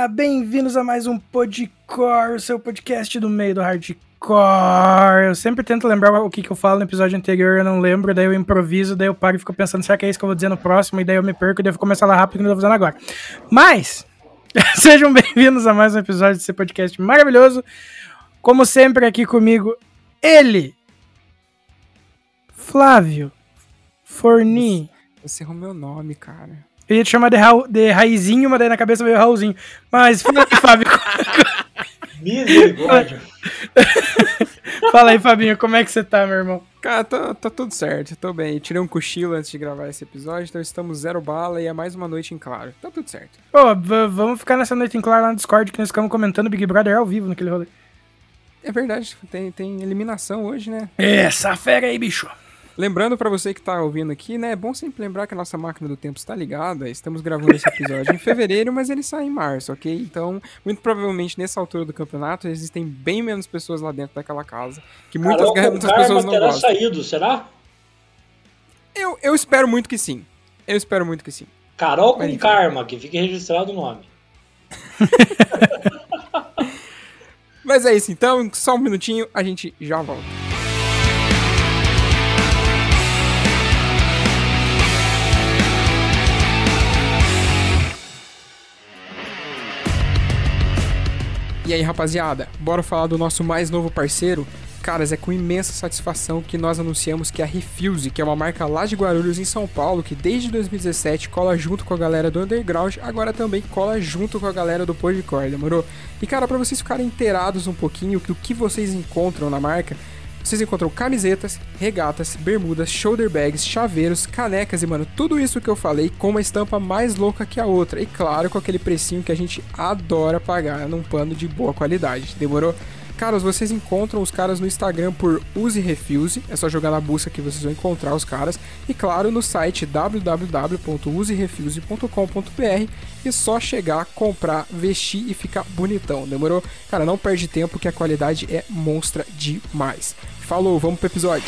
Bem-vindos a mais um Podcore, o seu podcast do meio do hardcore. Eu sempre tento lembrar o que eu falo no episódio anterior, eu não lembro, daí eu improviso, daí eu paro e fico pensando, será que é isso que eu vou dizer no próximo? E daí eu me perco e devo começar lá rápido que eu tô fazendo agora. Mas, sejam bem-vindos a mais um episódio desse podcast maravilhoso. Como sempre, aqui comigo, ele, Flávio Forni. Você errou meu nome, cara. Eu ia te chamar de Raizinho, mas daí na cabeça veio Raulzinho. Mas fala aí, Fábio. Misericórdia. Fala aí, Fabinho, como é que você tá, meu irmão? Cara, tá tudo certo, tô bem. Tirei um cochilo antes de gravar esse episódio, então estamos zero bala e é mais uma noite em claro. Tá tudo certo. Pô, vamos ficar nessa noite em claro lá no Discord, que nós ficamos comentando Big Brother ao vivo naquele rolê. É verdade, tem eliminação hoje, né? Essa fera aí, bicho. Lembrando pra você que tá ouvindo aqui, né, é bom sempre lembrar que a nossa máquina do tempo está ligada. Estamos gravando esse episódio em fevereiro, mas ele sai em março, ok? Então, muito provavelmente nessa altura do campeonato existem bem menos pessoas lá dentro daquela casa, que muitas pessoas não terá gostam. saído, será? Eu espero muito que sim. Eu espero muito que sim. Carol com Karma, que fique registrado o nome. Mas é isso então, só um minutinho, a gente já volta. E aí, rapaziada, bora falar do nosso mais novo parceiro? Caras, é com imensa satisfação que nós anunciamos que a Refuse, que é uma marca lá de Guarulhos, em São Paulo, que desde 2017 cola junto com a galera do Underground, agora também cola junto com a galera do Podcore, demorou? E cara, pra vocês ficarem inteirados um pouquinho do que vocês encontram na marca, vocês encontram camisetas, regatas, bermudas, shoulder bags, chaveiros, canecas e, mano, tudo isso que eu falei com uma estampa mais louca que a outra. E claro, com aquele precinho que a gente adora pagar num pano de boa qualidade, demorou? Caras, vocês encontram os caras no Instagram por Use Refuse, é só jogar na busca que vocês vão encontrar os caras. E claro, no site www.userefuse.com.br é só chegar, comprar, vestir e ficar bonitão, demorou? Cara, não perde tempo que a qualidade é monstra demais. Falou, vamos pro episódio.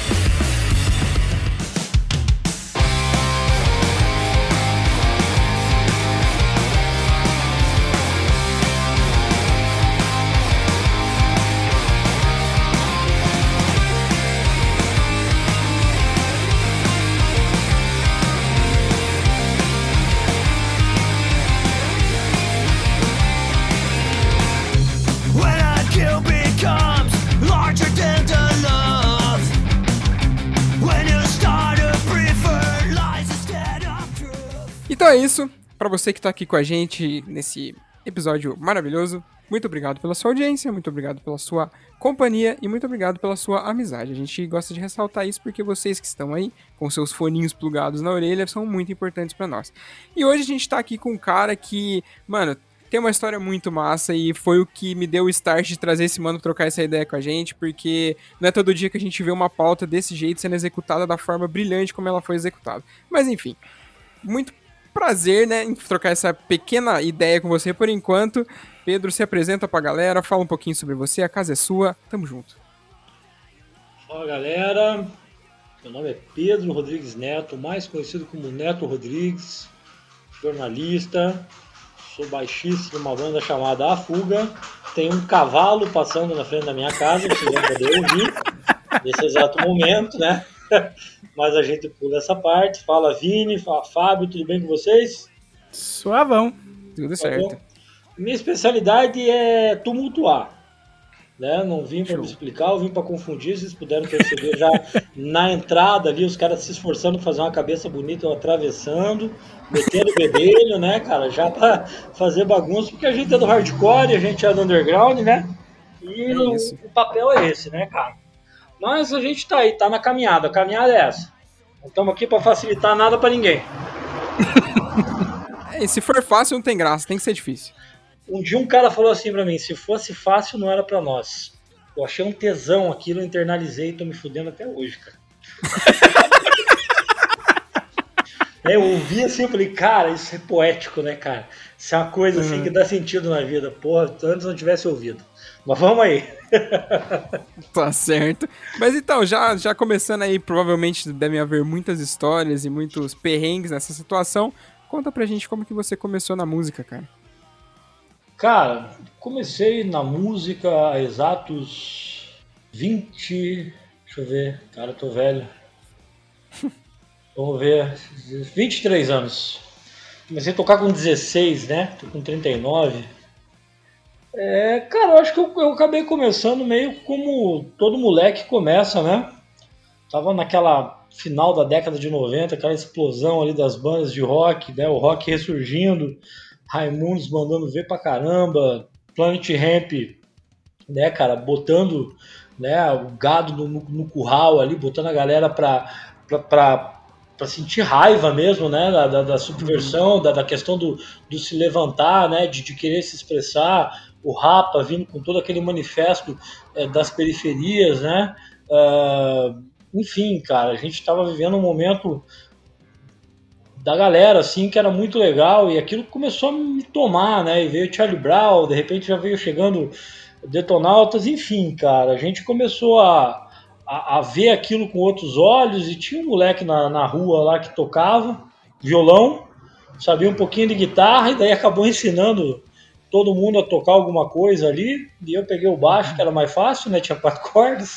Então é isso, pra você que tá aqui com a gente nesse episódio maravilhoso, muito obrigado pela sua audiência, muito obrigado pela sua companhia e muito obrigado pela sua amizade. A gente gosta de ressaltar isso porque vocês que estão aí com seus foninhos plugados na orelha são muito importantes pra nós. E hoje a gente tá aqui com um cara que, mano, tem uma história muito massa e foi o que me deu o start de trazer esse mano trocar essa ideia com a gente, porque não é todo dia que a gente vê uma pauta desse jeito sendo executada da forma brilhante como ela foi executada. Mas enfim, muito prazer, né, em trocar essa pequena ideia com você por enquanto. Pedro, se apresenta pra galera, fala um pouquinho sobre você, a casa é sua, tamo junto. Fala, galera, meu nome é Pedro Rodrigues Neto, mais conhecido como Neto Rodrigues, jornalista, sou baixista de uma banda chamada A Fuga, tem um cavalo passando na frente da minha casa, que vocês vão poder ouvir nesse exato momento, né? Mas a gente pula essa parte. Fala Vini, fala Fábio, tudo bem com vocês? Suavão. Tudo certo. Bom? Minha especialidade é tumultuar, né? Não vim para me explicar, eu vim para confundir. Vocês puderam perceber já na entrada ali, os caras se esforçando para fazer uma cabeça bonita, eu atravessando, metendo o bedelho, né, cara? Já para fazer bagunça, porque a gente é do hardcore, a gente é do underground, né? E o papel é esse, né, cara? Mas a gente tá aí, tá na caminhada. A caminhada é essa. Não estamos aqui para facilitar nada para ninguém. E se for fácil, não tem graça, tem que ser difícil. Um dia um cara falou assim pra mim, se fosse fácil, não era pra nós. Eu achei um tesão aquilo, eu internalizei e tô me fudendo até hoje, cara. Eu ouvi assim, eu falei, cara, isso é poético, né, cara? Isso é uma coisa assim que dá sentido na vida. Porra, antes não tivesse ouvido. Mas vamos aí. Tá certo. Mas então, já começando aí, provavelmente devem haver muitas histórias e muitos perrengues nessa situação. Conta pra gente como que você começou na música, cara. Cara, comecei na música há exatos 20. Deixa eu ver, cara, eu tô velho. Vamos ver, 23 anos. Comecei a tocar com 16, né? Tô com 39. Cara, eu acho que eu acabei começando meio como todo moleque começa, né? Tava naquela final da década de 90, aquela explosão ali das bandas de rock, né? O rock ressurgindo, Raimundos mandando ver pra caramba, Planet Hemp, né, cara, botando, né, o gado no curral ali, botando a galera pra sentir raiva mesmo, né, da subversão, da questão do se levantar, né, de querer se expressar, o Rapa vindo com todo aquele manifesto das periferias, né, enfim, cara, a gente estava vivendo um momento da galera, assim, que era muito legal, e aquilo começou a me tomar, né, e veio Charlie Brown, de repente já veio chegando Detonautas, enfim, cara, a gente começou a ver aquilo com outros olhos, e tinha um moleque na rua lá que tocava violão, sabia um pouquinho de guitarra, e daí acabou ensinando todo mundo a tocar alguma coisa ali, e eu peguei o baixo, que era mais fácil, né, tinha 4 cordas,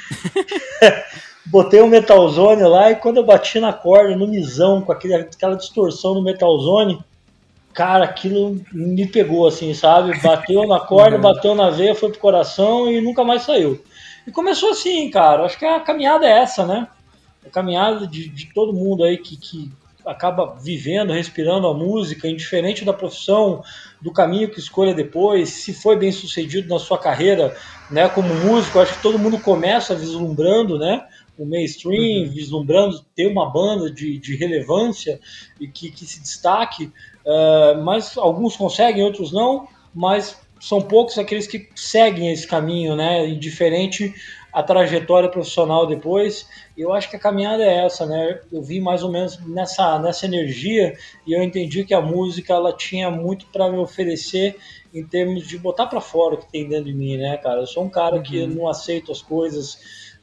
botei um Metalzone lá, e quando eu bati na corda, no misão, com aquela distorção no Metalzone, cara, aquilo me pegou, assim, sabe? Bateu na corda, bateu na veia, foi pro coração e nunca mais saiu. E começou assim, cara. Acho que a caminhada é essa, né? A caminhada de todo mundo aí que acaba vivendo, respirando a música, indiferente da profissão, do caminho que escolha depois, se foi bem sucedido na sua carreira, né? Como músico, acho que todo mundo começa vislumbrando, né? O mainstream, vislumbrando ter uma banda de relevância e que se destaque. Mas alguns conseguem, outros não, mas são poucos aqueles que seguem esse caminho, né? Indiferente a trajetória profissional depois. Eu acho que a caminhada é essa, né? Eu vi mais ou menos nessa energia e eu entendi que a música ela tinha muito para me oferecer em termos de botar para fora o que tem dentro de mim, né, cara? Eu sou um cara que não aceito as coisas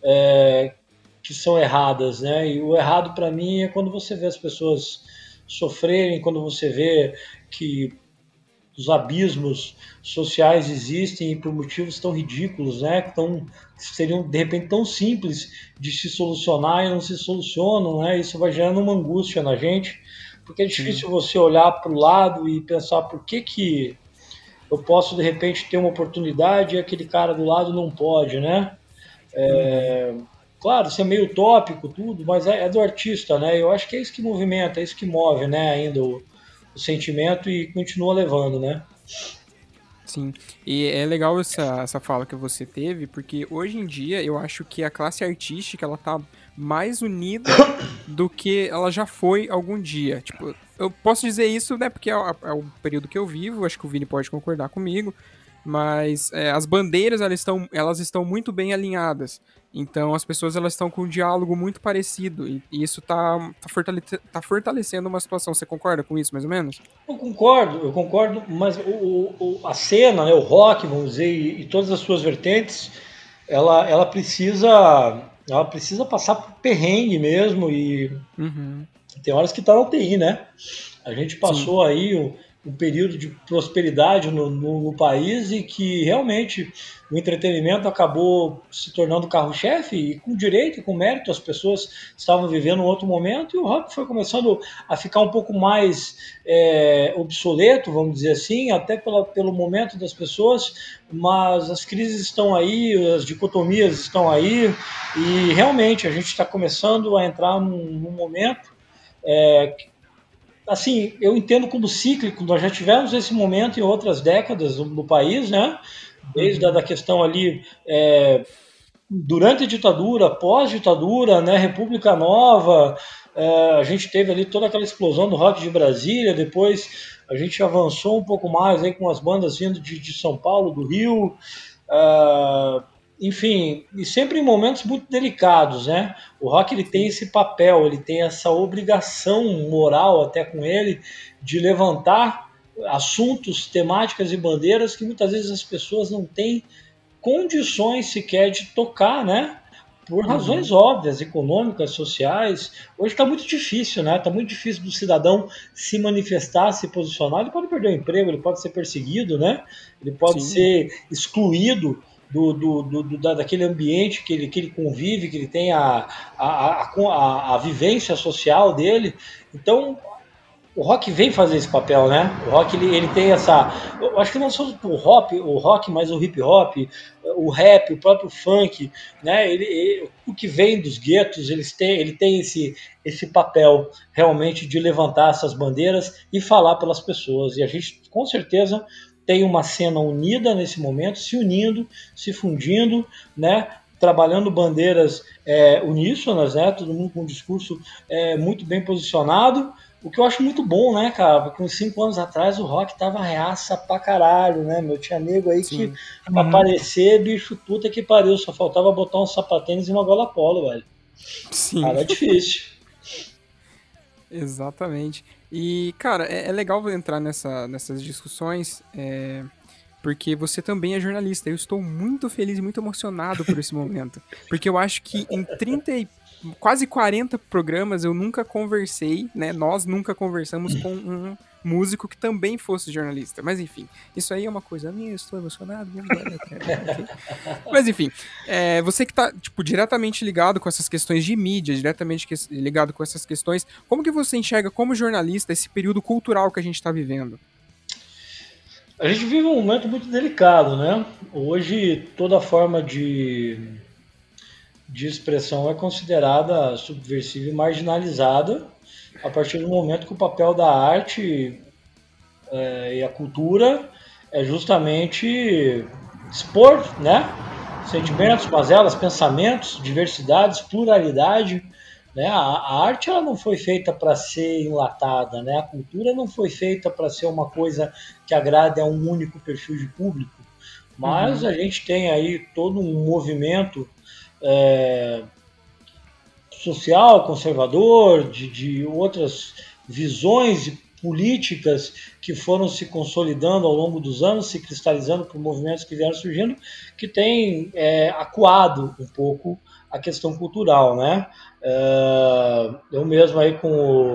que são erradas, né? E o errado para mim é quando você vê as pessoas sofrerem, quando você vê que os abismos sociais existem por motivos tão ridículos, né? Que seriam de repente tão simples de se solucionar e não se solucionam, né? Isso vai gerando uma angústia na gente, porque é difícil você olhar para o lado e pensar por que eu posso de repente ter uma oportunidade e aquele cara do lado não pode, né? Claro, isso é meio utópico tudo, mas é do artista, né? Eu acho que é isso que movimenta, é isso que move, né? Ainda o sentimento e continua levando, né? Sim, e é legal essa fala que você teve, porque hoje em dia eu acho que a classe artística ela tá mais unida do que ela já foi algum dia. Tipo, eu posso dizer isso, né, porque é o período que eu vivo, acho que o Vini pode concordar comigo, mas as bandeiras elas estão muito bem alinhadas. Então as pessoas elas estão com um diálogo muito parecido e isso tá fortalecendo uma situação. Você concorda com isso, mais ou menos? Eu concordo, mas a cena, né, o rock, vamos dizer, e todas as suas vertentes, ela precisa passar por perrengue mesmo e tem horas que tá na UTI, né? A gente passou aí um período de prosperidade no país e que realmente o entretenimento acabou se tornando carro-chefe e com direito e com mérito as pessoas estavam vivendo um outro momento e o rock foi começando a ficar um pouco mais obsoleto, vamos dizer assim, até pelo momento das pessoas, mas as crises estão aí, as dicotomias estão aí e realmente a gente está começando a entrar num momento assim, eu entendo como cíclico, nós já tivemos esse momento em outras décadas no país, né? Desde a da questão ali durante a ditadura, pós-ditadura, né? República Nova, a gente teve ali toda aquela explosão do rock de Brasília, depois a gente avançou um pouco mais aí com as bandas vindo de São Paulo, do Rio, enfim, e sempre em momentos muito delicados, né? O rock ele tem esse papel, ele tem essa obrigação moral até com ele de levantar assuntos, temáticas e bandeiras que muitas vezes as pessoas não têm condições sequer de tocar, né? por razões óbvias, econômicas, sociais. Hoje está muito difícil, né? Está muito difícil do cidadão se manifestar, se posicionar. Ele pode perder o emprego, ele pode ser perseguido, né? Ele pode ser excluído daquele ambiente que ele convive, que ele tem a vivência social dele. Então, o rock vem fazer esse papel, né? O rock ele tem essa. Eu acho que não só o rock, mas o hip hop, o rap, o próprio funk, né? O que vem dos guetos, ele tem esse papel realmente de levantar essas bandeiras e falar pelas pessoas. E a gente, com certeza, tem uma cena unida nesse momento, se unindo, se fundindo, né? Trabalhando bandeiras uníssonas, né? Todo mundo com um discurso muito bem posicionado. O que eu acho muito bom, né, cara? Porque uns 5 anos atrás o rock tava reaça pra caralho, né, meu? Tinha nego aí que pra aparecer, bicho, puta que pariu. Só faltava botar um sapatênis e uma gola polo, velho. Sim. Cara, é difícil. Exatamente. E, cara, é legal entrar nessas discussões, porque você também é jornalista. Eu estou muito feliz e muito emocionado por esse momento. Porque eu acho que em quase 40 programas eu nunca conversei, né? Nós nunca conversamos com um músico que também fosse jornalista. Mas enfim, isso aí é uma coisa minha, eu estou emocionado. Okay? Mas enfim, você que tá, tipo, diretamente ligado com essas questões de mídia, diretamente ligado com essas questões, como que você enxerga como jornalista esse período cultural que a gente está vivendo? A gente vive um momento muito delicado, né? Hoje toda forma de expressão é considerada subversiva e marginalizada a partir do momento que o papel da arte e a cultura é justamente expor, né, sentimentos, mazelas, pensamentos, diversidades, pluralidade, né? A arte ela não foi feita para ser enlatada, né? A cultura não foi feita para ser uma coisa que agrade a um único perfil de público, mas a gente tem aí todo um movimento social, conservador, de outras visões políticas que foram se consolidando ao longo dos anos, se cristalizando por movimentos que vieram surgindo, que tem acuado um pouco a questão cultural, né? Eu mesmo aí com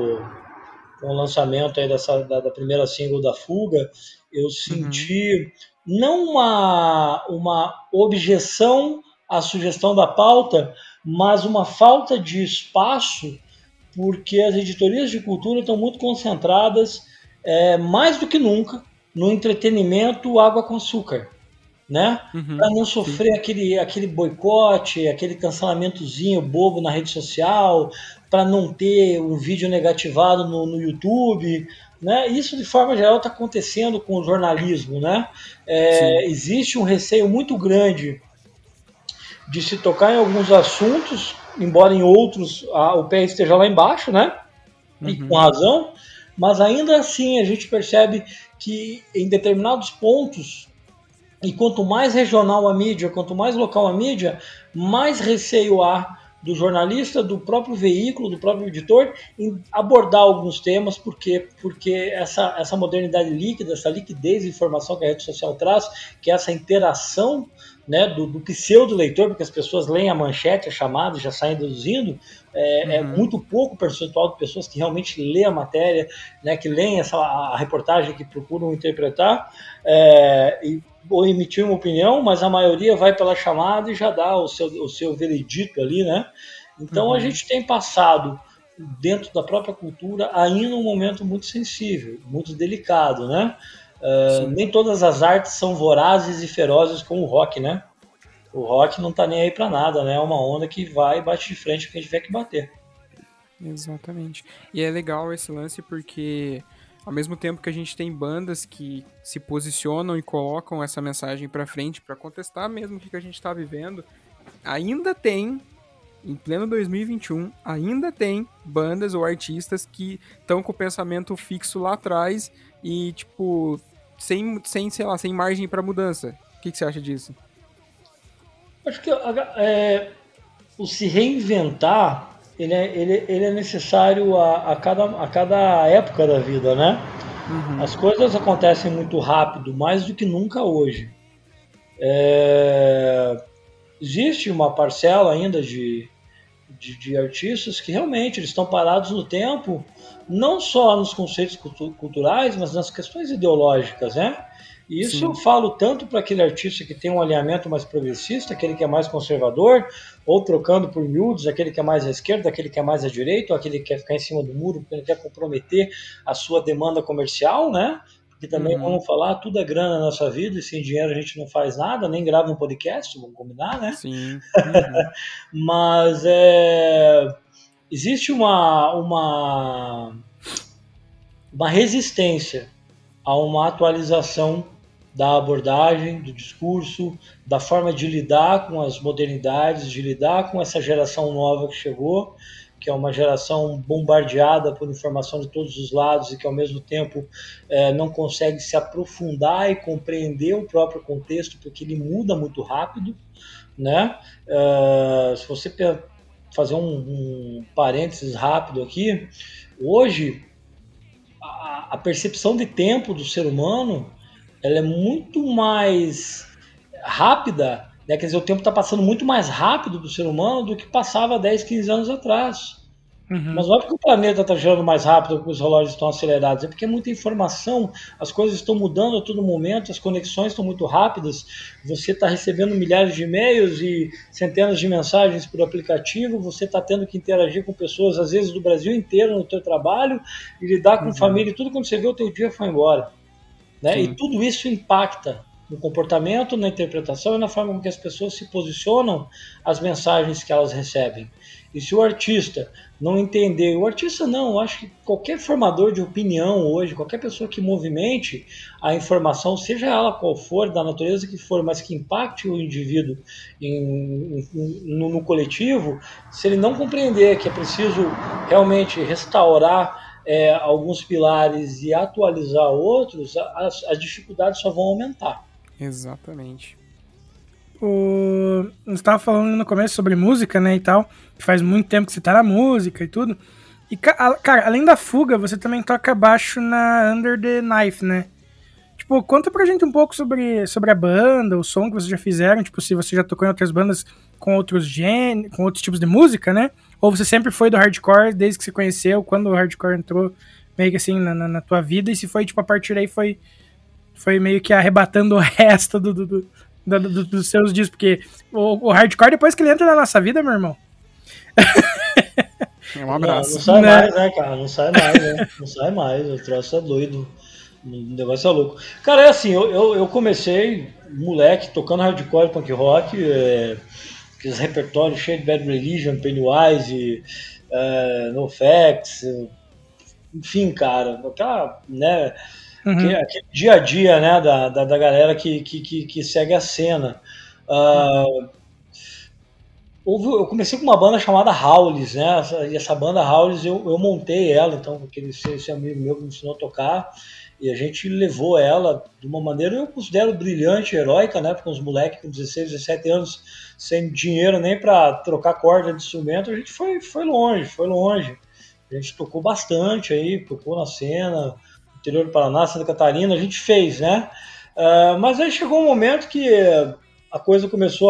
o lançamento aí da primeira single da Fuga, eu senti não uma objeção à sugestão da pauta, mas uma falta de espaço, porque as editorias de cultura estão muito concentradas, mais do que nunca, no entretenimento água com açúcar, né? Para não sofrer aquele boicote, aquele cancelamentozinho bobo na rede social, para não ter um vídeo negativado no YouTube, né? Isso de forma geral está acontecendo com o jornalismo, né? Existe um receio muito grande de se tocar em alguns assuntos, embora em outros o pé esteja lá embaixo, né? E com razão, mas ainda assim a gente percebe que em determinados pontos, e quanto mais regional a mídia, quanto mais local a mídia, mais receio há do jornalista, do próprio veículo, do próprio editor, em abordar alguns temas, porque essa modernidade líquida, essa liquidez de informação que a rede social traz, que é essa interação, né, do pseudo-leitor, porque as pessoas leem a manchete, a chamada e já saem deduzindo, é muito pouco percentual de pessoas que realmente lê a matéria, né, que leem a reportagem, que procuram interpretar, ou emitir uma opinião, mas a maioria vai pela chamada e já dá o seu veredito ali, né? Então a gente tem passado dentro da própria cultura ainda um momento muito sensível, muito delicado, né? Nem todas as artes são vorazes e ferozes como o rock, né? O rock não tá nem aí pra nada, né? É uma onda que vai e bate de frente com quem tiver que bater. Exatamente. E é legal esse lance porque ao mesmo tempo que a gente tem bandas que se posicionam e colocam essa mensagem pra frente pra contestar mesmo o que a gente tá vivendo, ainda tem, em pleno 2021, ainda tem bandas ou artistas que estão com o pensamento fixo lá atrás e, tipo, sei lá, sem margem pra mudança. O que você acha disso? Acho que o se reinventar ele é necessário a cada época da vida, né? As coisas acontecem muito rápido, mais do que nunca hoje. existe uma parcela ainda de artistas que realmente eles estão parados no tempo, não só nos conceitos culturais, mas nas questões ideológicas, né? E isso eu Sim. falo tanto para aquele artista que tem um alinhamento mais progressista, aquele que é mais conservador, ou trocando por miúdos, aquele que é mais à esquerda, aquele que é mais à direita, ou aquele que quer ficar em cima do muro porque ele quer comprometer a sua demanda comercial, né? Porque também, Uhum. vamos falar, tudo é grana na nossa vida e sem dinheiro a gente não faz nada, nem grava um podcast, vamos combinar, né? Sim. Uhum. Mas existe uma resistência a uma atualização da abordagem, do discurso, da forma de lidar com as modernidades, de lidar com essa geração nova que chegou, que é uma geração bombardeada por informação de todos os lados e que, ao mesmo tempo, não consegue se aprofundar e compreender o próprio contexto, porque ele muda muito rápido, né? Se você fazer um parênteses rápido aqui, hoje a percepção de tempo do ser humano ela é muito mais rápida, né? Quer dizer, o tempo está passando muito mais rápido para o ser humano do que passava 10, 15 anos atrás. Mas Uhum. não é porque o planeta está girando mais rápido, porque os relógios estão acelerados, é porque é muita informação, as coisas estão mudando a todo momento, as conexões estão muito rápidas, você está recebendo milhares de e-mails e centenas de mensagens por aplicativo, você está tendo que interagir com pessoas, às vezes do Brasil inteiro, no teu trabalho, e lidar com Uhum. família, e tudo quando você vê o teu dia foi embora. Né? E Sim. tudo isso impacta no comportamento, na interpretação e na forma como que as pessoas se posicionam às mensagens que elas recebem. E se o artista não entender, o artista não, eu acho que qualquer formador de opinião hoje, qualquer pessoa que movimente a informação, seja ela qual for, da natureza que for, mas que impacte o indivíduo no coletivo, se ele não compreender que é preciso realmente restaurar alguns pilares e atualizar outros, as dificuldades só vão aumentar. Exatamente. Você estava falando no começo sobre música, né, e tal. Faz muito tempo que você tá na música e tudo. E, cara, além da fuga, você também toca baixo na Under the Knife, né? Tipo, conta pra gente um pouco sobre a banda, o som que vocês já fizeram, tipo, se você já tocou em outras bandas com outros com outros tipos de música, né? Ou você sempre foi do hardcore desde que você conheceu, quando o hardcore entrou meio que assim na tua vida, e se foi, tipo, a partir daí foi meio que arrebatando o resto dos seus discos, porque o hardcore, depois que ele entra na nossa vida, meu irmão, Um Não abraço. sai né? mais, né, cara? Não sai mais, né? Não sai mais. O troço é doido. O negócio é louco. Cara, é assim, eu comecei moleque tocando hardcore punk rock, aqueles repertórios cheios de Bad Religion, Pennywise, NoFX, enfim, cara, aquela, né, Uhum, aquele dia a dia, né, da galera que segue a cena. Uhum. Uh, eu comecei com uma banda chamada Howlis, né? E essa banda Howlis eu montei ela, então esse amigo meu que me ensinou a tocar, e a gente levou ela de uma maneira eu considero brilhante, heróica, né? Porque uns moleques com 16, 17 anos, sem dinheiro nem para trocar corda de instrumento, a gente foi longe, foi longe. A gente tocou bastante aí, tocou na cena, no interior do Paraná, Santa Catarina, a gente fez, né? Mas aí chegou um momento que a coisa começou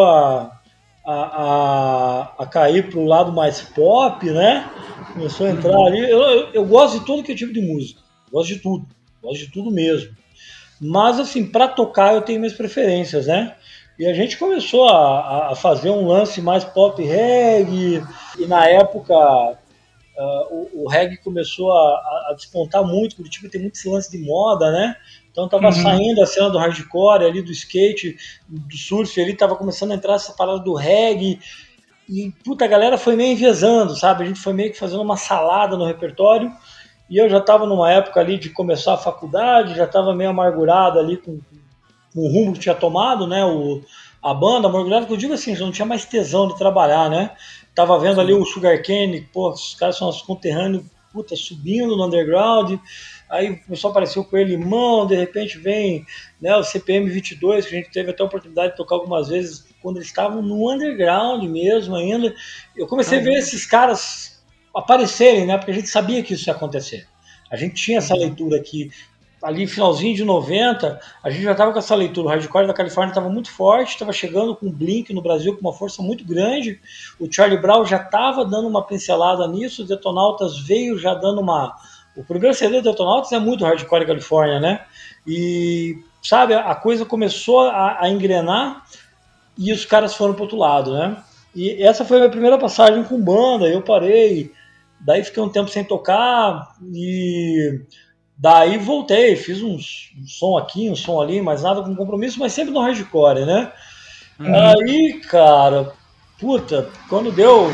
a cair para o lado mais pop, né? Começou a entrar Uhum. ali. Eu gosto de todo que é tipo de música, gosto de tudo mesmo. Mas, assim, para tocar eu tenho minhas preferências, né? E a gente começou a fazer um lance mais pop reggae, e na época o reggae começou a despontar muito, Curitiba tem muito esse lance de moda, né? Então tava uhum. saindo a cena do hardcore ali, do skate, do surf ali, tava começando a entrar essa parada do reggae, e puta, a galera foi meio envezando, sabe? A gente foi meio que fazendo uma salada no repertório, e eu já tava numa época ali de começar a faculdade, já tava meio amargurado ali com o rumo que tinha tomado, né? A banda, amargurado que eu digo assim, já não tinha mais tesão de trabalhar, né? Tava vendo ali o Sim. Sugarcane, pô, os caras são os conterrâneos, puta, subindo no underground, aí começou a aparecer o Coelho Limão, de repente vem, né, o CPM 22, que a gente teve até a oportunidade de tocar algumas vezes, quando eles estavam no underground mesmo ainda. Eu comecei a ver Caramba. esses caras aparecerem, né, porque a gente sabia que isso ia acontecer. A gente tinha essa Uhum. leitura aqui ali finalzinho de 90, a gente já estava com essa leitura. O hardcore da Califórnia estava muito forte, estava chegando com o Blink no Brasil com uma força muito grande. O Charlie Brown já estava dando uma pincelada nisso. O Detonautas veio já dando uma... O primeiro CD do Detonautas é muito hardcore da Califórnia, né? E, sabe, a coisa começou a engrenar e os caras foram pro outro lado, né? E essa foi a minha primeira passagem com banda, eu parei, daí fiquei um tempo sem tocar e daí voltei, fiz um som aqui, um som ali, mas nada com compromisso, mas sempre no hardcore, né? Aí, cara, puta, quando deu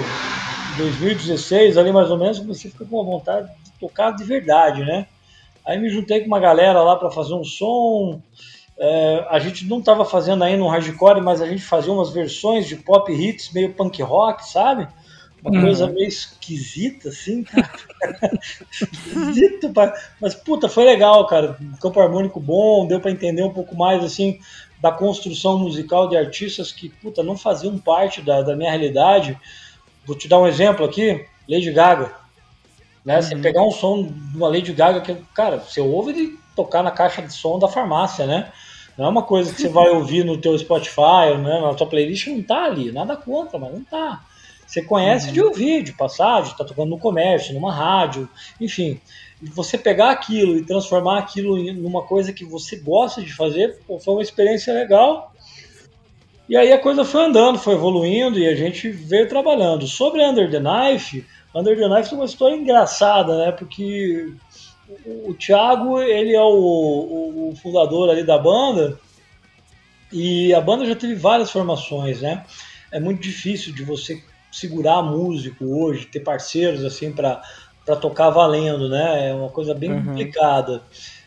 2016 ali mais ou menos, comecei a ficar com uma vontade de tocar de verdade, né? Aí me juntei com uma galera lá para fazer um som. A gente não estava fazendo ainda um hardcore, mas a gente fazia umas versões de pop hits meio punk rock, sabe? Uma coisa meio esquisita, assim, cara. Esquisito, mas puta, foi legal, cara. Um campo harmônico bom, deu para entender um pouco mais, assim, da construção musical de artistas que, puta, não faziam parte da minha realidade. Vou te dar um exemplo aqui, Lady Gaga. Né? Você pegar um som de uma Lady Gaga que, cara, você ouve ele tocar na caixa de som da farmácia, né? Não é uma coisa que você vai ouvir no teu Spotify, né? Na tua playlist não tá ali, nada contra, mas não tá. Você conhece de ouvir, de passagem, tá tocando no comércio, numa rádio, enfim. Você pegar aquilo e transformar aquilo numa coisa que você gosta de fazer, pô, foi uma experiência legal. E aí a coisa foi andando, foi evoluindo e a gente veio trabalhando. Sobre Under the Knife é uma história engraçada, né? Porque o Thiago, ele é o fundador ali da banda e a banda já teve várias formações, né? É muito difícil de você segurar músico hoje, ter parceiros assim para tocar valendo, né? É uma coisa bem complicada.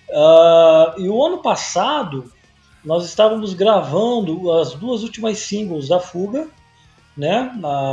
E o ano passado nós estávamos gravando as 2 últimas singles da Fuga, né?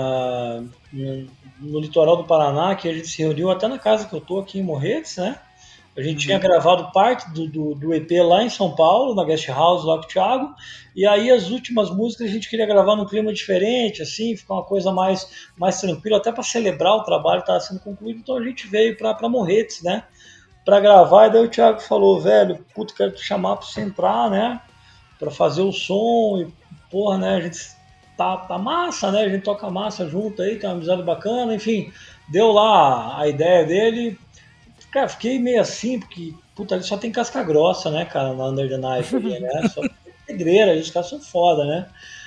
No litoral do Paraná, que a gente se reuniu até na casa que eu tô aqui em Morretes, né? A gente tinha gravado parte do EP lá em São Paulo, na Guest House lá com o Thiago, e aí as últimas músicas a gente queria gravar num clima diferente, assim, ficar uma coisa mais tranquila, até para celebrar o trabalho que estava sendo concluído, então a gente veio para Morretes, né? Para gravar, e daí o Thiago falou, velho, puto, quero te chamar para você entrar, né? Para fazer o som, e porra, né? A gente tá massa, né? A gente toca massa junto aí, tem uma amizade bacana, enfim, deu lá a ideia dele. Cara, fiquei meio assim, porque, puta, ali só tem casca grossa, né, cara, na Under the Knife ali, né? Só tem pedreira, os caras são foda, né?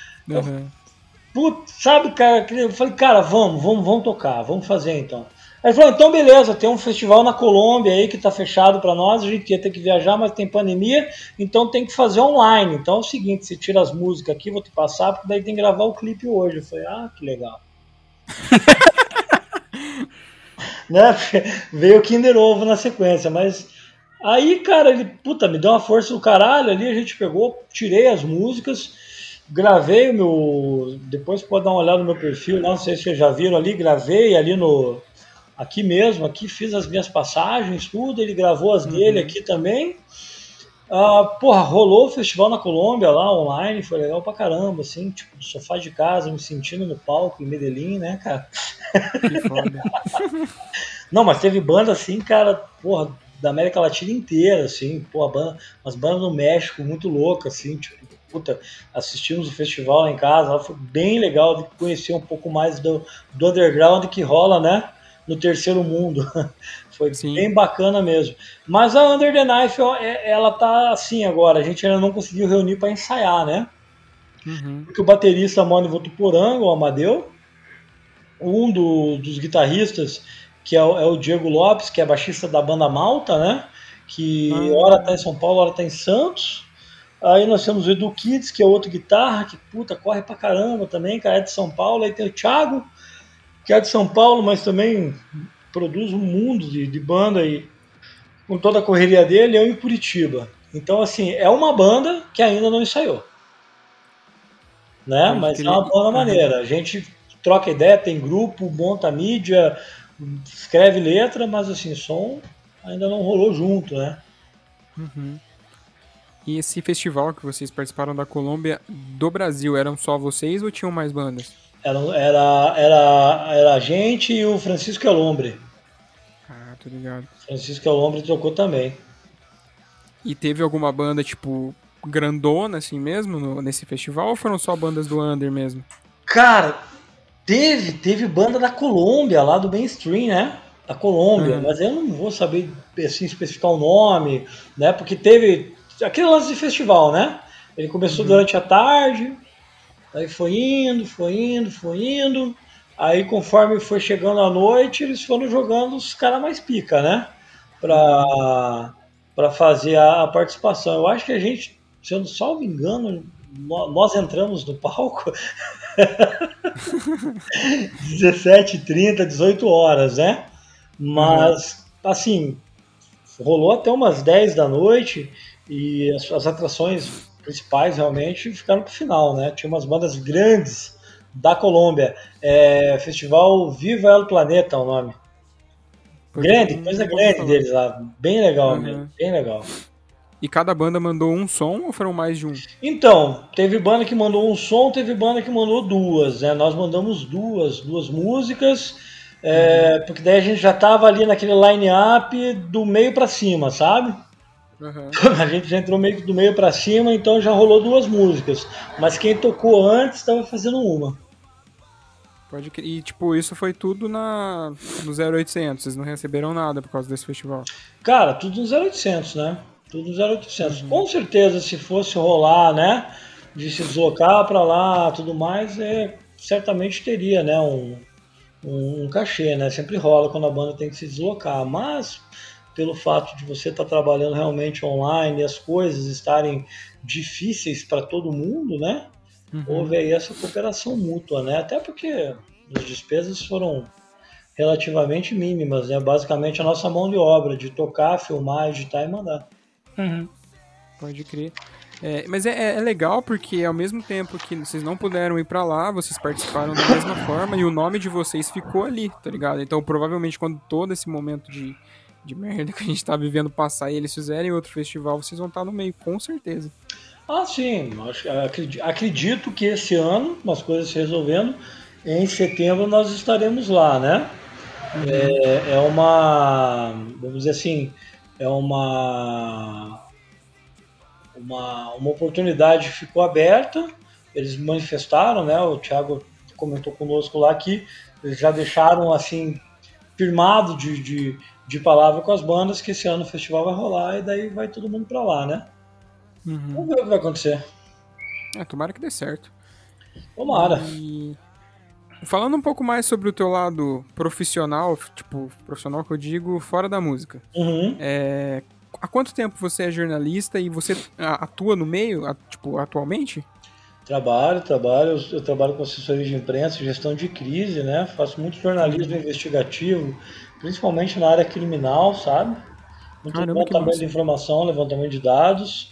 Putz, sabe, cara, eu falei, cara, vamos tocar, vamos fazer então. Aí ele falou, então beleza, tem um festival na Colômbia aí que tá fechado para nós, a gente ia ter que viajar, mas tem pandemia, então tem que fazer online. Então é o seguinte, você tira as músicas aqui, vou te passar, porque daí tem que gravar o clipe hoje. Eu falei, que legal. Né? Veio o Kinder Ovo na sequência, mas aí, cara, ele, puta, me deu uma força do caralho ali, a gente pegou, tirei as músicas, gravei o meu, depois pode dar uma olhada no meu perfil, não sei se vocês já viram ali, gravei ali aqui mesmo, aqui fiz as minhas passagens, tudo, ele gravou as dele aqui também. Porra, rolou o festival na Colômbia lá, online, foi legal pra caramba, assim, tipo, do sofá de casa, me sentindo no palco em Medellín, né, cara? Que foda. Não, mas teve banda assim, cara, porra, da América Latina inteira, assim, porra, umas bandas no México muito loucas, assim, tipo, puta, assistimos o festival lá em casa, foi bem legal de conhecer um pouco mais do underground que rola, né, no terceiro mundo. Foi bem bacana mesmo. Mas a Under the Knife, ela tá assim agora, a gente ainda não conseguiu reunir para ensaiar, né? Porque o baterista mora em Votuporanga, o Amadeu, um dos guitarristas, que é o Diego Lopes, que é baixista da banda Malta, né? Que hora tá em São Paulo, hora tá em Santos. Aí nós temos o Edu Kids, que é outro guitarra, que puta, corre pra caramba também, cara, é de São Paulo. Aí tem o Thiago, que é de São Paulo, mas também produz um mundo de banda aí, com toda a correria dele, eu em Curitiba. Então, assim, é uma banda que ainda não ensaiou. Né? Mas é uma banda maneira. A gente troca ideia, tem grupo, monta mídia, escreve letra, mas assim, som ainda não rolou junto, né? E esse festival que vocês participaram da Colômbia, do Brasil, eram só vocês ou tinham mais bandas? Era a gente e o Francisco Elombre. Tô ligado. Francisco Elombre tocou também. E teve alguma banda, tipo, grandona, assim mesmo, nesse festival? Ou foram só bandas do under mesmo? Cara, teve banda da Colômbia, lá do mainstream, né? Da Colômbia, Aham. mas eu não vou saber assim, especificar o nome, né? Porque teve aquele lance de festival, né? Ele começou Uhum. durante a tarde, aí foi indo, foi indo, foi indo. Aí conforme foi chegando a noite, eles foram jogando os caras mais pica, né? Uhum. Pra fazer a participação. Eu acho que a gente, se eu não salvo engano, nós entramos no palco 17h30, 18 horas, né? Aham. Mas, assim, rolou até umas 10 da noite e as atrações principais realmente ficaram pro final, né? Tinha umas bandas grandes da Colômbia. Festival Viva El Planeta é o nome. Pode crer, Grande, coisa nunca ouvi grande falar. deles lá. Bem legal mesmo, Aham. bem legal. E cada banda mandou um som ou foram mais de um? Então, teve banda que mandou um som, teve banda que mandou duas, né? Nós mandamos duas músicas, Uhum. porque daí a gente já tava ali naquele line-up do meio pra cima, sabe? Aham. A gente já entrou meio que do meio pra cima, então já rolou duas músicas. Mas quem tocou antes estava fazendo uma. Pode crer. E, tipo, isso foi tudo no 0800. Vocês não receberam nada por causa desse festival. Cara, tudo no 0800, né? Tudo no 0800. Com Uhum. certeza, se fosse rolar, né? De se deslocar pra lá, tudo mais, certamente teria, né? Um cachê, né? Sempre rola quando a banda tem que se deslocar, mas pelo fato de você estar trabalhando realmente online e as coisas estarem difíceis para todo mundo, né? Houve Uhum. aí essa cooperação mútua, né? Até porque as despesas foram relativamente mínimas, né? Basicamente a nossa mão de obra de tocar, filmar, editar e mandar. Uhum. Pode crer. Mas é legal porque ao mesmo tempo que vocês não puderam ir pra lá, vocês participaram da mesma forma e o nome de vocês ficou ali, tá ligado? Então provavelmente quando todo esse momento de merda que a gente tá vivendo passar e eles fizerem outro festival, vocês vão estar no meio, com certeza. Ah, sim, acredito que esse ano, as coisas se resolvendo, em setembro nós estaremos lá, né? Uhum. É uma, vamos dizer assim, é uma oportunidade que ficou aberta. Eles manifestaram, né? O Thiago comentou conosco lá que eles já deixaram assim firmado de palavra com as bandas que esse ano o festival vai rolar e daí vai todo mundo para lá, né? Uhum. Vamos ver o que vai acontecer. Tomara que dê certo. Tomara. E falando um pouco mais sobre o teu lado profissional, tipo, profissional que eu digo, fora da música. Uhum. Há quanto tempo você é jornalista e você atua no meio, tipo, atualmente? Trabalho. Eu trabalho com assessoria de imprensa, gestão de crise, né? Faço muito jornalismo Uhum. investigativo, principalmente na área criminal, sabe? Muito Caramba, que levantamento de massa. informação, levantamento de dados.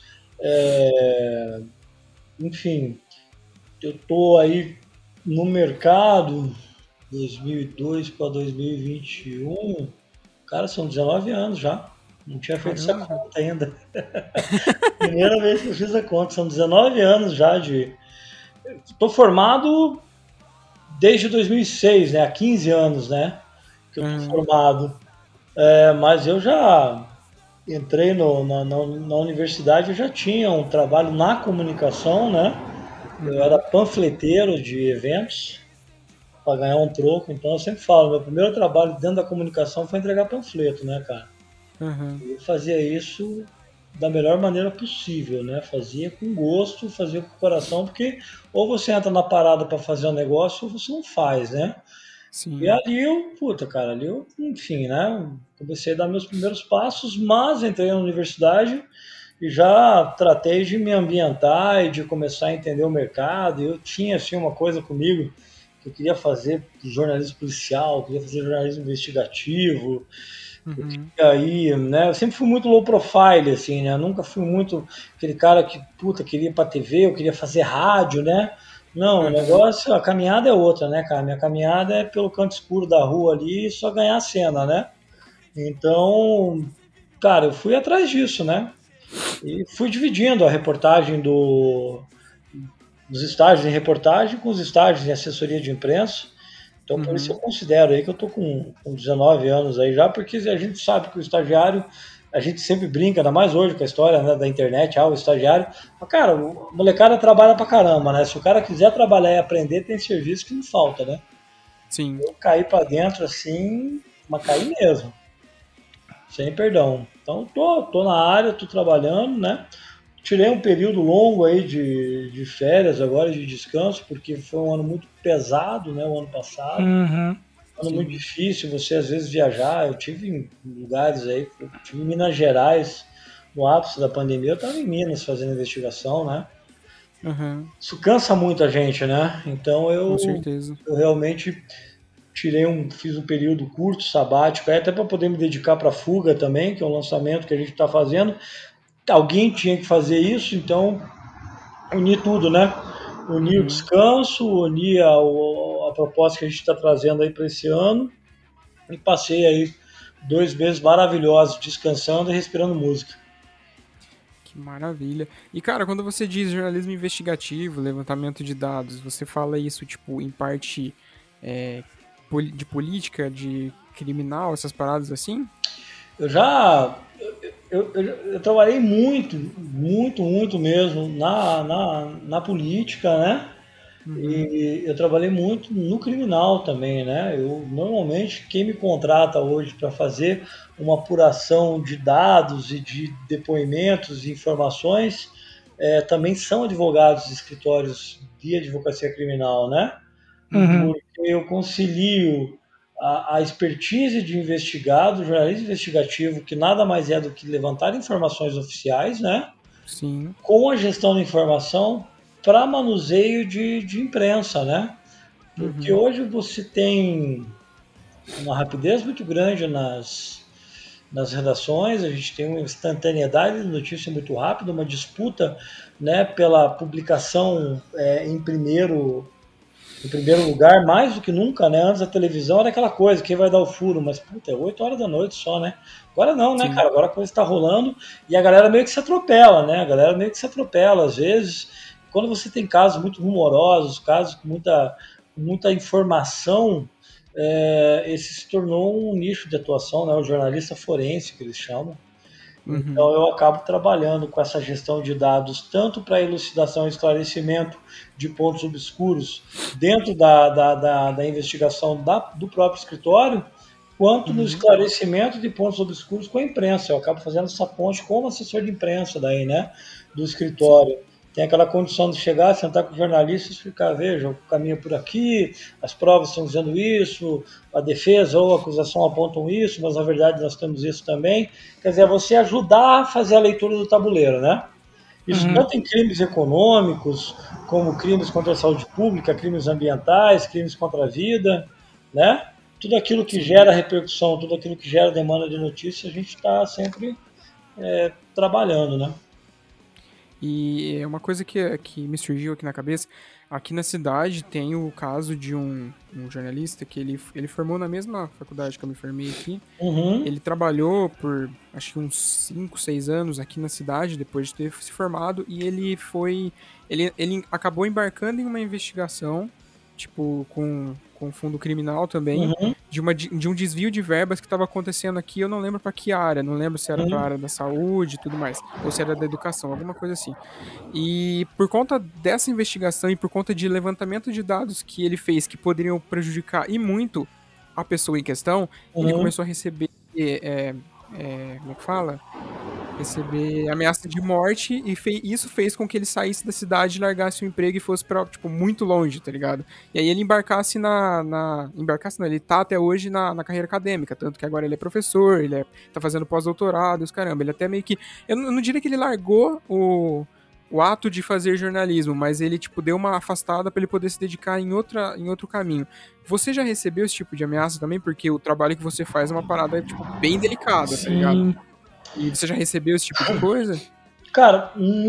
É, Enfim, eu tô aí no mercado 2002 para 2021. Cara, são 19 anos já. Não tinha feito essa Caramba, cara. conta ainda. Primeira vez que eu fiz a conta. São 19 anos já de. Estou formado desde 2006, né? Há 15 anos, né? Que eu estou Uhum. formado. Mas eu já entrei na universidade, eu já tinha um trabalho na comunicação, né? Eu era Uhum. panfleteiro de eventos para ganhar um troco. Então eu sempre falo, meu primeiro trabalho dentro da comunicação foi entregar panfleto, né, cara? Uhum. Eu fazia isso da melhor maneira possível, né? Fazia com gosto, fazia com o coração, porque ou você entra na parada para fazer um negócio ou você não faz, né? E Sim. ali eu, puta, cara, ali eu, enfim, né? Comecei a dar meus primeiros passos, mas entrei na universidade e já tratei de me ambientar e de começar a entender o mercado. Eu tinha, assim, uma coisa comigo que eu queria fazer jornalismo policial, queria fazer jornalismo investigativo, Uhum. e aí, né, eu sempre fui muito low profile, assim, né, eu nunca fui muito aquele cara que, puta, queria ir pra TV, eu queria fazer rádio, né, não, o Uhum. negócio, a caminhada é outra, né, cara, minha caminhada é pelo canto escuro da rua ali e só ganhar a cena, né, então, cara, eu fui atrás disso, né, e fui dividindo a reportagem dos estágios em reportagem com os estágios em assessoria de imprensa. Então, por isso eu Uhum. considero aí que eu tô com 19 anos aí já, porque a gente sabe que o estagiário a gente sempre brinca, ainda mais hoje com a história, né, da internet, o estagiário. Mas, cara, o molecada trabalha pra caramba, né? Se o cara quiser trabalhar e aprender, tem serviço que não falta, né? Sim. Eu caí pra dentro assim, mas caí mesmo, sem perdão. Então, tô na área, tô trabalhando, né? Tirei um período longo aí de férias agora, de descanso, porque foi um ano muito pesado, né, o ano passado. Uhum. Um ano muito Sim. difícil você às vezes viajar. Eu tive em lugares aí, eu tive em Minas Gerais, no ápice da pandemia, eu estava em Minas fazendo investigação, né? Aham. Isso cansa muito a gente, né? Então Com eu, certeza. eu realmente fiz um período curto, sabático, aí até para poder me dedicar para a Fuga também, que é um lançamento que a gente está fazendo. Alguém tinha que fazer isso, então uni tudo, né? Uni o Uhum. descanso, uni a proposta que a gente está trazendo aí para esse ano e passei aí 2 meses maravilhosos descansando e respirando música. Que maravilha. E, cara, quando você diz jornalismo investigativo, levantamento de dados, você fala isso, tipo, em parte é, de política, de criminal, essas paradas assim? Eu já eu trabalhei muito, muito, muito mesmo na política, né? Uhum. E eu trabalhei muito no criminal também, né? Eu normalmente quem me contrata hoje para fazer uma apuração de dados e de depoimentos e informações também são advogados de escritórios de advocacia criminal, né? Uhum. Porque eu concilio a expertise de investigado, jornalismo investigativo, que nada mais é do que levantar informações oficiais, né? Sim. Com a gestão da informação para manuseio de imprensa, né? Porque Uhum. hoje você tem uma rapidez muito grande nas redações, a gente tem uma instantaneidade de notícia muito rápida, uma disputa, né, pela publicação em primeiro lugar, mais do que nunca, né? Antes a televisão era aquela coisa, quem vai dar o furo, mas puta, é 8 horas da noite só, né? Agora não, né, Sim. cara? Agora a coisa está rolando e a galera meio que se atropela, né? A galera meio que se atropela às vezes. Quando você tem casos muito rumorosos, casos com muita informação, esse se tornou um nicho de atuação, né? O jornalista forense, que eles chamam. Então, Uhum. eu acabo trabalhando com essa gestão de dados, tanto para elucidação e esclarecimento de pontos obscuros dentro da investigação do próprio escritório, quanto no Uhum. esclarecimento de pontos obscuros com a imprensa. Eu acabo fazendo essa ponte como assessor de imprensa daí, né, do Sim. escritório. Tem aquela condição de chegar, sentar com o jornalista e explicar, veja, o caminho é por aqui, as provas estão dizendo isso, a defesa ou a acusação apontam isso, mas na verdade nós temos isso também. Quer dizer, você ajudar a fazer a leitura do tabuleiro, né? Isso Uhum. tanto em crimes econômicos, como crimes contra a saúde pública, crimes ambientais, crimes contra a vida, né? Tudo aquilo que Sim. gera repercussão, tudo aquilo que gera demanda de notícia, a gente está sempre trabalhando, né? E é uma coisa que me surgiu aqui na cabeça. Aqui na cidade tem o caso de um jornalista que ele formou na mesma faculdade que eu me formei aqui. Uhum, Ele trabalhou por acho que uns 5, 6 anos aqui na cidade depois de ter se formado e ele foi. Ele acabou embarcando em uma investigação, tipo, com fundo criminal também, uhum, de um desvio de verbas que estava acontecendo aqui. Eu não lembro para que área, não lembro se era para a uhum, área da saúde e tudo mais, ou se era da educação, alguma coisa assim. E por conta dessa investigação e por conta de levantamento de dados que ele fez que poderiam prejudicar e muito a pessoa em questão, ele uhum. começou a receber, como é que fala? Receber ameaça de morte e isso fez com que ele saísse da cidade, largasse o emprego e fosse pra, tipo, muito longe, tá ligado? E aí ele embarcasse embarcasse não, ele tá até hoje na carreira acadêmica, tanto que agora ele é professor, tá fazendo pós-doutorado, os caramba, ele até meio que... Eu não diria que ele largou o ato de fazer jornalismo, mas ele, tipo, deu uma afastada pra ele poder se dedicar em outro caminho. Você já recebeu esse tipo de ameaça também? Porque o trabalho que você faz é uma parada, tipo, bem delicada, tá ligado? Sim. E você já recebeu esse tipo de coisa? Cara,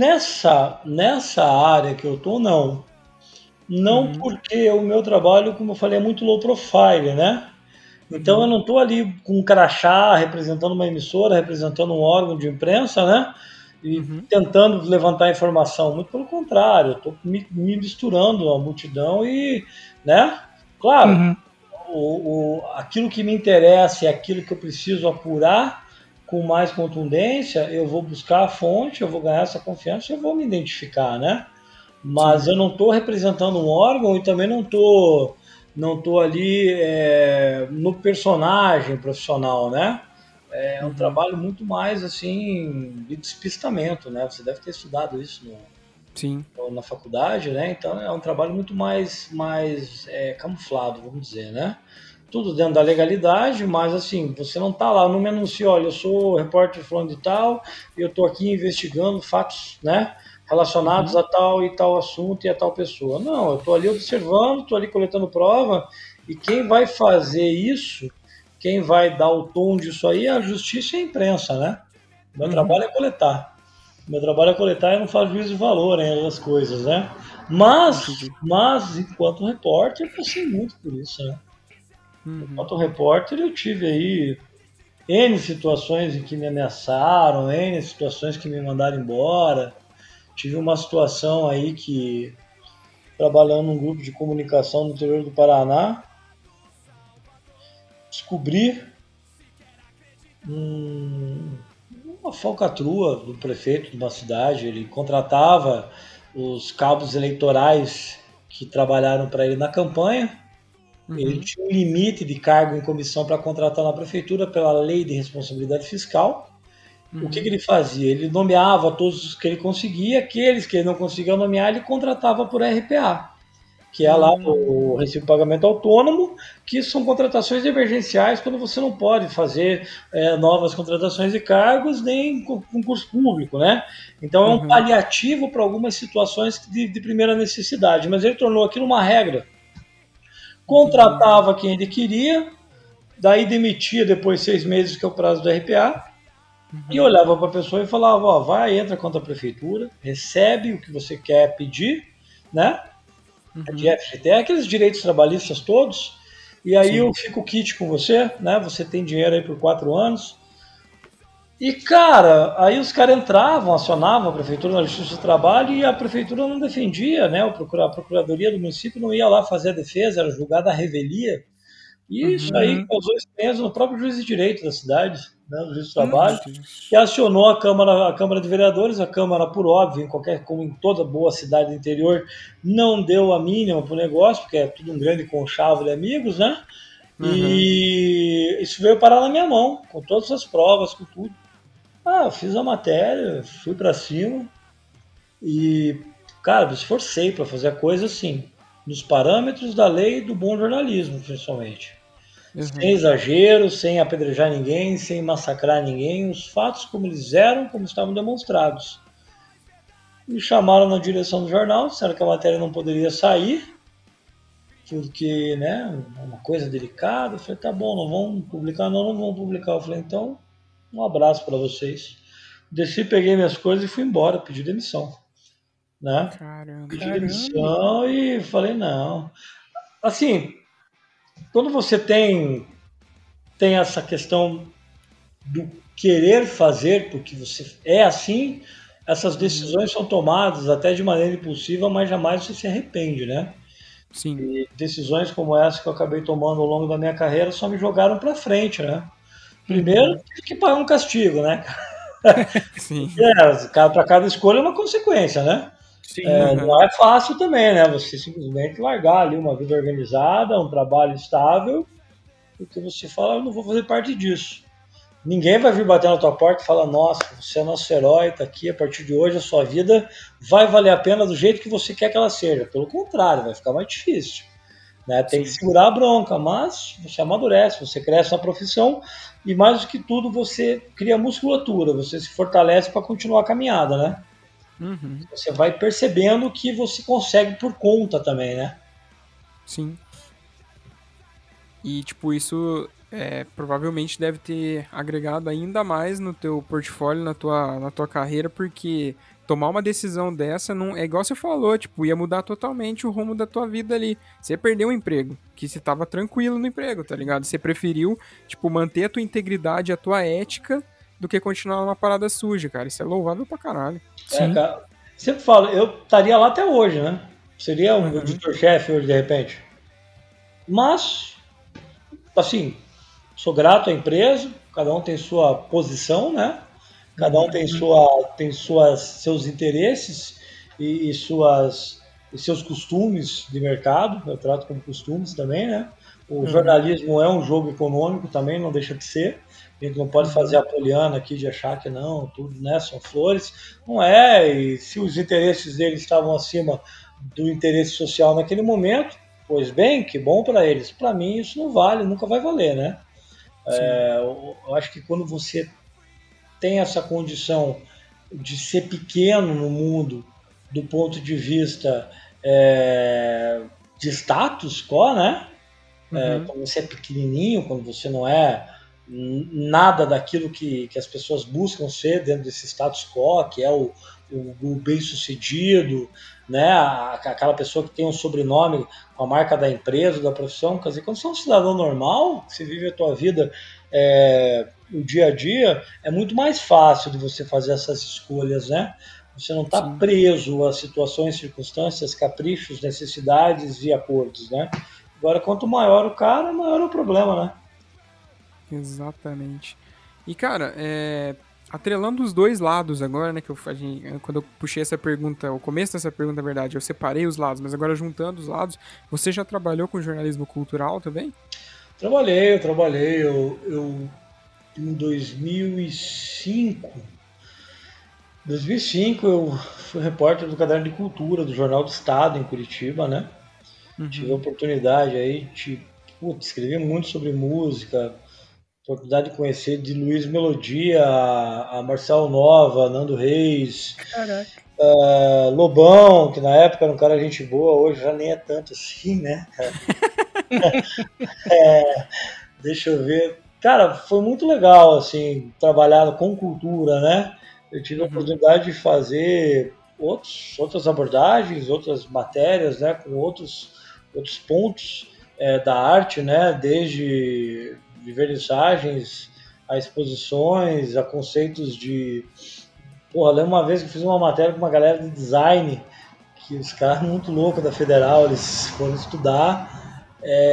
nessa área que eu tô, não. Não Uhum, porque o meu trabalho, como eu falei, é muito low profile, né? Então eu uhum, não estou ali com um crachá representando uma emissora, representando um órgão de imprensa, né? E uhum, tentando levantar informação. Muito pelo contrário, eu estou me misturando à multidão e, né? Claro, Uhum. aquilo que me interessa e aquilo que eu preciso apurar com mais contundência, eu vou buscar a fonte, eu vou ganhar essa confiança, eu vou me identificar, né? Mas eu não estou representando um órgão e também não tô ali no personagem profissional, né? É um trabalho muito mais assim de despistamento, né? Você deve ter estudado isso Sim. na faculdade, né? Então é um trabalho muito mais camuflado, vamos dizer, né? Tudo dentro da legalidade, mas assim, você não está lá, não me anuncia, olha, eu sou repórter fulano de tal, e eu estou aqui investigando fatos, né? Relacionados a tal e tal assunto e a tal pessoa. Não, eu estou ali observando, estou ali coletando prova, e quem vai fazer isso, quem vai dar o tom disso aí é a justiça e a imprensa, né? Meu trabalho é coletar. Meu trabalho é coletar e não faz juízo de valor nas coisas, né? Mas, enquanto repórter, eu passei muito por isso, né? Enquanto repórter, eu tive aí N situações em que me ameaçaram, N situações que me mandaram embora. Tive uma situação aí que, trabalhando num grupo de comunicação no interior do Paraná, descobri uma falcatrua do prefeito de uma cidade. Ele contratava os cabos eleitorais que trabalharam para ele na campanha. Ele tinha um limite de cargo em comissão para contratar na prefeitura pela lei de responsabilidade fiscal. O que ele fazia? Ele nomeava todos os que ele conseguia, aqueles que ele não conseguia nomear, ele contratava por RPA, que é lá o recibo de pagamento autônomo, que são contratações emergenciais quando você não pode fazer novas contratações de cargos nem concurso público, né? Então é um paliativo para algumas situações de primeira necessidade, mas ele tornou aquilo uma regra. Contratava quem ele queria, daí demitia depois de 6 meses, que é o prazo do RPA, e olhava para a pessoa e falava, ó, vai, entra contra a prefeitura, recebe o que você quer pedir, né? De FGTS, aqueles direitos trabalhistas todos, e aí eu fico kit com você, né? Você tem dinheiro aí por 4 anos. E, cara, aí os caras entravam, acionavam a prefeitura na Justiça do Trabalho e a prefeitura não defendia, né? A Procuradoria do município não ia lá fazer a defesa, era julgada a revelia. E isso aí causou estranheza no próprio juiz de direito da cidade, né? Do juiz do trabalho, que acionou a Câmara de Vereadores. A Câmara, por óbvio, como em toda boa cidade do interior, não deu a mínima pro negócio, porque é tudo um grande conchavo de amigos, né? E isso veio parar na minha mão, com todas as provas, com tudo. Eu fiz a matéria, fui pra cima e, cara, me esforcei para fazer a coisa assim, nos parâmetros da lei do bom jornalismo, principalmente. Sem exagero, sem apedrejar ninguém, sem massacrar ninguém, os fatos como eles eram, como estavam demonstrados. Me chamaram na direção do jornal, disseram que a matéria não poderia sair, porque, né, é uma coisa delicada. Eu falei, tá bom, não vamos publicar? Não vamos publicar. Eu falei, então, um abraço para vocês. Desci, peguei minhas coisas e fui embora, pedi demissão, né? Pedi demissão e falei, não. Assim, quando você tem essa questão do querer fazer, porque você é assim, essas decisões são tomadas até de maneira impulsiva, mas jamais você se arrepende, né? Sim. E decisões como essa que eu acabei tomando ao longo da minha carreira só me jogaram para frente, né? Primeiro, tive que pagar um castigo, né? Sim. Para cada escolha é uma consequência, né? Sim, não é fácil também, né? Você simplesmente largar ali uma vida organizada, um trabalho estável, porque você fala, eu não vou fazer parte disso. Ninguém vai vir bater na tua porta e falar, nossa, você é nosso herói, tá aqui, a partir de hoje a sua vida vai valer a pena do jeito que você quer que ela seja. Pelo contrário, vai ficar mais difícil, né? Tem que segurar a bronca, mas você amadurece, você cresce na profissão e, mais do que tudo, você cria musculatura, você se fortalece para continuar a caminhada, né? Você vai percebendo que você consegue por conta também, né? Sim. E, tipo, isso provavelmente deve ter agregado ainda mais no teu portfólio, na tua carreira, porque tomar uma decisão dessa não é igual você falou, tipo, ia mudar totalmente o rumo da tua vida ali. Você perdeu o emprego, que você tava tranquilo no emprego, tá ligado? Você preferiu, tipo, manter a tua integridade, a tua ética, do que continuar numa parada suja, cara. Isso é louvável pra caralho. Cara, sempre falo, eu estaria lá até hoje, né? Seria um editor-chefe hoje, de repente. Mas, assim, sou grato à empresa, cada um tem sua posição, né? Cada um tem seus interesses e seus costumes de mercado. Eu trato como costumes também, né? O jornalismo é um jogo econômico também, não deixa de ser. A gente não pode fazer a poliana aqui de achar que não, tudo, né, são flores. Não é, e se os interesses deles estavam acima do interesse social naquele momento, pois bem, que bom para eles. Para mim isso não vale, nunca vai valer, né? Eu acho que quando você tem essa condição de ser pequeno no mundo do ponto de vista de status quo, né? Quando você é pequenininho, quando você não é nada daquilo que as pessoas buscam ser dentro desse status quo, que é o bem-sucedido, né? Aquela pessoa que tem um sobrenome com a marca da empresa, da profissão. Quer dizer, quando você é um cidadão normal, que você vive a tua vida o dia a dia, é muito mais fácil de você fazer essas escolhas, né? Você não está preso a situações, circunstâncias, caprichos, necessidades e acordos, né? Agora, quanto maior o cara, maior é o problema, né? Exatamente. E, cara, atrelando os dois lados agora, né, quando eu puxei essa pergunta, o começo dessa pergunta, na verdade, eu separei os lados, mas agora juntando os lados, você já trabalhou com jornalismo cultural também? Trabalhei. Eu em 2005 eu fui repórter do Caderno de Cultura, do Jornal do Estado, em Curitiba, né? Tive a oportunidade aí de escrever muito sobre música, oportunidade de conhecer de Luiz Melodia, a Marcelo Nova, Nando Reis, Lobão, que na época era um cara gente boa, hoje já nem é tanto assim, né? Deixa eu ver. Cara, foi muito legal, assim, trabalhar com cultura, né? Eu tive a oportunidade de fazer outras abordagens, outras matérias, né? Com outros pontos da arte, né? Desde vernissagens a exposições, a conceitos de... Porra, lembro uma vez que eu fiz uma matéria com uma galera de design, que os caras muito loucos da Federal, eles foram estudar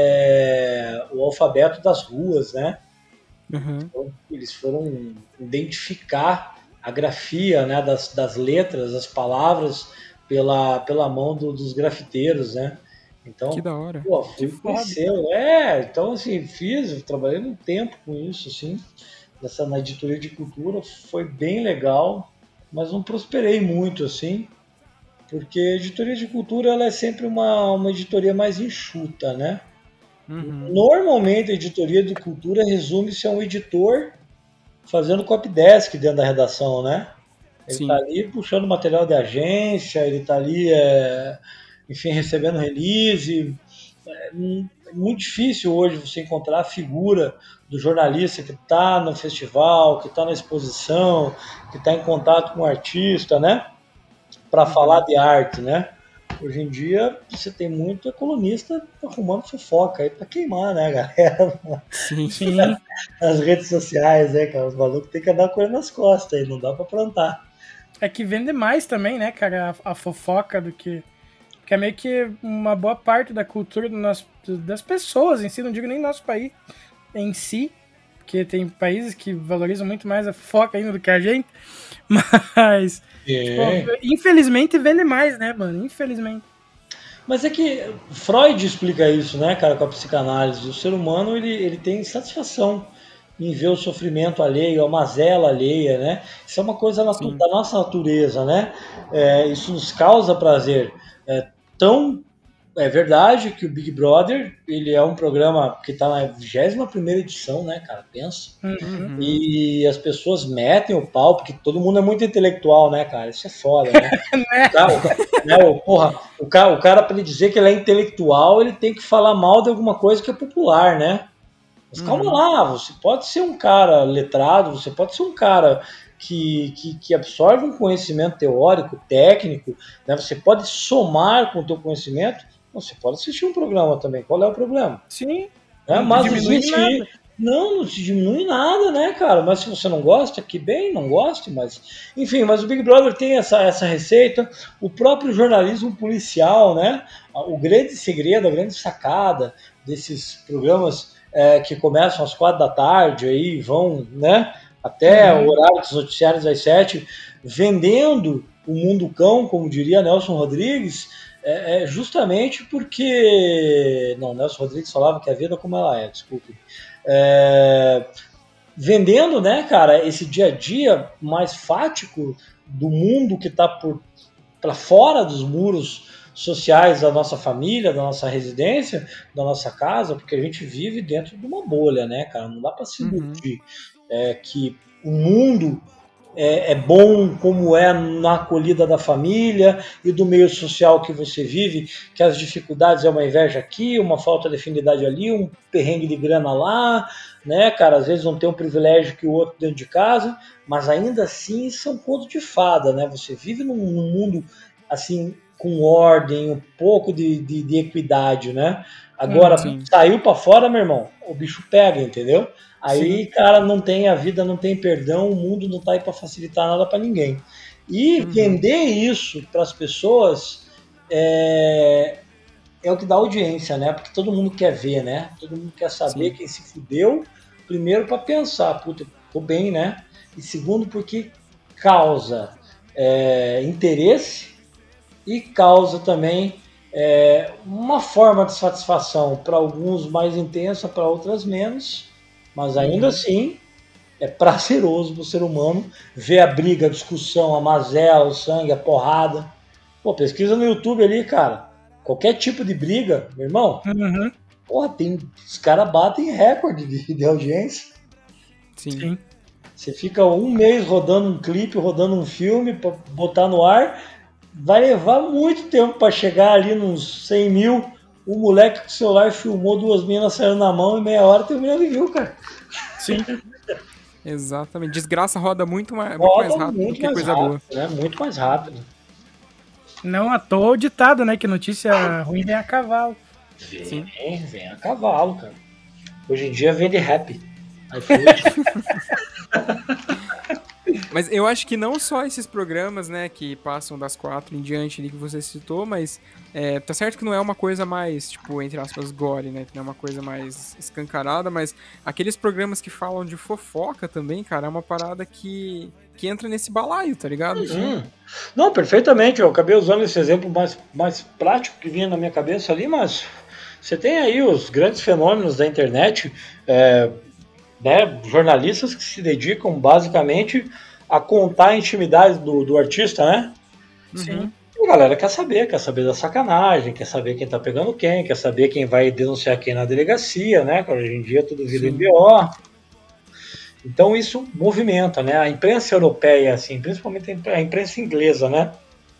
o alfabeto das ruas, né? Então, eles foram identificar a grafia, né, das letras, das palavras pela mão dos grafiteiros, né? Então, que da hora. Pô, fui conhecer. Então, assim, trabalhei um tempo com isso, assim, na editoria de cultura, foi bem legal, mas não prosperei muito, assim, porque a editoria de cultura ela é sempre uma editoria mais enxuta, né? Normalmente a editoria de cultura resume-se a um editor fazendo copydesk dentro da redação, né? Ele está ali puxando material de agência, ele está ali, enfim, recebendo release. É muito difícil hoje você encontrar a figura do jornalista que está no festival, que está na exposição, que está em contato com o artista, né? Para falar de arte, né? Hoje em dia, você tem muito colunista arrumando fofoca aí para queimar, né, galera? Sim. Nas redes sociais, né, cara? Os malucos tem que andar com ele nas costas aí, não dá para plantar. É que vende mais também, né, cara, a fofoca do que... Porque é meio que uma boa parte da cultura das pessoas em si, não digo nem nosso país em si, porque tem países que valorizam muito mais a fofoca ainda do que a gente, mas... Tipo, infelizmente vende mais, né, mano? Infelizmente. Mas é que Freud explica isso, né, cara, com a psicanálise. O ser humano, ele tem satisfação em ver o sofrimento alheio, a mazela alheia, né? Isso é uma coisa da nossa natureza, né? Isso nos causa prazer. É verdade que o Big Brother, ele é um programa que está na 21ª edição, né, cara? Pensa. E as pessoas metem o pau, porque todo mundo é muito intelectual, né, cara? Isso é foda, né? O cara, para ele dizer que ele é intelectual, ele tem que falar mal de alguma coisa que é popular, né? Mas calma lá, você pode ser um cara letrado, você pode ser um cara que absorve um conhecimento teórico, técnico, né? Você pode somar com o teu conhecimento. Você pode assistir um programa também. Qual é o problema? Sim. Mas existe... Não se diminui nada, né, cara? Mas se você não gosta, que bem, não goste, mas... Enfim, mas o Big Brother tem essa receita. O próprio jornalismo policial, né? O grande segredo, a grande sacada desses programas que começam às 4 da tarde, aí vão, né, até o horário dos noticiários às 7, vendendo o mundo cão, como diria Nelson Rodrigues, justamente porque... Não, Nelson Rodrigues falava que a vida como ela é, desculpe. Vendendo, né, cara, esse dia a dia mais fático do mundo que está para fora dos muros sociais da nossa família, da nossa residência, da nossa casa, porque a gente vive dentro de uma bolha, né, cara? Não dá para se iludir que o mundo é bom como é na acolhida da família e do meio social que você vive, que as dificuldades é uma inveja aqui, uma falta de afinidade ali, um perrengue de grana lá, né, cara? Às vezes não tem um privilégio que o outro dentro de casa, mas ainda assim são conto de fada, né? Você vive num mundo assim com ordem, um pouco de equidade, né? Agora, saiu para fora, meu irmão, o bicho pega, entendeu? Aí, cara, não tem a vida, não tem perdão, o mundo não tá aí para facilitar nada para ninguém. E vender isso para as pessoas é o que dá audiência, né? Porque todo mundo quer ver, né? Todo mundo quer saber quem se fudeu, primeiro para pensar, puta, tô bem, né? E segundo, porque causa interesse e causa também uma forma de satisfação para alguns mais intensa, para outras menos, mas ainda assim é prazeroso para o ser humano ver a briga, a discussão, a mazela, o sangue, a porrada. Pô, pesquisa no YouTube ali, cara, qualquer tipo de briga, meu irmão, porra, os caras batem recorde de audiência. Sim. Você fica um mês rodando um clipe, rodando um filme para botar no ar, vai levar muito tempo para chegar ali nos 100 mil. O moleque com o celular filmou 2 minas saindo na mão e meia hora tem 1 milhão de views, cara. Sim. Exatamente. Desgraça roda muito mais rápido do que coisa boa. Né? Muito mais rápido. Não à toa o ditado, né? Que notícia ruim vem a cavalo. Vem a cavalo, cara. Hoje em dia vende rap. Mas eu acho que não só esses programas, né, que passam das 4 em diante ali que você citou, mas tá certo que não é uma coisa mais, tipo, entre aspas, gore, né, que não é uma coisa mais escancarada, mas aqueles programas que falam de fofoca também, cara, é uma parada que entra nesse balaio, tá ligado? Não, perfeitamente, eu acabei usando esse exemplo mais prático que vinha na minha cabeça ali, mas você tem aí os grandes fenômenos da internet, né, jornalistas que se dedicam basicamente a contar a intimidade do artista, né? Sim. E a galera quer saber da sacanagem, quer saber quem tá pegando quem, quer saber quem vai denunciar quem na delegacia, né? Hoje em dia tudo vira MBO. Então isso movimenta, né? A imprensa europeia, assim, principalmente a imprensa inglesa, né?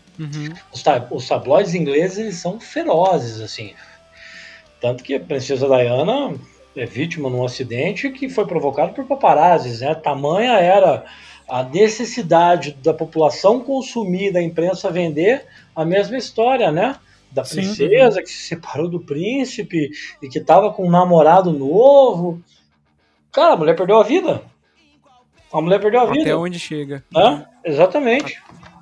Os tabloides ingleses, eles são ferozes, assim. Tanto que a princesa Diana é vítima num acidente que foi provocado por paparazzis, né? Tamanha era a necessidade da população consumir, da imprensa vender a mesma história, né? Da princesa que se separou do príncipe e que estava com um namorado novo. Cara, a mulher perdeu a vida. Até onde chega. Exatamente.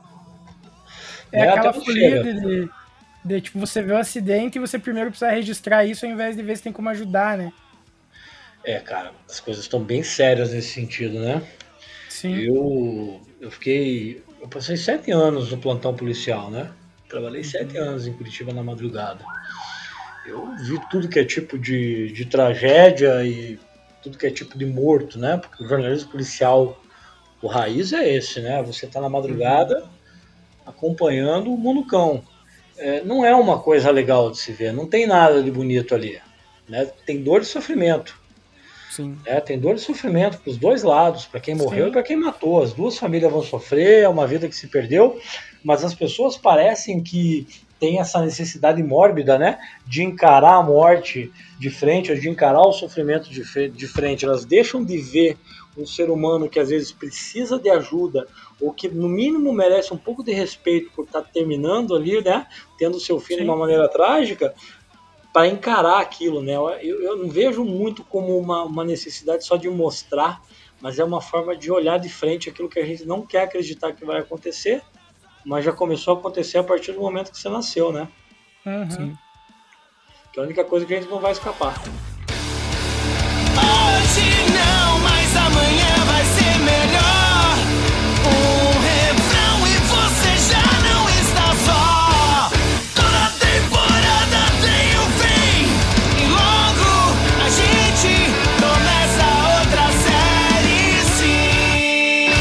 Aquela folia de tipo, você vê o acidente e você primeiro precisa registrar isso ao invés de ver se tem como ajudar, né? Cara, as coisas estão bem sérias nesse sentido, né? Sim. Eu passei 7 anos no plantão policial, né? Trabalhei 7 anos em Curitiba na madrugada. Eu vi tudo que é tipo de tragédia e tudo que é tipo de morto, né? Porque o jornalismo policial, o raiz é esse, né? Você tá na madrugada acompanhando o mundo cão. Não é uma coisa legal de se ver, não tem nada de bonito ali, né? Tem dor e sofrimento. Sim. Tem dor e sofrimento para os dois lados, para quem morreu e para quem matou. As duas famílias vão sofrer, é uma vida que se perdeu, mas as pessoas parecem que têm essa necessidade mórbida, né, de encarar a morte de frente, ou de encarar o sofrimento de frente. Elas deixam de ver um ser humano que às vezes precisa de ajuda, ou que no mínimo merece um pouco de respeito por estar terminando ali, né, tendo seu fim de uma maneira trágica, para encarar aquilo, né? Eu não vejo muito como uma necessidade só de mostrar, mas é uma forma de olhar de frente aquilo que a gente não quer acreditar que vai acontecer, mas já começou a acontecer a partir do momento que você nasceu, né? Sim. Que é a única coisa que a gente não vai escapar. Hoje não, mas amanhã vai ser melhor. Um refrão e você já não está só. Toda temporada tem um fim e logo a gente começa outra série, sim.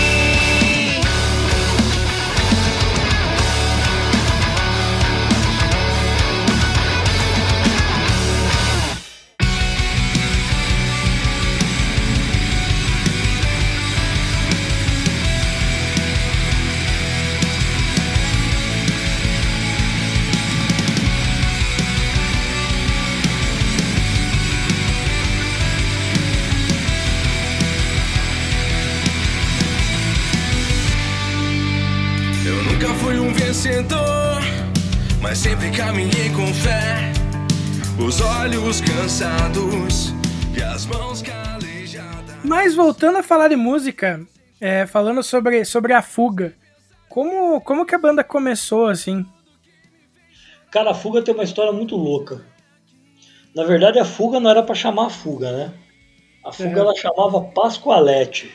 Eu nunca fui um vencedor, mas sempre caminhei com fé. Os olhos cansados e as mãos calejadas. Mas voltando a falar de música, falando sobre a Fuga, como que a banda começou, assim? Cara, a Fuga tem uma história muito louca. Na verdade, a Fuga não era pra chamar a Fuga, né? A Fuga ela chamava Pascoalete.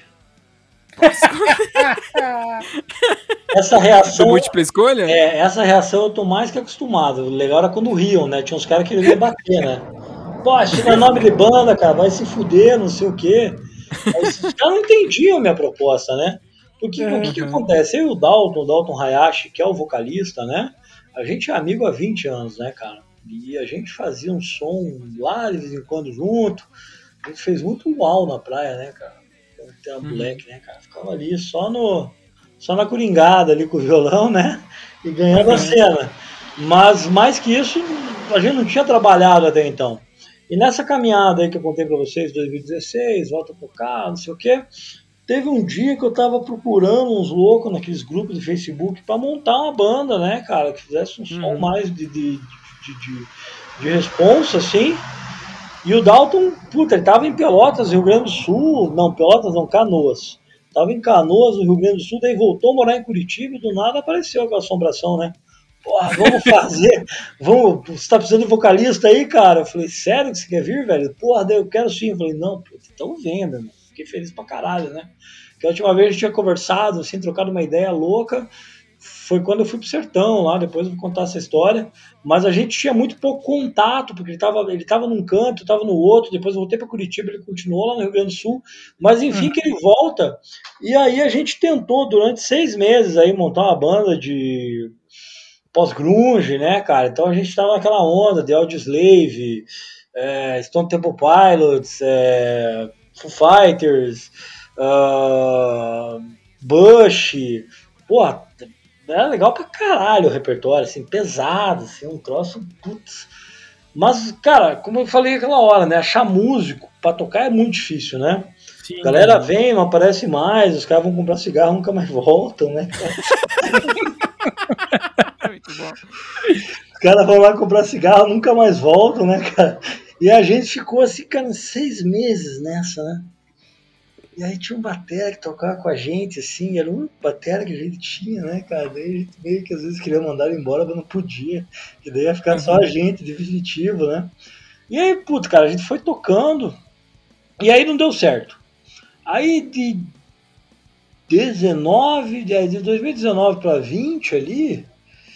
Essa reação. Múltipla escolha? Essa reação eu tô mais que acostumado. O legal era quando riam, né? Tinha uns caras que iam bater, né? Pô, isso não é nome de banda, cara, vai se fuder, não sei o quê. Mas os caras não entendiam a minha proposta, né? Porque o que acontece? Eu e o Dalton Hayashi, que é o vocalista, né? A gente é amigo há 20 anos, né, cara? E a gente fazia um som lá de vez em quando junto. A gente fez muito uau na praia, né, cara? Tem uma moleque, né, cara? Ficava ali só na coringada ali com o violão, né? E ganhando a cena. Mas mais que isso, a gente não tinha trabalhado até então. E nessa caminhada aí que eu contei pra vocês, 2016, volta a tocar, não sei o quê, teve um dia que eu tava procurando uns loucos naqueles grupos de Facebook pra montar uma banda, né, cara, que fizesse um som mais de responsa, assim. E o Dalton, puta, ele tava em Pelotas, Rio Grande do Sul, não, Pelotas não, Canoas. Tava em Canoas, no Rio Grande do Sul, daí voltou a morar em Curitiba e do nada apareceu aquela assombração, né? Porra, vamos fazer, você tá precisando de vocalista aí, cara? Eu falei, sério que você quer vir, velho? Porra, daí eu quero sim. Eu falei, não, pô, então venda, mano. Fiquei feliz pra caralho, né? Porque a última vez a gente tinha conversado, assim, trocado uma ideia louca, foi quando eu fui pro sertão lá, depois eu vou contar essa história, mas a gente tinha muito pouco contato, porque ele tava num canto, tava no outro, depois eu voltei pra Curitiba, ele continuou lá no Rio Grande do Sul, mas enfim que ele volta, e aí a gente tentou durante 6 meses aí montar uma banda de pós-grunge, né, cara, então a gente tava naquela onda de Audioslave, Stone Temple Pilots, Foo Fighters, Bush, porra, era legal pra caralho o repertório, assim, pesado, assim, um troço, putz. Mas, cara, como eu falei aquela hora, né, achar músico pra tocar é muito difícil, né? Sim, a galera vem, não aparece mais, os caras vão comprar cigarro, nunca mais voltam, né, cara? Muito bom. Os caras vão lá comprar cigarro, nunca mais voltam, né, cara? E a gente ficou assim, cara, 6 meses nessa, né? E aí tinha um batera que tocava com a gente, assim, era um batera que a gente tinha, né, cara? Daí a gente meio que às vezes queria mandar ele embora, mas não podia. E daí ia ficar só a gente, definitivo, né? E aí, puto, cara, a gente foi tocando, e aí não deu certo. Aí de 2019 para 20 ali,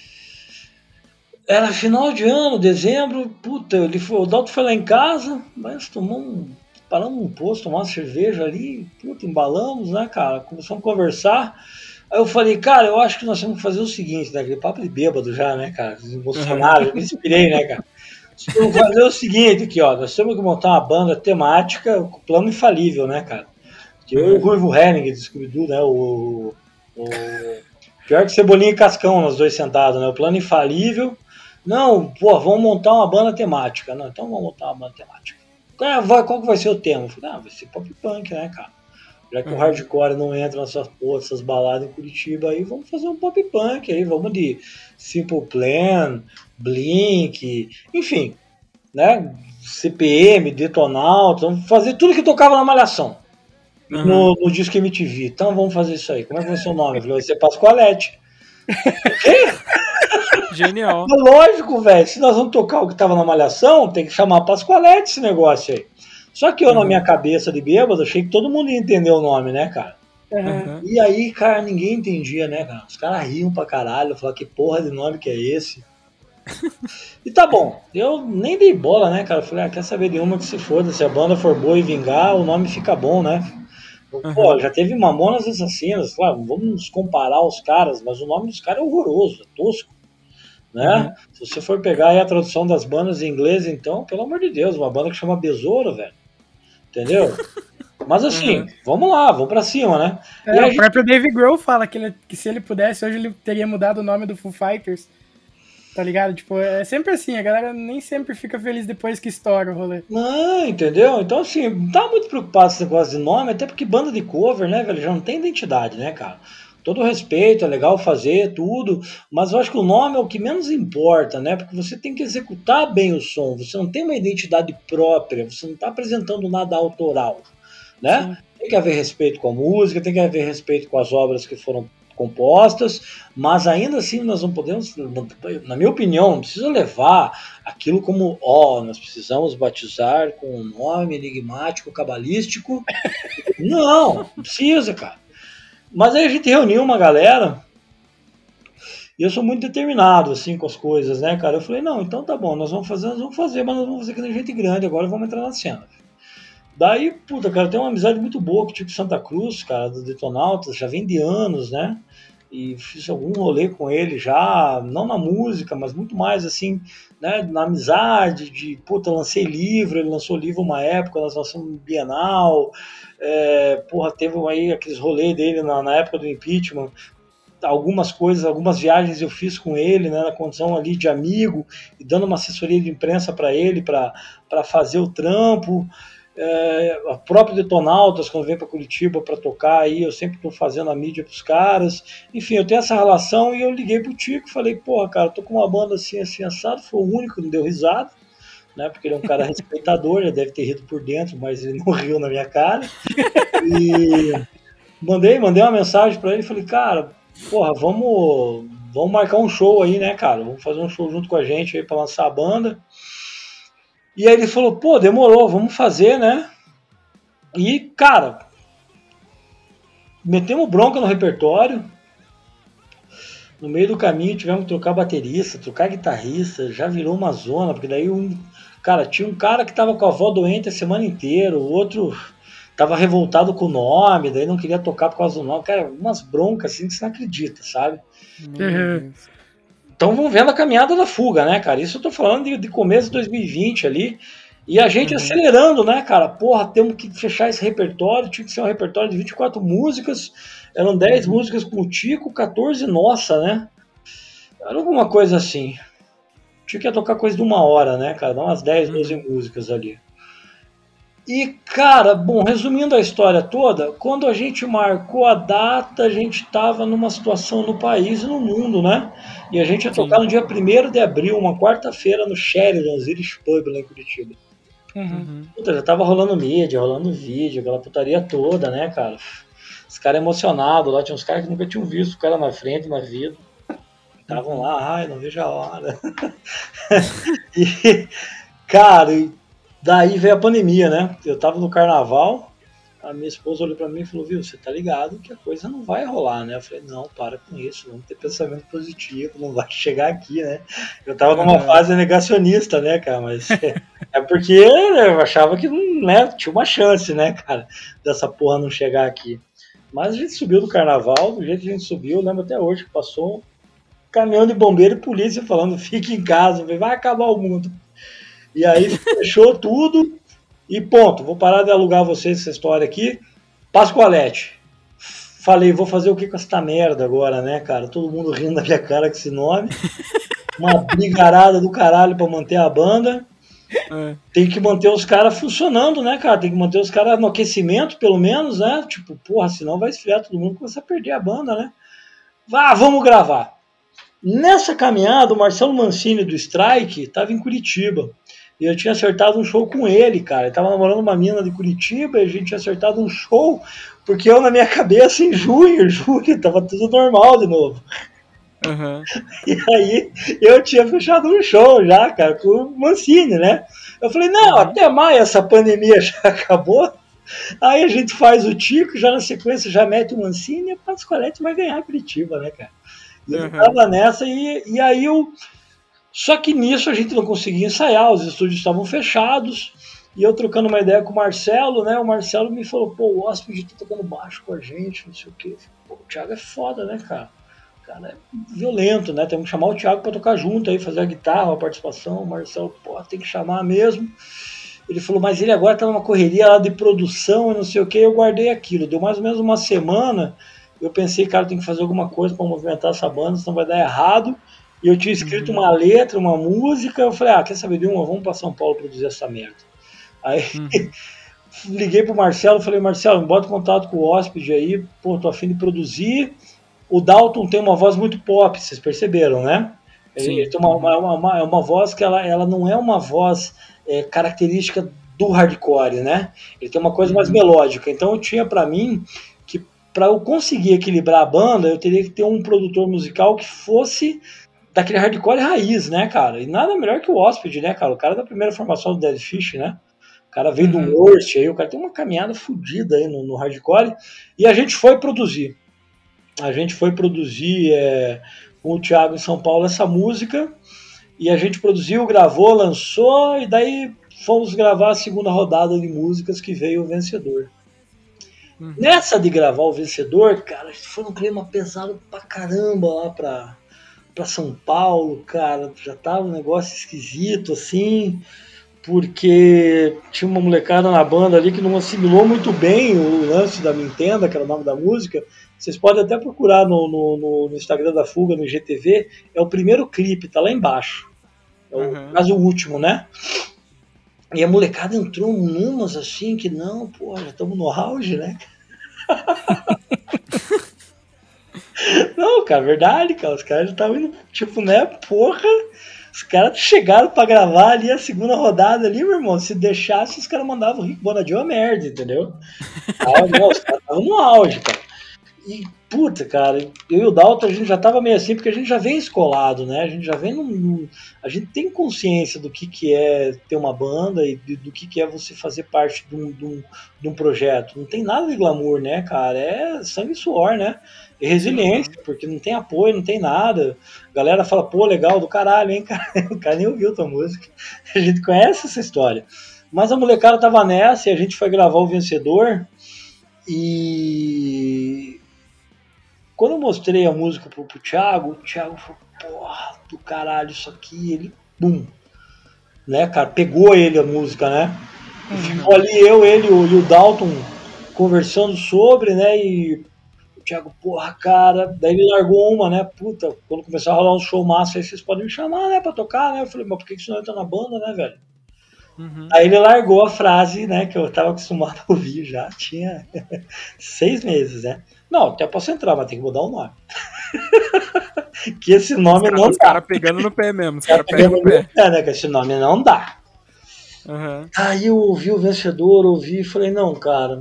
era final de ano, dezembro, puta, o Dalton foi lá em casa, mas paramos num posto, tomar uma cerveja ali, puta, embalamos, né, cara, começamos a conversar, aí eu falei, cara, eu acho que nós temos que fazer o seguinte, né, aquele papo de bêbado já, né, cara, emocionado, eu me inspirei, né, cara, vamos fazer o seguinte aqui, ó, nós temos que montar uma banda temática, com plano infalível, né, cara, eu e o Ruivo Henning, do Scooby-Doo, né, o pior que Cebolinha e Cascão, nós dois sentados, né, o plano infalível, não, pô, vamos montar uma banda temática, não, então vamos montar uma banda temática. Qual que vai ser o tema? Eu falei, vai ser pop punk, né, cara? Já que o hardcore não entra nessas baladas em Curitiba, aí vamos fazer um pop punk, aí vamos de Simple Plan, Blink, enfim, né? CPM, Detonautas, vamos fazer tudo que tocava na Malhação, no disco MTV. Então vamos fazer isso aí. Como é que vai ser o nome? Eu falei, vai ser Pascoalete. Genial. Lógico, velho. Se nós vamos tocar o que tava na Malhação, tem que chamar Pascoalete esse negócio aí. Só que eu, na minha cabeça de bêbado, achei que todo mundo ia entender o nome, né, cara? Aham. E aí, cara, ninguém entendia, né, cara? Os caras riam pra caralho, falavam que porra de nome que é esse? E tá bom, eu nem dei bola, né, cara? Falei, quer saber de uma que se foda, se a banda for boa e vingar, o nome fica bom, né? Pô, já teve Mamonas Assassinas, claro, vamos comparar os caras, mas o nome dos caras é horroroso, é tosco, né? Se você for pegar aí a tradução das bandas em inglês, então, pelo amor de Deus, uma banda que chama Besouro, velho, entendeu? Mas assim, vamos lá, vamos pra cima, né? E a O gente- próprio Dave Grohl fala que se ele pudesse, hoje ele teria mudado o nome do Foo Fighters. Tá ligado? Tipo, é sempre assim, a galera nem sempre fica feliz depois que estoura o rolê. Não, entendeu? Então, assim, não tava muito preocupado com esse negócio de nome, até porque banda de cover, né, velho, já não tem identidade, né, cara? Todo respeito, é legal fazer tudo, mas eu acho que o nome é o que menos importa, né? Porque você tem que executar bem o som, você não tem uma identidade própria, você não tá apresentando nada autoral, né? Tem que haver respeito com a música, tem que haver respeito com as obras que foram compostas, mas ainda assim nós não podemos, na minha opinião, não precisa levar aquilo como, nós precisamos batizar com um nome enigmático, cabalístico. Não precisa, cara. Mas aí a gente reuniu uma galera e eu sou muito determinado, assim, com as coisas, né, cara? Eu falei, não, então tá bom, nós vamos fazer, mas nós vamos fazer que nem gente grande, agora vamos entrar na cena. Daí, puta, cara, tem uma amizade muito boa com o Tico Santa Cruz, cara, do Detonautas, já vem de anos, né? E fiz algum rolê com ele já, não na música, mas muito mais assim, né, na amizade, puta, lancei livro, ele lançou livro uma época, nós lançamos um Bienal, teve aí aqueles rolês dele na época do impeachment, algumas coisas, algumas viagens eu fiz com ele, né, na condição ali de amigo, e dando uma assessoria de imprensa para ele, para fazer o trampo. A própria Detonautas, quando vem para Curitiba para tocar aí, eu sempre estou fazendo a mídia pros caras. Enfim, eu tenho essa relação e eu liguei pro Tico, falei, porra, cara, tô com uma banda assim, assim, assado. Foi o único que não deu risada, né? Porque ele é um cara respeitador, já deve ter rido por dentro, mas ele não riu na minha cara. E mandei uma mensagem para ele, falei, cara, porra, vamos marcar um show aí, né, cara? Vamos fazer um show junto com a gente aí para lançar a banda. E aí ele falou, pô, demorou, vamos fazer, né? E, cara, metemos bronca no repertório. No meio do caminho tivemos que trocar baterista, trocar guitarrista, já virou uma zona, porque daí tinha um cara que tava com a avó doente a semana inteira, o outro tava revoltado com o nome, daí não queria tocar por causa do nome. Cara, umas broncas assim que você não acredita, sabe? Então vamos vendo a caminhada da fuga, né, cara? Isso eu tô falando de começo de 2020 ali. E a gente acelerando, né, cara? Porra, temos que fechar esse repertório. Tinha que ser um repertório de 24 músicas. Eram 10 músicas com o Tico, 14 nossa, né? Era alguma coisa assim. Tinha que tocar coisa de 1 hora, né, cara? Dá umas 10, 12 músicas ali. E, cara, bom, resumindo a história toda, quando a gente marcou a data, a gente estava numa situação no país e no mundo, né? E a gente ia tocar no dia 1º de abril, uma quarta-feira, no Sheridan's Irish Pub, lá em Curitiba. Puta, já tava rolando mídia, rolando vídeo, aquela putaria toda, né, cara? Os caras emocionados lá, tinha uns caras que nunca tinham visto o cara na frente, na vida. Estavam lá, ai, não vejo a hora. E, cara... Daí veio a pandemia, né? Eu tava no carnaval, a minha esposa olhou pra mim e falou, viu, você tá ligado que a coisa não vai rolar, né? Eu falei, não, para com isso, vamos ter pensamento positivo, não vai chegar aqui, né? Eu tava numa fase negacionista, né, cara? Mas é porque eu achava que né, tinha uma chance, né, cara, dessa porra não chegar aqui. Mas a gente subiu do carnaval, do jeito que a gente subiu, eu lembro até hoje que passou um caminhão de bombeiro e polícia falando, fique em casa, vai acabar o mundo. E aí fechou tudo e ponto. Vou parar de alugar vocês essa história aqui. Pascoalete. Falei, vou fazer o que com essa merda agora, né, cara? Todo mundo rindo da minha cara com esse nome. Uma brigarada do caralho pra manter a banda. Tem que manter os caras funcionando, né, cara? Tem que manter os caras no aquecimento, pelo menos, né? Tipo, porra, senão vai esfriar todo mundo e começa a perder a banda, né? Vamos gravar. Nessa caminhada, o Marcelo Mancini do Strike estava em Curitiba. E eu tinha acertado um show com ele, cara. Ele tava namorando uma mina de Curitiba e a gente tinha acertado um show, porque eu, na minha cabeça, em junho, julho, tava tudo normal de novo. Aham. E aí eu tinha fechado um show já, cara, com o Mancini, né? Eu falei, não, até maio essa pandemia já acabou. Aí a gente faz o Tico, já na sequência já mete o Mancini e a Pascoaletti vai ganhar a Curitiba, né, cara? E ele tava nessa e aí eu... Só que nisso a gente não conseguia ensaiar, os estúdios estavam fechados, e eu trocando uma ideia com o Marcelo, né? O Marcelo me falou, pô, o Hóspede tá tocando baixo com a gente, não sei o quê. Pô, o Thiago é foda, né, cara? O cara é violento, né? Temos que chamar o Thiago pra tocar junto aí, fazer a guitarra, a participação. O Marcelo, pô, tem que chamar mesmo. Ele falou, mas ele agora tá numa correria lá de produção e não sei o quê. Eu guardei aquilo. Deu mais ou menos uma semana. Eu pensei, cara, tem que fazer alguma coisa pra movimentar essa banda, senão vai dar errado. E eu tinha escrito uma letra, uma música. Eu falei, quer saber de uma? Vamos pra São Paulo produzir essa merda. Aí liguei pro Marcelo, falei, Marcelo, me bota em contato com o Hóspede aí, pô, tô a fim de produzir. O Dalton tem uma voz muito pop, vocês perceberam, né? Ele tem uma voz que ela não é uma voz característica do hardcore, né? Ele tem uma coisa mais melódica. Então eu tinha pra mim que pra eu conseguir equilibrar a banda, eu teria que ter um produtor musical que fosse daquele hardcore raiz, né, cara? E nada melhor que o Hóspede, né, cara? O cara da primeira formação do Dead Fish, né? O cara veio do Worst aí, o cara tem uma caminhada fodida aí no hardcore. E a gente foi produzir. A gente foi produzir com o Thiago em São Paulo essa música. E a gente produziu, gravou, lançou. E daí fomos gravar a segunda rodada de músicas que veio o Vencedor. Nessa de gravar o Vencedor, cara, a gente foi num clima pesado pra caramba lá pra São Paulo, cara. Já tava um negócio esquisito, assim... Porque tinha uma molecada na banda ali que não assimilou muito bem o lance da Nintendo, que era o nome da música. Vocês podem até procurar no Instagram da Fuga, no IGTV. É o primeiro clipe, tá lá embaixo. É o caso último, né? E a molecada entrou numas assim que não, pô, já estamos no auge, né? Não, cara, verdade, cara. Os caras já estavam indo, tipo, né, porra... Os caras chegaram pra gravar ali a segunda rodada ali, meu irmão. Se deixasse, os caras mandavam o Rick Bonadio a merda, entendeu? Não, os caras estavam no auge, cara. E, puta, cara, eu e o Dalton, a gente já tava meio assim, porque a gente já vem escolado, né? A gente já vem a gente tem consciência do que é ter uma banda e do que é você fazer parte de um projeto. Não tem nada de glamour, né, cara? É sangue e suor, né? E resiliência, porque não tem apoio, não tem nada. A galera fala, pô, legal do caralho, hein, cara? O cara nem ouviu tua música. A gente conhece essa história. Mas a molecada tava nessa e a gente foi gravar o Vencedor. E quando eu mostrei a música pro Thiago, o Thiago falou, porra, do caralho, isso aqui, ele, bum, né, cara, pegou ele a música, né? E ficou ali ele e o Dalton conversando sobre, né, e o Thiago, porra, cara, daí ele largou uma, né, puta, quando começar a rolar um show massa aí, vocês podem me chamar, né, pra tocar, né? Eu falei, mas por que você não entra na banda, né, velho? Aí ele largou a frase, né, que eu tava acostumado a ouvir já, tinha 6 meses, né? Não, até posso entrar, mas tem que mudar o nome. Que esse nome não dá. Os caras pegando no pé mesmo, os caras pegando no pé. Né, que esse nome não dá. Aí eu ouvi o Vencedor, ouvi e falei, não, cara,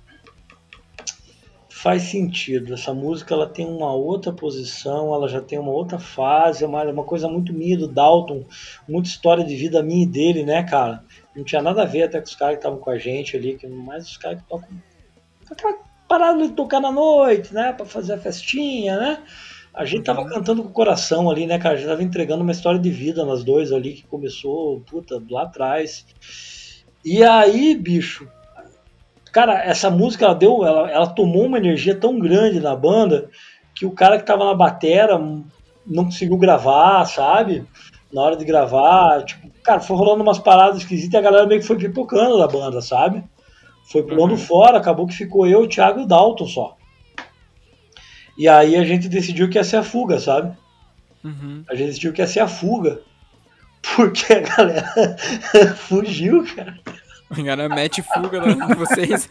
faz sentido. Essa música, ela tem uma outra posição, ela já tem uma outra fase, é uma coisa muito minha do Dalton, muita história de vida minha e dele, né, cara? Não tinha nada a ver até com os caras que estavam com a gente ali, mais os caras que tocam aquela parada de tocar na noite, né, pra fazer a festinha, né? A gente tava cantando com o coração ali, né, cara? A gente tava entregando uma história de vida nas dois ali, que começou, puta, lá atrás. E aí, bicho, cara, essa música, ela tomou uma energia tão grande na banda que o cara que tava na batera não conseguiu gravar, sabe? Na hora de gravar, tipo, cara, foi rolando umas paradas esquisitas e a galera meio que foi pipocando da banda, sabe? Foi pulando fora, acabou que ficou eu, o Thiago e o Dalton só. E aí a gente decidiu que ia ser a fuga, sabe? A gente decidiu que ia ser a fuga. Porque a galera fugiu, cara. A galera mete fuga de vocês.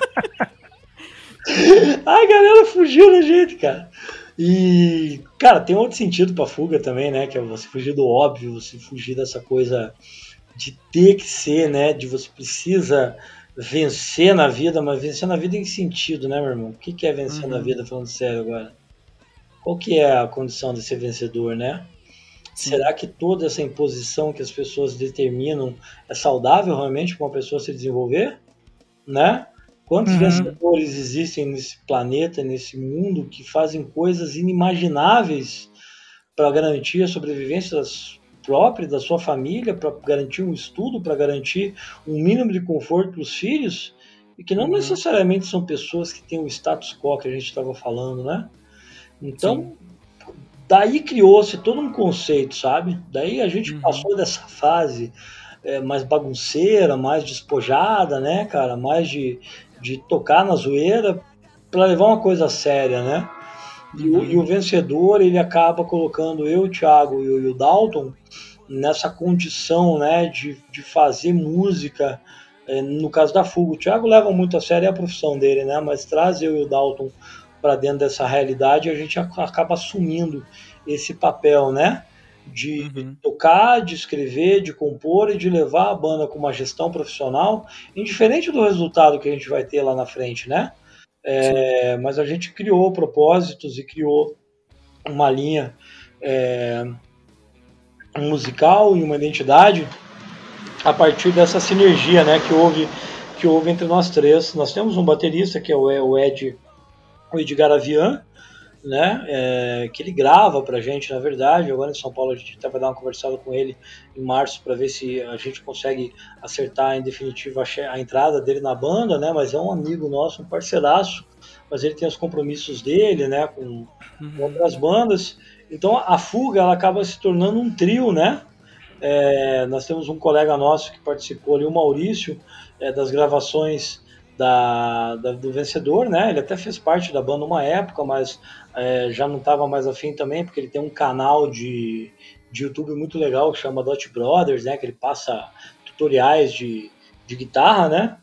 A galera fugiu da gente, cara. E, cara, tem outro sentido pra fuga também, né? Que é você fugir do óbvio, você fugir dessa coisa de ter que ser, né? De você precisa vencer na vida, mas vencer na vida em que sentido, né, meu irmão? O que é vencer na vida, falando sério agora? qual que é a condição de ser vencedor, né? Sim. Será que toda essa imposição que as pessoas determinam é saudável realmente para uma pessoa se desenvolver? Né? Quantos vencedores existem nesse planeta, nesse mundo, que fazem coisas inimagináveis para garantir a sobrevivência própria, da sua família, para garantir um estudo, para garantir um mínimo de conforto para os filhos, e que não necessariamente são pessoas que têm o status quo que a gente estava falando, né? Então, daí criou-se todo um conceito, sabe? Daí a gente passou dessa fase mais bagunceira, mais despojada, né, cara? Mais de tocar na zoeira para levar uma coisa séria, né? E o vencedor, ele acaba colocando eu, o Thiago e o Dalton nessa condição, né, de fazer música. No caso da Fuga, o Thiago leva muito a sério a profissão dele, né? Mas traz eu e o Dalton para dentro dessa realidade, a gente acaba assumindo esse papel, né? De tocar, de escrever, de compor e de levar a banda com uma gestão profissional, indiferente do resultado que a gente vai ter lá na frente, né? Mas a gente criou propósitos e criou uma linha musical e uma identidade a partir dessa sinergia, né, que houve entre nós três. Nós temos um baterista que é o Edgar Avian, né, que ele grava pra gente, na verdade. Agora em São Paulo a gente vai dar uma conversada com ele em março para ver se a gente consegue acertar em definitivo a entrada dele na banda, né, mas é um amigo nosso, um parceiraço, mas ele tem os compromissos dele, né, com outras bandas. Então a Fuga, ela acaba se tornando um trio, né. Nós temos um colega nosso que participou ali, o Maurício, das gravações do Vencedor, né? Ele até fez parte da banda uma época, mas já não estava mais afim também, porque ele tem um canal de YouTube muito legal que chama Dot Brothers, né? Que ele passa tutoriais de guitarra, né?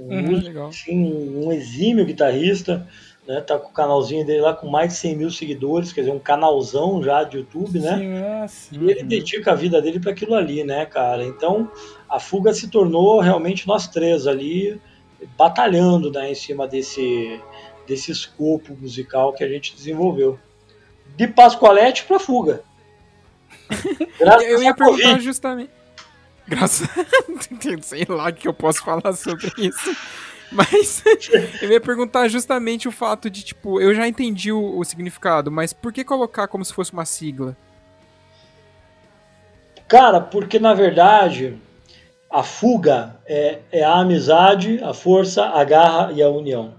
Um exímio guitarrista, né? Tá com o canalzinho dele lá com mais de 100 mil seguidores, quer dizer, um canalzão já de YouTube, né? E ele dedica a vida dele para aquilo ali, né, cara? Então a Fuga se tornou realmente nós três ali batalhando, né, em cima desse escopo musical que a gente desenvolveu. De Pascoalete para Fuga. Eu ia perguntar justamente. Graças sei lá o que eu posso falar sobre isso. Mas eu ia perguntar justamente o fato de, tipo, eu já entendi o significado, mas por que colocar como se fosse uma sigla? Cara, porque na verdade a fuga é a amizade, a força, a garra e a união.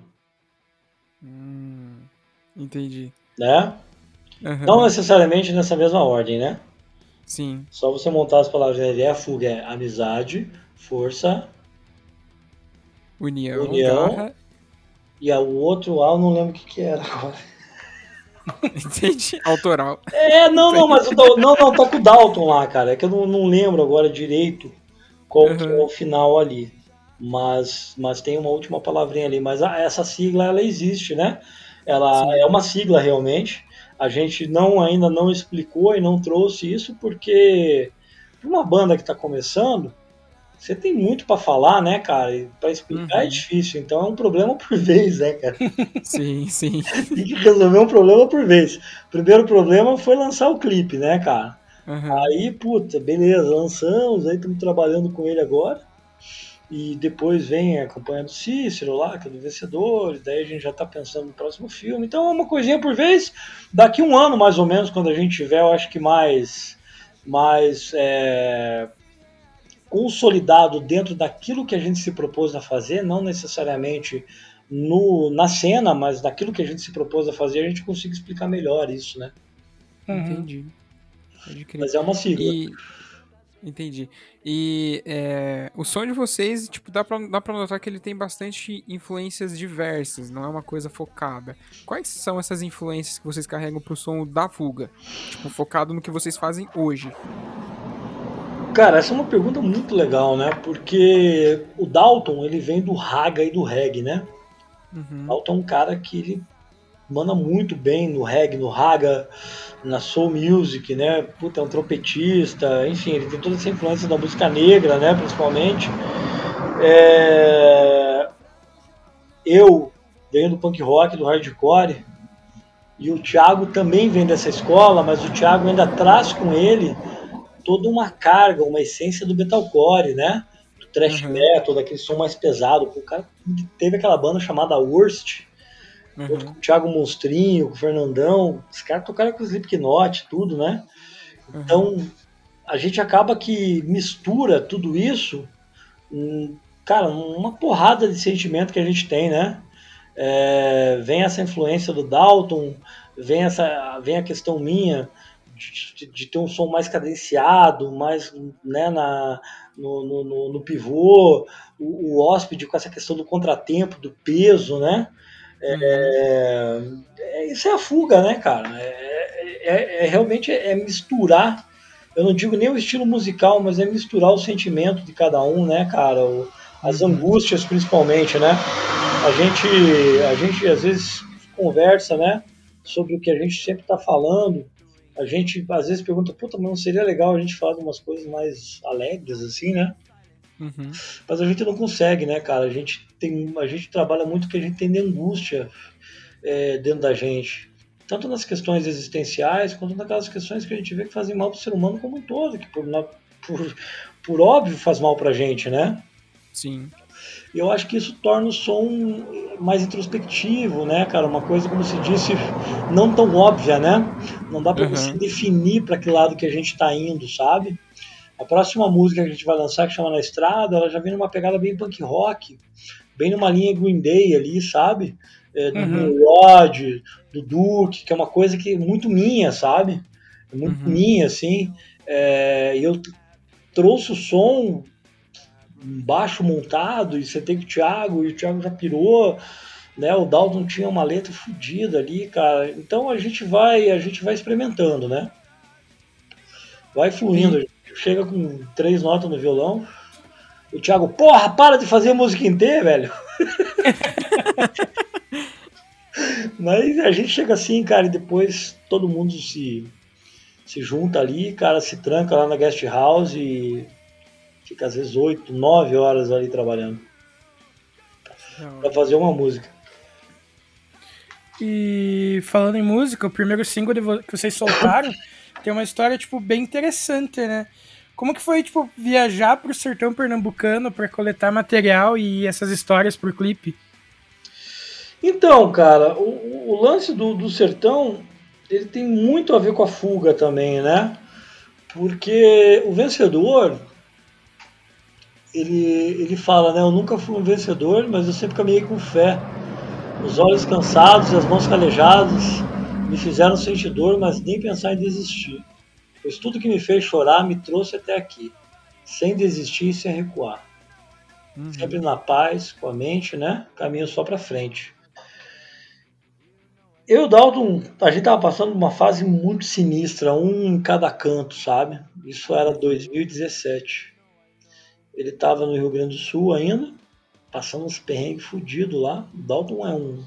Entendi. Né? Não necessariamente nessa mesma ordem, né? Sim. Só você montar as palavras dele. A fuga é amizade, força, união, garra. E o outro eu não lembro o que era agora. Entendi. Autoral. Não, mas tá com o Dalton lá, cara. É que eu não lembro agora direito qual que é o final ali. Mas tem uma última palavrinha ali. Mas essa sigla, ela existe, né? Ela é uma sigla realmente. A gente ainda não explicou e não trouxe isso porque uma banda que está começando, você tem muito para falar, né, cara? E para explicar é difícil. Então é um problema por vez, né, cara? Sim. Tem que resolver um problema por vez. O primeiro problema foi lançar o clipe, né, cara? Aí, puta, beleza, lançamos, aí estamos trabalhando com ele agora. E depois vem a campanha do Cícero lá, que é do Vencedor, e daí a gente já tá pensando no próximo filme. Então é uma coisinha por vez. Daqui um ano, mais ou menos, quando a gente tiver, eu acho que mais consolidado dentro daquilo que a gente se propôs a fazer, não necessariamente na cena, mas naquilo que a gente se propôs a fazer, a gente consiga explicar melhor isso, né? Entendi. Pode crer. Mas é uma sigla. Entendi. E o som de vocês, tipo, dá pra notar que ele tem bastante influências diversas, não é uma coisa focada. Quais são essas influências que vocês carregam pro som da Fuga? Tipo, focado no que vocês fazem hoje. Cara, essa é uma pergunta muito legal, né? Porque o Dalton, ele vem do raga e do reggae, né? O Dalton é um cara que ele manda muito bem no reggae, no raga, na soul music, né? Puta, é um trompetista, enfim, ele tem toda essa influência da música negra, né? Principalmente. Eu venho do punk rock, do hardcore, E o Thiago também vem dessa escola, mas o Thiago ainda traz com ele toda uma carga, uma essência do metalcore, né? Do thrash metal, daquele som mais pesado. O cara teve aquela banda chamada Worst, junto com o Thiago Monstrinho, com o Fernandão. Os caras tocaram com o Slipknot, tudo, né? Então, a gente acaba que mistura tudo isso, cara, uma porrada de sentimento que a gente tem, né? Vem essa influência do Dalton, vem a questão minha de ter um som mais cadenciado, mais, né, no pivô, o hóspede com essa questão do contratempo, do peso, né? Isso é a fuga, né, cara? Realmente misturar. Eu não digo nem o estilo musical, mas é misturar o sentimento de cada um, né, cara? As angústias, principalmente, né? A gente às vezes conversa, né, sobre o que a gente sempre está falando. A gente às vezes pergunta, puta, mas não seria legal a gente falar de umas coisas mais alegres, assim, né? Mas a gente não consegue, né, cara? A gente trabalha muito o que a gente tem de angústia dentro da gente. Tanto nas questões existenciais, quanto naquelas questões que a gente vê que fazem mal para o ser humano como um todo, que por óbvio faz mal pra gente, né? Sim. E eu acho que isso torna o som mais introspectivo, né, cara? Uma coisa, como se disse, não tão óbvia, né? Não dá pra você definir para que lado que a gente tá indo, sabe? A próxima música que a gente vai lançar, que chama Na Estrada, ela já vem numa pegada bem punk rock, bem numa linha Green Day ali, sabe? Do Rod, do Duke, que é uma coisa que é muito minha, sabe? É muito minha, assim. E eu trouxe o som baixo montado, e você tem que o Thiago já pirou, né? O Dalton tinha uma letra fodida ali, cara. Então a gente vai experimentando, né? Vai fluindo. A gente chega com 3 notas no violão. O Thiago, porra, para de fazer música em T, velho. Mas a gente chega assim, cara, e depois todo mundo se junta ali, cara, se tranca lá na guest house e fica às vezes 8, 9 horas ali trabalhando pra fazer uma música. E falando em música, o primeiro single que vocês soltaram tem uma história, tipo, bem interessante, né? Como que foi, tipo, viajar pro sertão pernambucano pra coletar material e essas histórias pro clipe? Então, cara, o lance do sertão, ele tem muito a ver com a fuga também, né? Porque o vencedor, ele fala, né? Eu nunca fui um vencedor, mas eu sempre caminhei com fé. Os olhos cansados e as mãos calejadas me fizeram sentir dor, mas nem pensar em desistir. Pois tudo que me fez chorar me trouxe até aqui, sem desistir e sem recuar. Sempre na paz, com a mente, né? Caminho só pra frente. Eu e o Dalton, a gente tava passando uma fase muito sinistra, um em cada canto, sabe? Isso era 2017. Ele tava no Rio Grande do Sul ainda, passando uns perrengues fodidos lá. O Dalton é um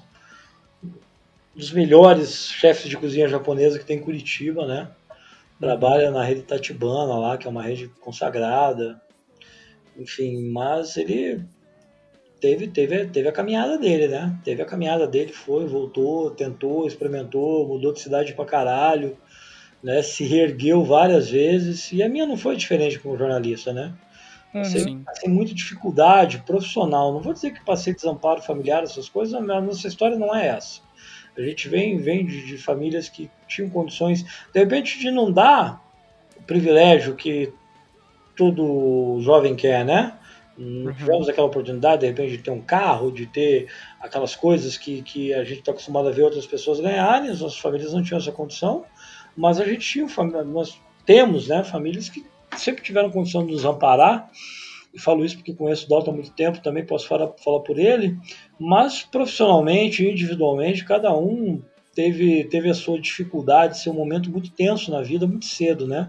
dos melhores chefes de cozinha japonesa que tem em Curitiba, né? Trabalha na rede Tatibana lá, que é uma rede consagrada. Enfim, mas ele teve a caminhada dele, né? Teve a caminhada dele, foi, voltou, tentou, experimentou, mudou de cidade pra caralho, né? Se reergueu várias vezes. E a minha não foi diferente como jornalista, né? Passei muita dificuldade profissional. Não vou dizer que passei desamparo familiar, essas coisas, mas a nossa história não é essa. A gente vem de famílias que tinham condições, de repente, de não dar o privilégio que todo jovem quer, né? Não tivemos aquela oportunidade, de repente, de ter um carro, de ter aquelas coisas que a gente está acostumado a ver outras pessoas ganharem. As nossas famílias não tinham essa condição, mas a gente tinha, nós temos, né, famílias que sempre tiveram condição de nos amparar. E falo isso porque conheço o Dalton há muito tempo, também posso falar por ele, mas profissionalmente, individualmente, cada um teve a sua dificuldade, seu momento muito tenso na vida, muito cedo, né?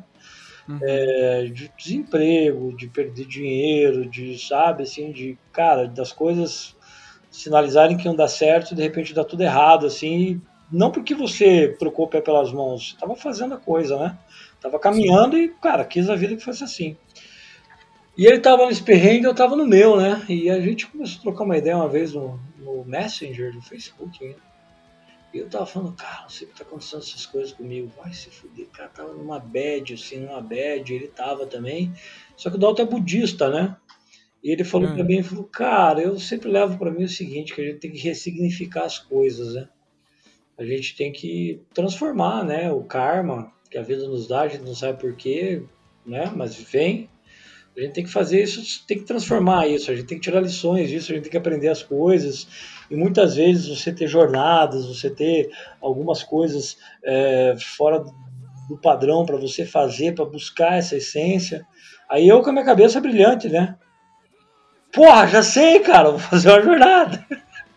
De desemprego, de perder dinheiro, de, sabe, assim, cara, das coisas sinalizarem que não dá certo e de repente dá tudo errado, assim, não porque você trocou o pé pelas mãos, você tava fazendo a coisa, né? Tava caminhando e, cara, quis a vida que fosse assim. E ele tava nesse perrengue, eu tava no meu, né? E a gente começou a trocar uma ideia uma vez no Messenger, no Facebook, né? E eu tava falando, cara, não sei o que tá acontecendo essas coisas comigo. Vai se fuder, cara, tava numa bad, ele tava também. Só que o Dalton é budista, né? E ele falou pra mim, ele falou, cara, eu sempre levo pra mim o seguinte, que a gente tem que ressignificar as coisas, né? A gente tem que transformar, né? O karma que a vida nos dá, a gente não sabe porquê, né? Mas vem. A gente tem que fazer isso, tem que transformar isso, a gente tem que tirar lições disso, a gente tem que aprender as coisas. E muitas vezes você ter jornadas, você ter algumas coisas fora do padrão para você fazer, para buscar essa essência. Aí eu com a minha cabeça brilhante, né? Porra, já sei, cara, vou fazer uma jornada.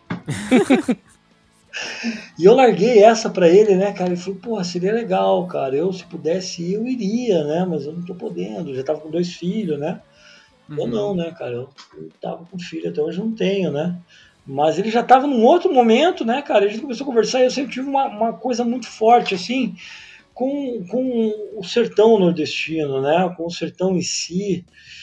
E eu larguei essa pra ele, né, cara? Ele falou, porra, seria legal, cara. Eu, se pudesse ir, eu iria, né? Mas eu não tô podendo. Eu já tava com 2 filhos, né? Eu não, né, cara? Eu tava com filho, até hoje não tenho, né? Mas ele já tava num outro momento, né, cara? A gente começou a conversar e eu sempre tive uma coisa muito forte, assim, com o sertão nordestino, né? Com o sertão em si.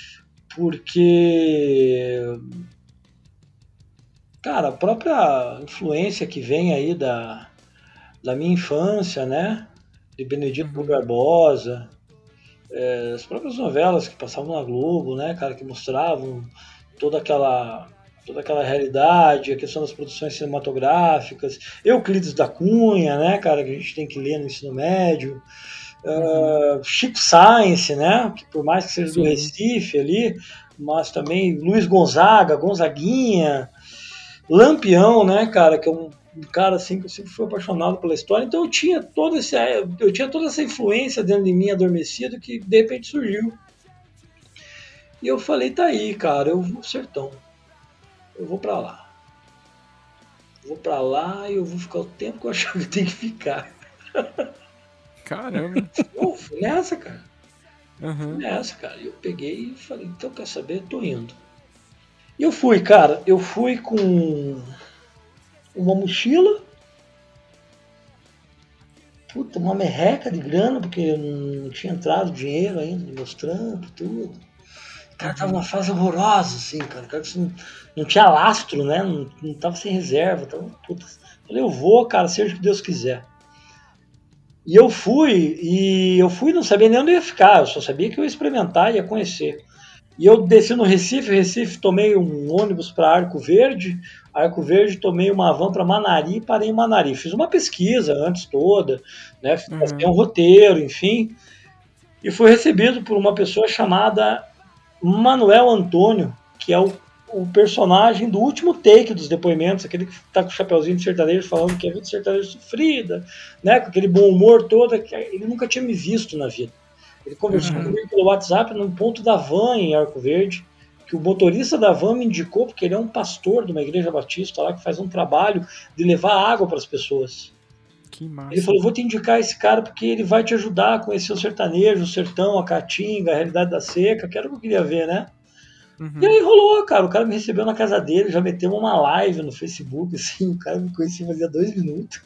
Porque... Cara, a própria influência que vem aí da minha infância, né? De Benedito Barbosa, as próprias novelas que passavam na Globo, né, cara, que mostravam toda aquela realidade, a questão das produções cinematográficas, Euclides da Cunha, né, cara, que a gente tem que ler no ensino médio, Chico Science, né, que por mais que seja do Recife ali, mas também Luiz Gonzaga, Gonzaguinha, Lampião, né, cara, que é um cara assim que eu sempre fui apaixonado pela história, então eu tinha toda essa influência dentro de mim adormecida que de repente surgiu. E eu falei, tá aí, cara, eu vou pro sertão. Eu vou pra lá. Vou pra lá e eu vou ficar o tempo que eu achar que eu tenho que ficar. Caramba. Pô, fui nessa, cara. Fui nessa, cara. E eu peguei e falei, então quer saber? Tô indo. E eu fui, cara. Eu fui com uma mochila, puta, uma merreca de grana, porque não tinha entrado dinheiro ainda nos meus trampos, tudo. O cara tava numa fase horrorosa, assim, cara. O cara não tinha lastro, né? Não tava sem reserva. Tava, puta. Falei, eu vou, cara, seja o que Deus quiser. E eu fui não sabia nem onde ia ficar, eu só sabia que eu ia experimentar, ia conhecer. E eu desci no Recife, tomei um ônibus para Arco Verde, tomei uma van para Manari e parei em Manari. Fiz uma pesquisa antes toda, né? Fiz um roteiro, enfim. E fui recebido por uma pessoa chamada Manuel Antônio, que é o personagem do último take dos depoimentos, aquele que tá com o chapeuzinho de sertanejo falando que é vida de sertanejo sofrida, né? Com aquele bom humor todo, que ele nunca tinha me visto na vida. Ele conversou comigo pelo WhatsApp num ponto da van em Arco Verde, que o motorista da van me indicou, porque ele é um pastor de uma igreja batista lá que faz um trabalho de levar água para as pessoas. Que massa. Ele falou, vou te indicar esse cara porque ele vai te ajudar a conhecer o sertanejo, o sertão, a caatinga, a realidade da seca, que era o que eu queria ver, né? E aí rolou, cara, o cara me recebeu na casa dele, já meteu uma live no Facebook, assim, o cara me conhecia fazia 2 minutos.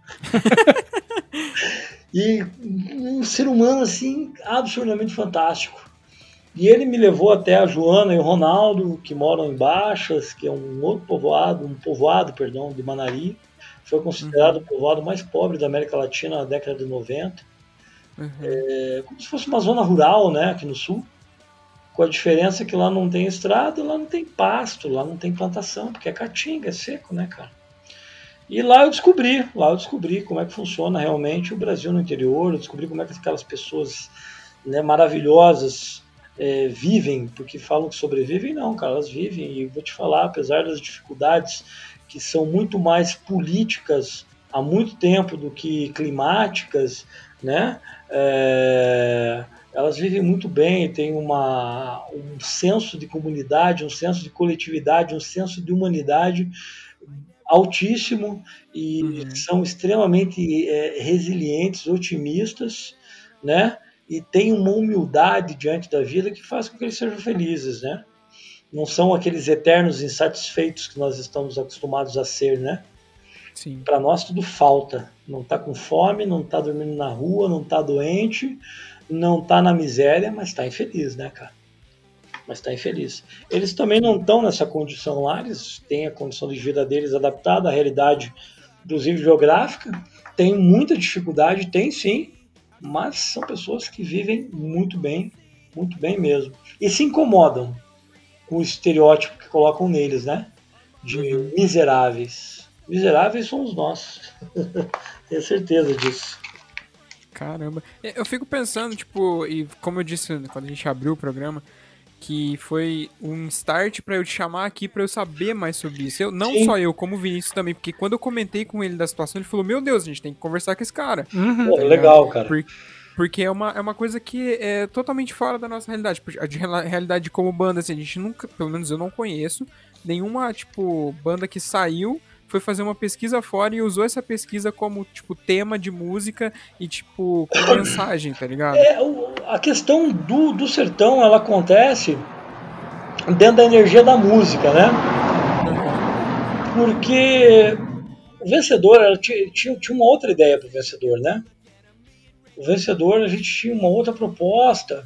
E um ser humano, assim, absurdamente fantástico. E ele me levou até a Joana e o Ronaldo, que moram em Baixas, que é um outro povoado, de Manari. Foi considerado o povoado mais pobre da América Latina na década de 90. Como se fosse uma zona rural, né, aqui no sul. Com a diferença que lá não tem estrada, lá não tem pasto, lá não tem plantação, porque é caatinga, é seco, né, cara? E lá eu descobri como é que funciona realmente o Brasil no interior, eu descobri como é que aquelas pessoas, né, maravilhosas vivem, porque falam que sobrevivem, não, cara, elas vivem, e vou te falar, apesar das dificuldades que são muito mais políticas há muito tempo do que climáticas, né, elas vivem muito bem, têm um senso de comunidade, um senso de coletividade, um senso de humanidade altíssimo e são extremamente resilientes, otimistas, né? E têm uma humildade diante da vida que faz com que eles sejam felizes, né? Não são aqueles eternos insatisfeitos que nós estamos acostumados a ser, né? Para nós tudo falta. Não tá com fome, não tá dormindo na rua, não tá doente, não tá na miséria, mas tá infeliz, né, cara? Mas tá infeliz. Eles também não estão nessa condição lá, eles têm a condição de vida deles adaptada à realidade inclusive geográfica, tem muita dificuldade, tem sim, mas são pessoas que vivem muito bem mesmo. E se incomodam com o estereótipo que colocam neles, né? De miseráveis. Miseráveis somos nós. Tenho certeza disso. Caramba. Eu fico pensando, tipo, e como eu disse quando a gente abriu o programa, que foi um start pra eu te chamar aqui pra eu saber mais sobre isso. Não Sim. só eu, como o Vinícius também, porque quando eu comentei com ele da situação, ele falou, meu Deus, a gente tem que conversar com esse cara. Pô, Tá ligado? legal, cara. Porque é uma coisa que é totalmente fora da nossa realidade. De realidade como banda, assim, a gente nunca, pelo menos eu não conheço, nenhuma, tipo, banda que saiu, foi fazer uma pesquisa fora e usou essa pesquisa como, tipo, tema de música e, tipo, como mensagem, tá ligado? A questão do sertão, ela acontece dentro da energia da música, né? Porque o Vencedor, ela tinha uma outra ideia pro Vencedor, né? O Vencedor, a gente tinha uma outra proposta,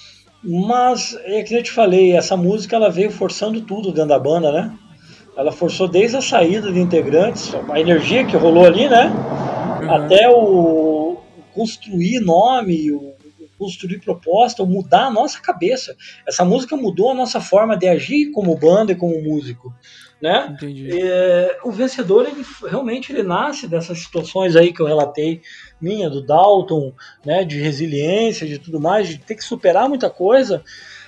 mas é que eu te falei, essa música ela veio forçando tudo dentro da banda, né? Ela forçou desde a saída de integrantes, a energia que rolou ali, né? Até o construir nome, o construir proposta, o mudar a nossa cabeça. Essa música mudou a nossa forma de agir como banda e como músico, né? Entendi. O Vencedor, ele realmente ele nasce dessas situações aí que eu relatei, minha, do Dalton, né? De resiliência, de tudo mais, de ter que superar muita coisa.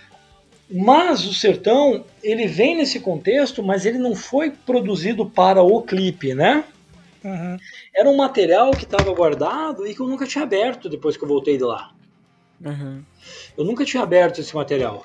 Mas o Sertão, ele vem nesse contexto, mas ele não foi produzido para o clipe, né? Uhum. Era um material que estava guardado e que eu nunca tinha aberto depois que eu voltei de lá. Uhum. Eu nunca tinha aberto esse material.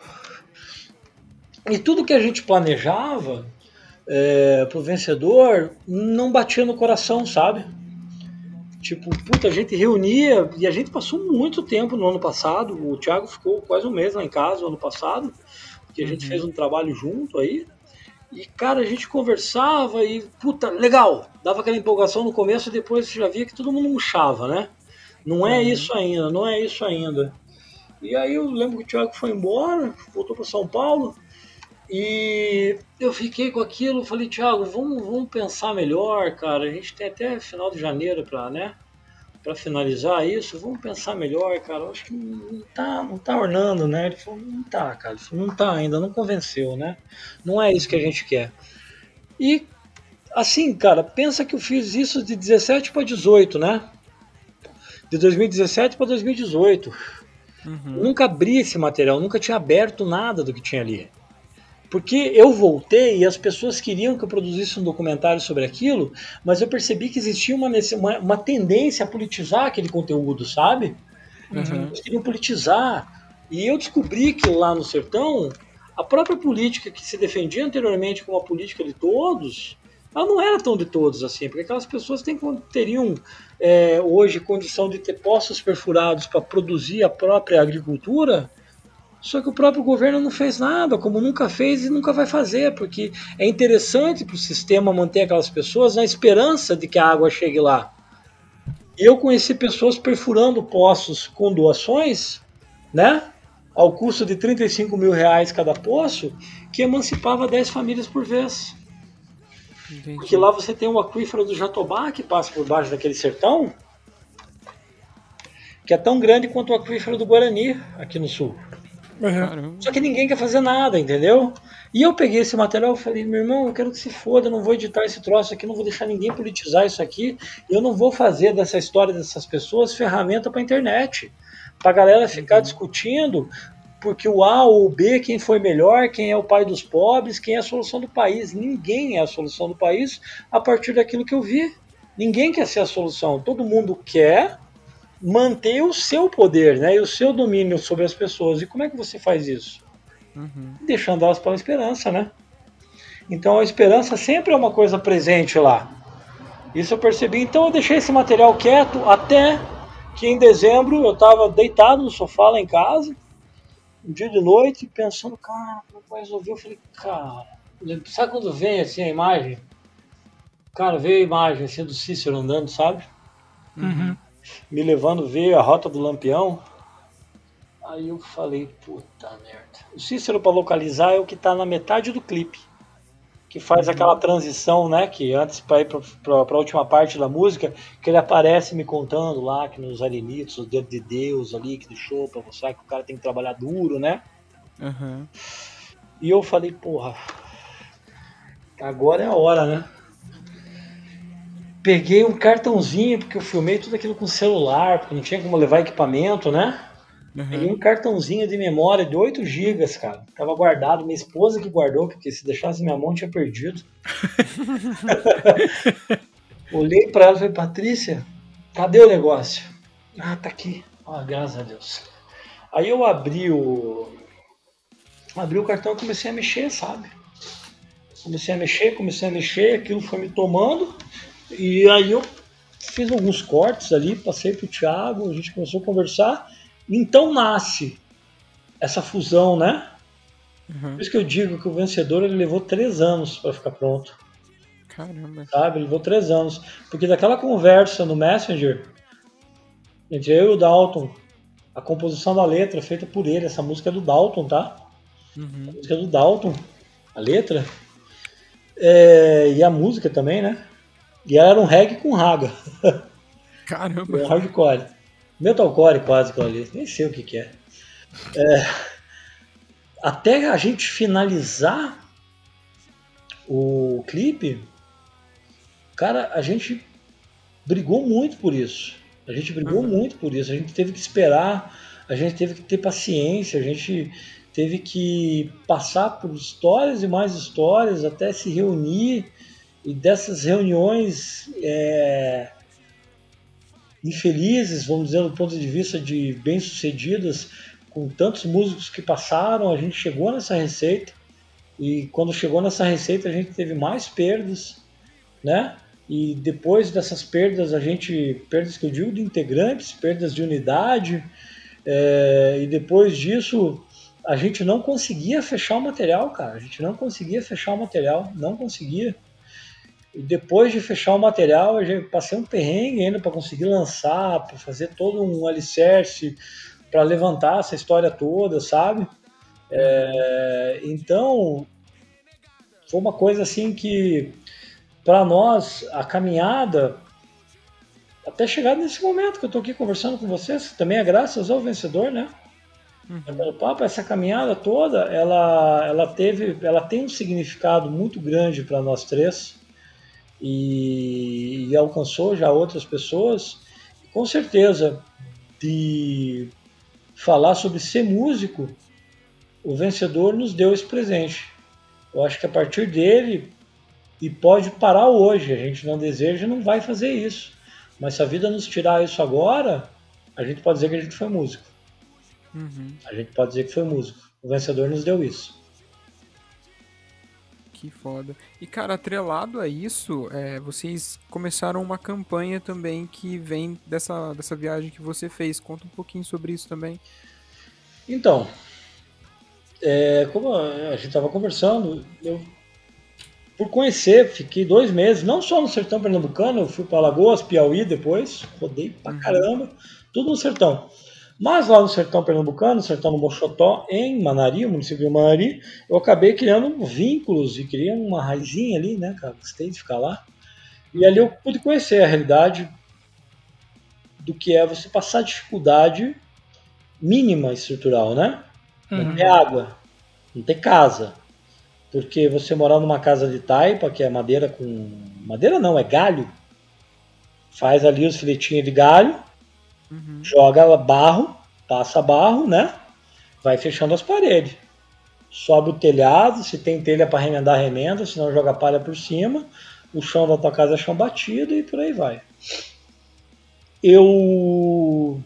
E tudo que a gente planejava pro Vencedor não batia no coração, sabe? Tipo, puta, a gente reunia e a gente passou muito tempo no ano passado. O Thiago ficou quase um mês lá em casa no ano passado, porque a gente fez um trabalho junto aí. E, cara, a gente conversava e, puta, legal. Dava aquela empolgação no começo e depois você já via que todo mundo murchava, né? Não é isso ainda, não é isso ainda. E aí eu lembro que o Thiago foi embora, voltou para São Paulo. E eu fiquei com aquilo, falei, Thiago, vamos pensar melhor, cara. A gente tem até final de janeiro para finalizar isso. Vamos pensar melhor, cara. Eu acho que não tá ornando, né? Ele falou, não tá, cara. Ele falou, não tá ainda, não convenceu, né? Não é isso que a gente quer. E assim, cara, pensa que eu fiz isso de 17 para 18, né? De 2017 para 2018. Nunca abri esse material, nunca tinha aberto nada do que tinha ali. Porque eu voltei e as pessoas queriam que eu produzisse um documentário sobre aquilo, mas eu percebi que existia uma tendência a politizar aquele conteúdo, sabe? Eles queriam politizar. E eu descobri que lá no Sertão, a própria política que se defendia anteriormente como a política de todos, ela não era tão de todos assim, porque aquelas pessoas teriam hoje condição de ter poços perfurados para produzir a própria agricultura. Só que o próprio governo não fez nada, como nunca fez e nunca vai fazer, porque é interessante para o sistema manter aquelas pessoas na esperança de que a água chegue lá. E eu conheci pessoas perfurando poços com doações, né, ao custo de R$35 mil cada poço, que emancipava 10 famílias por vez. Entendi. Porque lá você tem o aquífero do Jatobá, que passa por baixo daquele sertão, que é tão grande quanto o aquífero do Guarani, aqui no sul. Caramba. Só que ninguém quer fazer nada, entendeu? E eu peguei esse material e falei, meu irmão, eu quero que se foda, eu não vou editar esse troço aqui, não vou deixar ninguém politizar isso aqui, eu não vou fazer dessa história dessas pessoas ferramenta pra internet, pra galera ficar discutindo porque o A ou o B, quem foi melhor, quem é o pai dos pobres, quem é a solução do país. Ninguém é a solução do país a partir daquilo que eu vi. Ninguém quer ser a solução, todo mundo quer manter o seu poder, né, e o seu domínio sobre as pessoas. E como é que você faz isso? Deixando elas pela esperança, né? Então a esperança sempre é uma coisa presente lá. Isso eu percebi. Então eu deixei esse material quieto até que em dezembro eu estava deitado no sofá lá em casa, um dia de noite, pensando, cara, como vai resolver? Eu falei, cara, sabe quando vem assim a imagem? Cara, veio a imagem assim do Cícero andando, sabe? Me levando ver a Rota do Lampião. Aí eu falei, puta merda. O Cícero, para localizar, é o que tá na metade do clipe. que faz aquela transição, né? Que antes para ir para a última parte da música, que ele aparece me contando lá que nos alienígenas, o dedo de Deus ali que deixou para mostrar que o cara tem que trabalhar duro, né? Aham. E eu falei, porra, agora é a hora, né? Peguei um cartãozinho, porque eu filmei tudo aquilo com celular, porque não tinha como levar equipamento, né? Peguei um cartãozinho de memória de 8 gigas, cara. Tava guardado, minha esposa que guardou, porque se deixasse minha mão tinha perdido. Olhei pra ela e falei, Patrícia, cadê o negócio? Ah, tá aqui. Ah, graças a Deus. Aí eu abri o cartão e comecei a mexer, sabe? Comecei a mexer, aquilo foi me tomando. E aí eu fiz alguns cortes ali, passei pro Thiago, a gente começou a conversar. Então nasce essa fusão, né? Por isso que eu digo que o Vencedor ele levou 3 anos para ficar pronto. Caramba. Sabe? Ele levou 3 anos. Porque daquela conversa no Messenger, entre eu e o Dalton, a composição da letra feita por ele, essa música é do Dalton, tá? A música é do Dalton, a letra. E a música também, né? E ela era um reggae com raga. Caramba. Um hardcore. Metalcore quase aquilo ali. Nem sei o que é. Até a gente finalizar o clipe, cara, a gente brigou muito por isso. A gente teve que esperar, a gente teve que ter paciência, a gente teve que passar por histórias e mais histórias até se reunir. E dessas reuniões infelizes, vamos dizer, do ponto de vista de bem-sucedidas, com tantos músicos que passaram, a gente chegou nessa receita. E quando chegou nessa receita, a gente teve mais perdas, né? E depois dessas perdas, perdas que eu digo de integrantes, perdas de unidade, e depois disso, a gente não conseguia fechar o material, cara. A gente não conseguia fechar o material, não conseguia. E depois de fechar o material, eu passei um perrengue ainda para conseguir lançar, para fazer todo um alicerce, para levantar essa história toda, sabe? Então, foi uma coisa assim que, para nós, a caminhada, até chegar nesse momento que eu estou aqui conversando com vocês, também é graças ao Vencedor, né? Pelo papo, essa caminhada toda, ela tem um significado muito grande para nós três. E alcançou já outras pessoas. Com certeza, de falar sobre ser músico, o Vencedor nos deu esse presente. Eu acho que a partir dele, e pode parar hoje, a gente não deseja e não vai fazer isso. Mas se a vida nos tirar isso agora, a gente pode dizer que a gente foi músico. A gente pode dizer que foi músico. O Vencedor nos deu isso. Que foda. E, cara, atrelado a isso, vocês começaram uma campanha também que vem dessa viagem que você fez. Conta um pouquinho sobre isso também. Então, como a gente estava conversando, eu, por conhecer, fiquei 2 meses, não só no sertão pernambucano, eu fui para Alagoas, Piauí depois, rodei pra caramba, tudo no sertão. Mas lá no sertão pernambucano, no sertão do Moxotó, em Manari, o município de Manari, eu acabei criando vínculos e criei uma raizinha ali, né, cara? Gostei de ficar lá. E ali eu pude conhecer a realidade do que é você passar dificuldade mínima estrutural, né? Não ter água, não ter casa. Porque você morar numa casa de taipa, que é madeira com... Madeira não, é galho. Faz ali os filetinhos de galho, joga barro, passa barro, né? Vai fechando as paredes. Sobe o telhado, se tem telha para remendar, remenda, se não joga palha por cima. O chão da tua casa é chão batido e por aí vai. Eu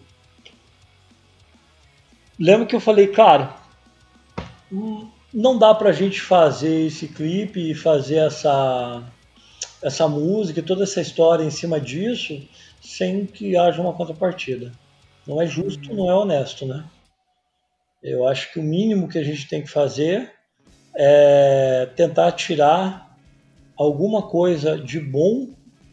lembro que eu falei, cara, não dá pra gente fazer esse clipe e fazer essa música e toda essa história em cima disso sem que haja uma contrapartida. Não é justo, não é honesto, né? Eu acho que o mínimo que a gente tem que fazer é tentar tirar alguma coisa de bom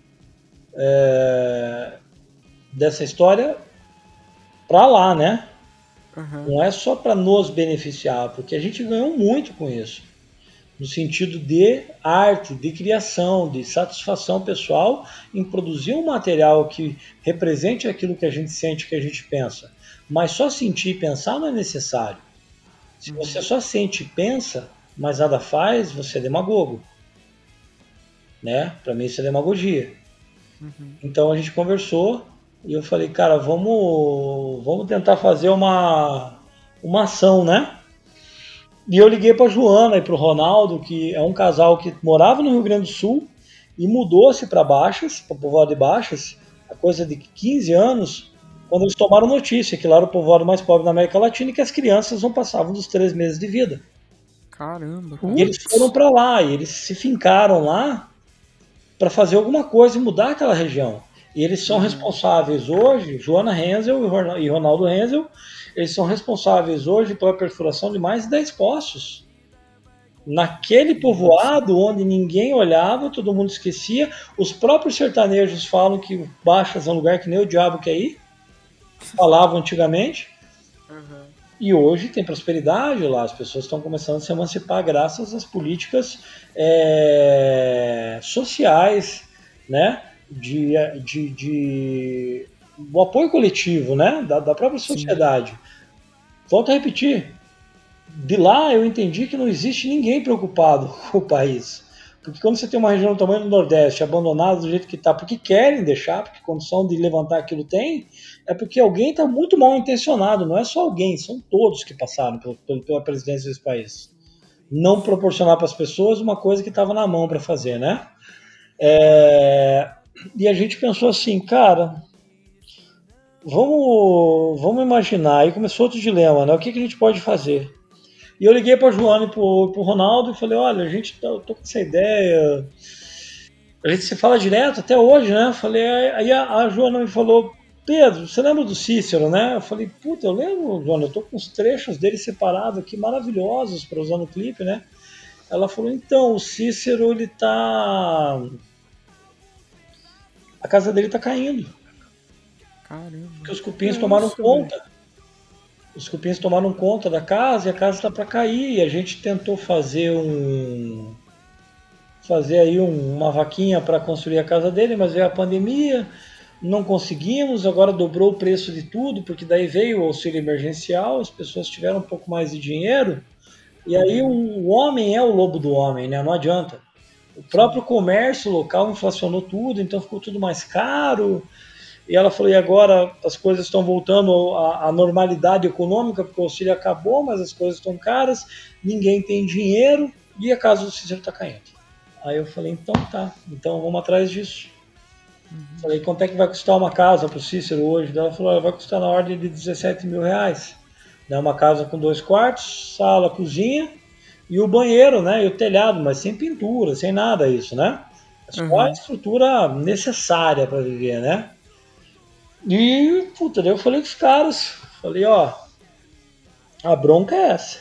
dessa história pra lá, né? Não é só para nos beneficiar, porque a gente ganhou muito com isso. no sentido de arte, de criação, de satisfação pessoal em produzir um material que represente aquilo que a gente sente, que a gente pensa. Mas só sentir e pensar não é necessário. Se você só sente e pensa, mas nada faz, você é demagogo. Né? Para mim isso é demagogia. Então a gente conversou e eu falei, cara, vamos tentar fazer uma ação, né? E eu liguei para Joana e para o Ronaldo, que é um casal que morava no Rio Grande do Sul e mudou-se para Baixas, para o povoado de Baixas, a coisa de 15 anos, quando eles tomaram notícia que lá era o povoado mais pobre da América Latina e que as crianças não passavam dos 3 meses de vida. Caramba. E eles foram para lá, e eles se fincaram lá para fazer alguma coisa e mudar aquela região. E eles são responsáveis hoje, Joana Renzel e Ronaldo Renzel, eles são responsáveis hoje pela perfuração de mais de 10 poços. Naquele povoado onde ninguém olhava, todo mundo esquecia, os próprios sertanejos falam que Baixas é um lugar que nem o diabo quer ir, falavam antigamente, e hoje tem prosperidade lá, as pessoas estão começando a se emancipar graças às políticas sociais, né? O apoio coletivo, né? Da própria sociedade. Sim. Volto a repetir, de lá eu entendi que não existe ninguém preocupado com o país. Porque quando você tem uma região do tamanho do Nordeste abandonada do jeito que está, porque querem deixar, porque condição de levantar aquilo tem, é porque alguém está muito mal intencionado. Não é só alguém, são todos que passaram pela presidência desse país. Não proporcionar para as pessoas uma coisa que estava na mão para fazer, né? E a gente pensou assim, cara, vamos imaginar. Aí começou outro dilema, né? O que a gente pode fazer? E eu liguei para a Joana e para o Ronaldo e falei, olha, eu tô com essa ideia, a gente se fala direto até hoje, né? Aí a Joana me falou, Pedro, você lembra do Cícero, né? Eu falei, puta, eu lembro, Joana, eu tô com os trechos dele separados aqui, maravilhosos para usar no clipe, né? Ela falou, então, o Cícero, ele tá... A casa dele tá caindo. Caramba. Porque os cupins tomaram conta. Os cupins tomaram conta da casa e a casa está para cair. E a gente tentou fazer aí uma vaquinha para construir a casa dele, mas veio a pandemia, não conseguimos, agora dobrou o preço de tudo, porque daí veio o auxílio emergencial, as pessoas tiveram um pouco mais de dinheiro, e aí o homem é o lobo do homem, né? Não adianta. O próprio comércio local inflacionou tudo, então ficou tudo mais caro. E ela falou, e agora as coisas estão voltando à normalidade econômica, porque o auxílio acabou, mas as coisas estão caras, ninguém tem dinheiro e a casa do Cícero está caindo. Aí eu falei, então tá, então vamos atrás disso. Falei, quanto é que vai custar uma casa para o Cícero hoje? Ela falou, vai custar na ordem de 17 mil reais. É uma casa com 2 quartos, sala, cozinha e o banheiro, né? E o telhado, mas sem pintura, sem nada isso, né? É só a estrutura necessária para viver, né? E, puta, daí eu falei com os caras, falei, ó, a bronca é essa.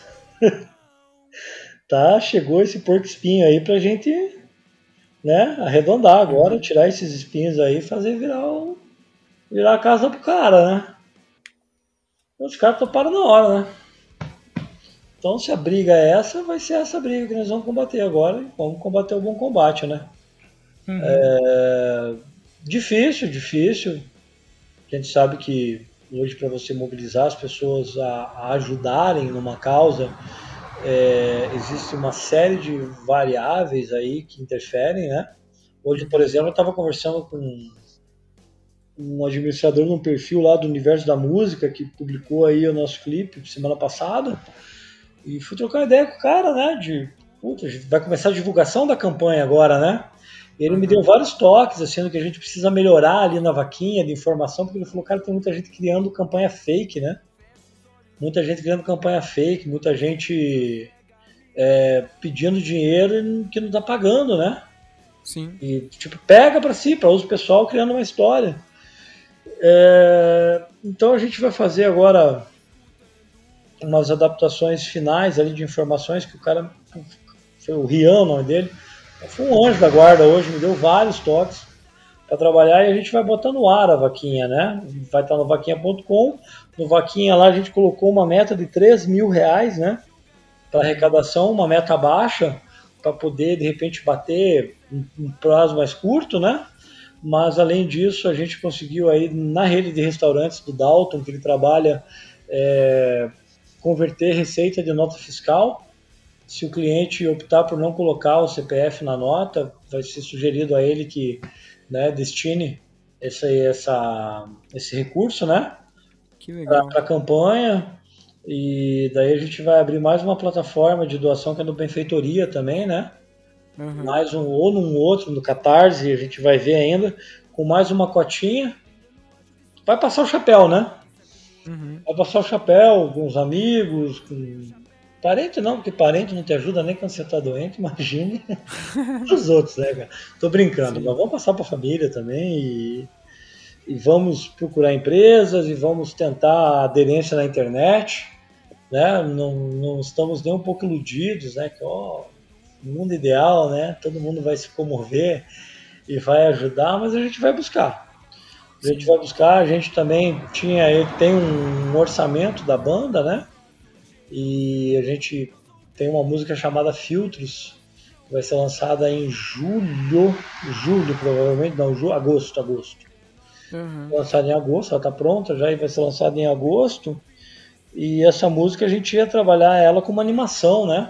Tá, chegou esse porco espinho aí pra gente, né, arredondar agora, tirar esses espinhos aí e fazer virar a casa pro cara, né? Os caras toparam na hora, né? Então, se a briga é essa, vai ser essa briga que nós vamos combater agora. Vamos combater o bom combate, né? Difícil. A gente sabe que hoje, para você mobilizar as pessoas a ajudarem numa causa, existe uma série de variáveis aí que interferem, né? Hoje, por exemplo, eu estava conversando com um administrador de um perfil lá do Universo da Música, que publicou aí o nosso clipe semana passada, e fui trocar ideia com o cara, né? A gente vai começar a divulgação da campanha agora, né? Ele me deu vários toques, assim, que a gente precisa melhorar ali na vaquinha de informação, porque ele falou, cara, tem muita gente criando campanha fake, né? Muita gente criando campanha fake, muita gente pedindo dinheiro que não tá pagando, né? Sim. E, tipo, pega para si, para uso pessoal, criando uma história. Então a gente vai fazer agora umas adaptações finais ali de informações que o cara, foi o Rian, o nome dele, foi um anjo da guarda hoje, me deu vários toques para trabalhar e a gente vai botar no ar a vaquinha, né? Vai estar no vaquinha.com. No Vaquinha lá a gente colocou uma meta de 3 mil reais, né? Para arrecadação, uma meta baixa, para poder, de repente, bater um prazo mais curto, né? Mas, além disso, a gente conseguiu aí, na rede de restaurantes do Dalton, que ele trabalha, converter receita de nota fiscal. Se o cliente optar por não colocar o CPF na nota, vai ser sugerido a ele que, né, destine esse recurso, né, Que legal. para a campanha. E daí a gente vai abrir mais uma plataforma de doação que é no Benfeitoria também, né? Uhum. Mais um ou num outro, no Catarse, a gente vai ver ainda, com mais uma cotinha. Vai passar o chapéu, né? Uhum. Vai passar o chapéu com os amigos, com parente não, porque parente não te ajuda nem quando você tá doente, imagine os outros, né, cara? Tô brincando, Sim. mas vamos passar pra família também e vamos procurar empresas e vamos tentar aderência na internet, né? Não estamos nem um pouco iludidos, né? Que, ó, mundo ideal, né? Todo mundo vai se comover e vai ajudar, mas a gente vai buscar. A gente vai buscar, a gente também tem um orçamento da banda, né? E a gente tem uma música chamada Filtros, que vai ser lançada em julho provavelmente, não, agosto. Uhum. Lançada em agosto, ela tá pronta já e vai ser lançada em agosto. E essa música a gente ia trabalhar ela como animação, né?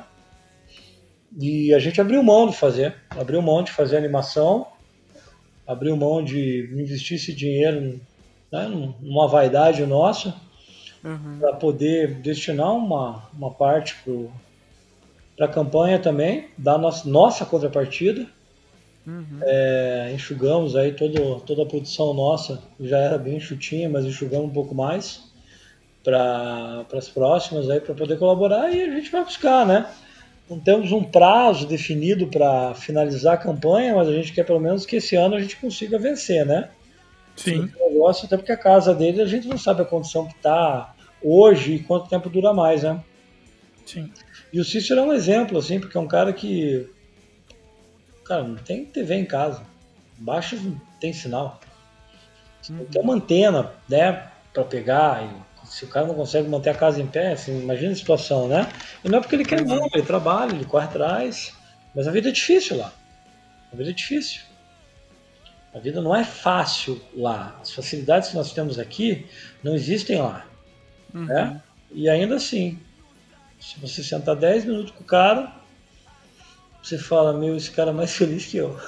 E a gente abriu mão de fazer animação, abriu mão de investir esse dinheiro, né, numa vaidade nossa, Uhum. para poder destinar uma parte para a campanha também, dar nossa contrapartida. Uhum. Enxugamos aí toda a produção nossa, já era bem enxutinha, mas enxugamos um pouco mais para as próximas aí, para poder colaborar, e a gente vai buscar, né? Não temos um prazo definido para finalizar a campanha, mas a gente quer pelo menos que esse ano a gente consiga vencer, né? Sim. Esse negócio, até porque a casa dele a gente não sabe a condição que está hoje e quanto tempo dura mais, né? Sim. E o Cícero é um exemplo, assim, porque é um cara que, cara, não tem TV em casa, embaixo não tem sinal. Tem uma antena, né, para pegar, e se o cara não consegue manter a casa em pé, assim, imagina a situação, né? E não é porque ele quer não, ele trabalha, ele corre atrás, mas a vida é difícil lá. A vida é difícil. A vida não é fácil lá. As facilidades que nós temos aqui não existem lá, né? E ainda assim, se você sentar 10 minutos com o cara, você fala, meu, esse cara é mais feliz que eu.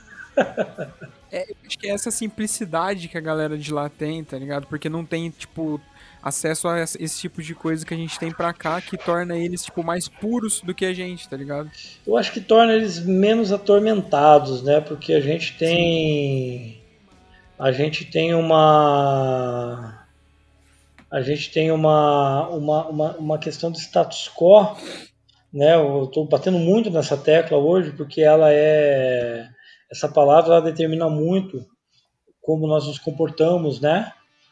Eu acho que é essa simplicidade que a galera de lá tem, tá ligado? Porque não tem, tipo, acesso a esse tipo de coisa que a gente tem pra cá, que torna eles, tipo, mais puros do que a gente, tá ligado? Eu acho que torna eles menos atormentados, né? Porque a gente tem... A gente tem uma... A gente tem uma questão de status quo, né? Eu estou batendo muito nessa tecla hoje, porque essa palavra ela determina muito como nós nos comportamos, né?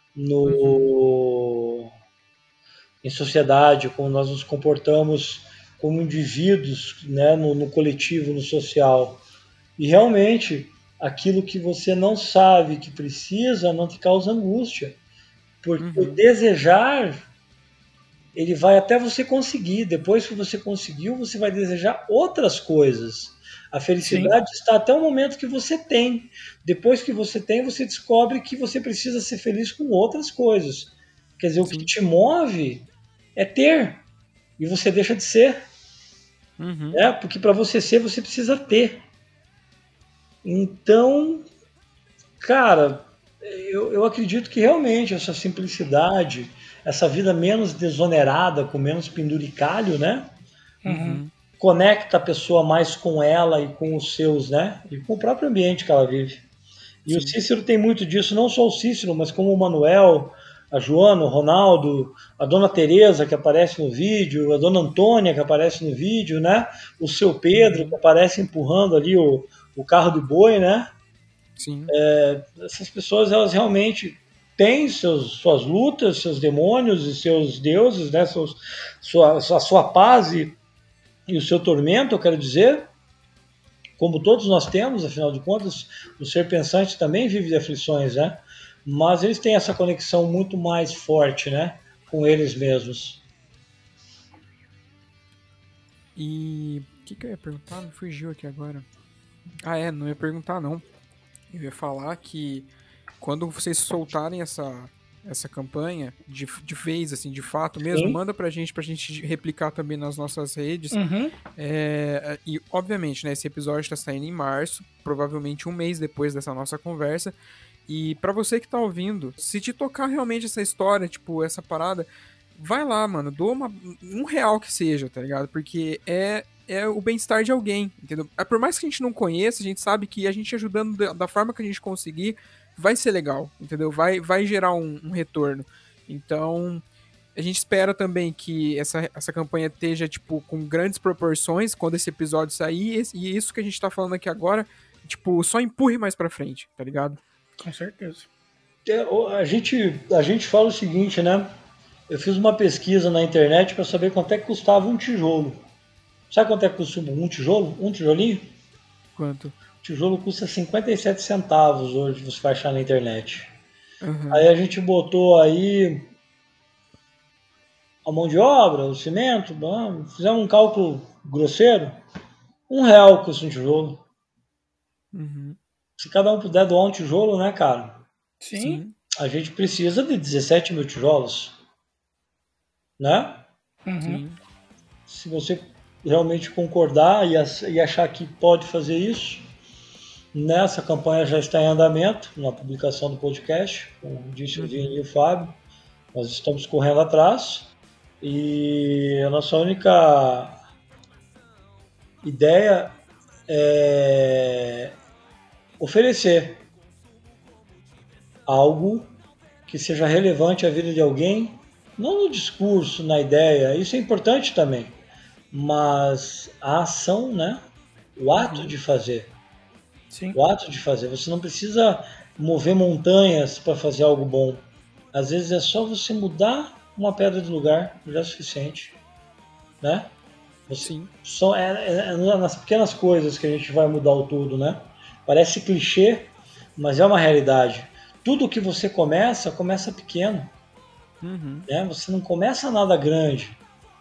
Em sociedade, como nós nos comportamos como indivíduos, né? No coletivo, no social. E realmente, aquilo que você não sabe que precisa não te causa angústia. Porque o desejar, ele vai até você conseguir. Depois que você conseguiu, você vai desejar outras coisas. A felicidade está até o momento que você tem. Depois que você tem, você descobre que você precisa ser feliz com outras coisas. Quer dizer, o que te move é ter. E você deixa de ser. Né? Porque para você ser, você precisa ter. Então, cara, eu acredito que realmente essa simplicidade, essa vida menos desonerada, com menos penduricalho, né? Conecta a pessoa mais com ela e com os seus, né? E com o próprio ambiente que ela vive. E o Cícero tem muito disso, não só o Cícero, mas como o Manuel, a Joana, o Ronaldo, a Dona Tereza, que aparece no vídeo, a Dona Antônia, que aparece no vídeo, né? O seu Pedro, que aparece empurrando ali o carro de boi, né? Sim. Essas pessoas, elas realmente têm suas lutas, seus demônios e seus deuses, né? A sua paz e o seu tormento, eu quero dizer, como todos nós temos, afinal de contas, o ser pensante também vive de aflições, né? Mas eles têm essa conexão muito mais forte, né? Com eles mesmos. E O que eu ia perguntar? Me fugiu aqui agora. Não ia perguntar não. Eu ia falar que quando vocês soltarem essa campanha de vez, assim, de fato mesmo, Sim. manda pra gente replicar também nas nossas redes. E, obviamente, né, esse episódio tá saindo em março, provavelmente um mês depois dessa nossa conversa. E pra você que tá ouvindo, se te tocar realmente essa história, tipo, essa parada, vai lá, mano, doa R$1 que seja, tá ligado? Porque é o bem-estar de alguém, entendeu? Por mais que a gente não conheça, a gente sabe que a gente ajudando da forma que a gente conseguir, vai ser legal, entendeu? Vai gerar um retorno. Então, a gente espera também que essa campanha esteja, tipo, com grandes proporções quando esse episódio sair, e isso que a gente tá falando aqui agora, tipo, só empurre mais pra frente, tá ligado? Com certeza. A gente fala o seguinte, né? Eu fiz uma pesquisa na internet para saber quanto é que custava um tijolo. Sabe quanto é que custa um tijolo? Um tijolinho? Quanto? O tijolo custa 57 centavos hoje, você vai achar na internet. Uhum. Aí a gente botou aí a mão de obra, o cimento, fizemos um cálculo grosseiro. R$1 custa um tijolo. Uhum. Se cada um puder doar um tijolo, né, cara? Sim. A gente precisa de 17 mil tijolos. Né? Sim. Se você realmente concordar e achar que pode fazer isso, nessa campanha já está em andamento, na publicação do podcast, como disse o Vini e o Fábio, nós estamos correndo atrás e a nossa única ideia é oferecer algo que seja relevante à vida de alguém, não no discurso, na ideia, isso é importante também, mas a ação, né? O ato de fazer. Sim. O ato de fazer. Você não precisa mover montanhas para fazer algo bom. Às vezes é só você mudar uma pedra de lugar, já é suficiente. Né? Sim. É nas pequenas coisas que a gente vai mudar o todo, né? Parece clichê, mas é uma realidade. Tudo que você começa pequeno. Né? Você não começa nada grande.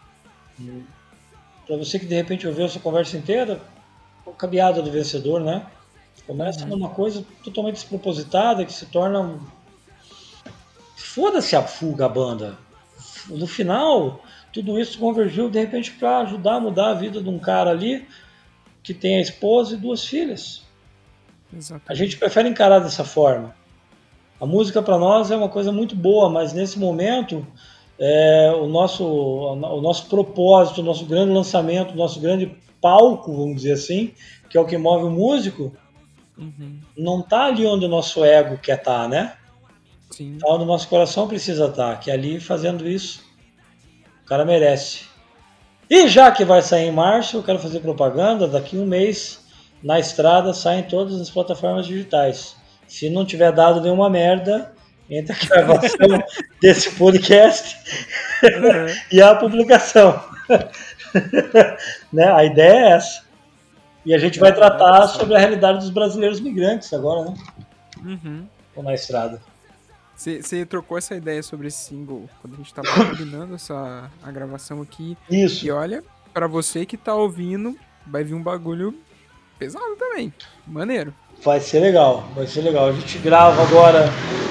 Para você que de repente ouviu essa conversa inteira, a caminhada do vencedor, né? Começa numa coisa totalmente despropositada que se torna. Foda-se a fuga, a banda. No final, tudo isso convergiu de repente para ajudar a mudar a vida de um cara ali que tem a esposa e 2 filhas. Exatamente. A gente prefere encarar dessa forma. A música para nós é uma coisa muito boa, mas nesse momento o nosso propósito, o nosso grande lançamento, o nosso grande palco, vamos dizer assim, que é o que move o músico, não está ali onde o nosso ego quer estar, né? Sim. Tá onde o nosso coração precisa estar, que é ali fazendo isso. O cara merece. E já que vai sair em março, eu quero fazer propaganda, daqui um mês, na estrada, sai em todas as plataformas digitais. Se não tiver dado nenhuma merda, entre a gravação desse podcast e a publicação. Né? A ideia é essa. E a gente vai tratar sobre a realidade dos brasileiros migrantes agora, né? Ou na estrada. Você trocou essa ideia sobre esse single quando a gente tava combinando a gravação aqui. Isso. E olha, pra você que tá ouvindo, vai vir um bagulho pesado também. Maneiro. Vai ser legal, vai ser legal. A gente grava agora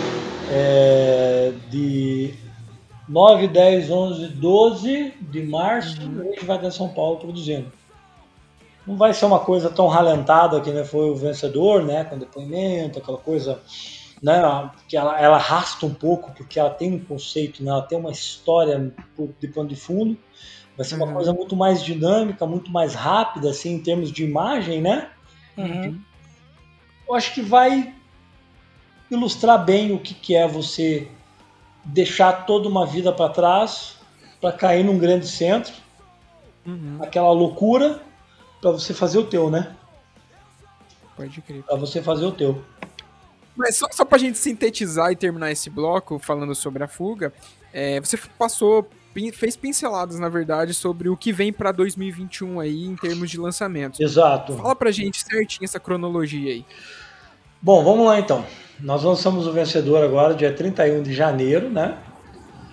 de 9, 10, 11, 12 de março, e a gente vai até São Paulo produzindo. Não vai ser uma coisa tão ralentada que né, foi o vencedor, né, com depoimento, aquela coisa, né, que ela arrasta um pouco, porque ela tem um conceito, né, ela tem uma história de pano de fundo. Vai ser uma coisa muito mais dinâmica, muito mais rápida, assim, em termos de imagem, né? Eu acho que vai ilustrar bem o que é você deixar toda uma vida para trás para cair num grande centro, aquela loucura, para você fazer o teu, né? Pode crer. Para você fazer o teu. Mas só pra gente sintetizar e terminar esse bloco falando sobre a fuga, você fez pinceladas, na verdade, sobre o que vem pra 2021 aí em termos de lançamentos. Exato. Fala pra gente certinho essa cronologia aí. Bom, vamos lá então. Nós lançamos o vencedor agora, dia 31 de janeiro, né?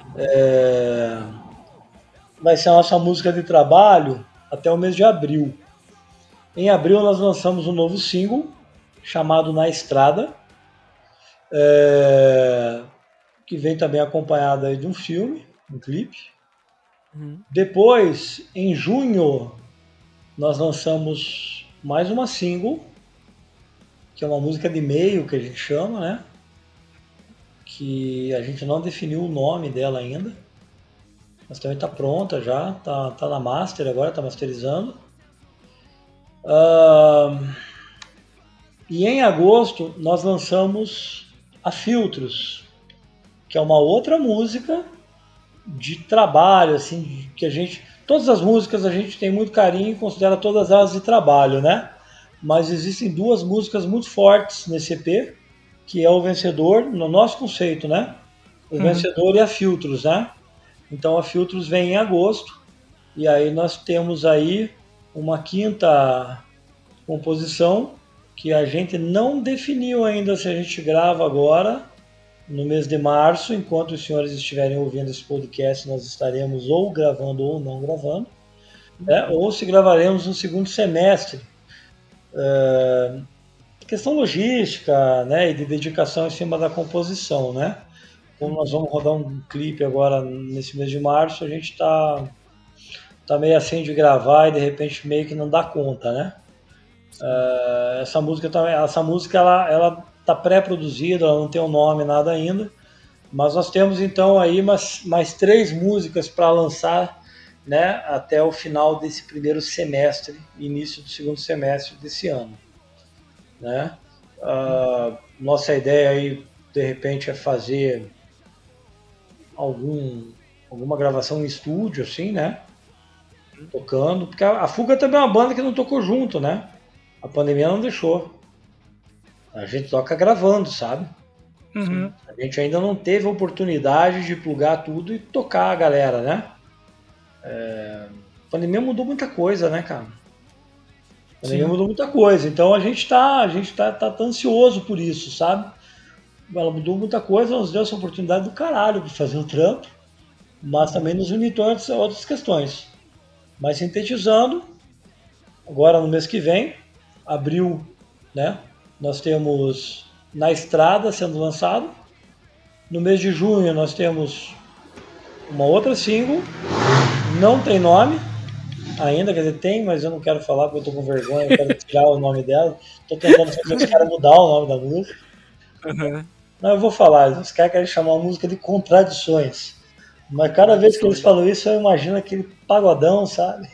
Vai ser a nossa música de trabalho até o mês de abril. Em abril nós lançamos um novo single chamado Na Estrada, que vem também acompanhado aí de um filme, um clipe. Depois, em junho, nós lançamos mais uma single, que é uma música de meio que a gente chama, né? Que a gente não definiu o nome dela ainda, mas também está pronta já, tá na master agora, tá masterizando. E em agosto nós lançamos a Filtros, que é uma outra música de trabalho, assim, que a gente... Todas as músicas a gente tem muito carinho e considera todas elas de trabalho, né? Mas existem duas músicas muito fortes nesse EP, que é o Vencedor, no nosso conceito, né? O Vencedor e a Filtros, né? Então a Filtros vem em agosto, e aí nós temos aí uma quinta composição que a gente não definiu ainda se a gente grava agora, no mês de março. Enquanto os senhores estiverem ouvindo esse podcast, nós estaremos ou gravando ou não gravando, né? Ou se gravaremos no segundo semestre. Questão logística, né, e de dedicação em cima da composição, né? Como nós vamos rodar um clipe agora nesse mês de março, a gente tá meio assim de gravar e de repente meio que não dá conta, né? Essa música ela tá pré-produzida, ela não tem um nome, nada ainda, mas nós temos então aí mais 3 músicas para lançar, né, até o final desse primeiro semestre, início do segundo semestre desse ano, né? Nossa ideia aí de repente é fazer alguma gravação em estúdio, assim, né? Tocando, porque a Fuga também é uma banda que não tocou junto, né? A pandemia não deixou. A gente toca gravando, sabe? A gente ainda não teve a oportunidade de plugar tudo e tocar a galera, né? A pandemia mudou muita coisa, né, cara? A pandemia mudou muita coisa, então a gente tá ansioso por isso, sabe? Ela mudou muita coisa, nos deu essa oportunidade do caralho de fazer o trampo, mas também nos limitou a outras questões. Mas sintetizando, agora no mês que vem, abril, né? Nós temos Na Estrada sendo lançado. No mês de junho nós temos uma outra single, não tem nome ainda, quer dizer, tem, mas eu não quero falar porque eu tô com vergonha, eu quero tirar o nome dela. Tô tentando fazer os caras mudar o nome da música. Não, eu vou falar, os caras querem chamar a música de Contradições. Mas cada vez que eles falam isso, eu imagino aquele pagodão, sabe?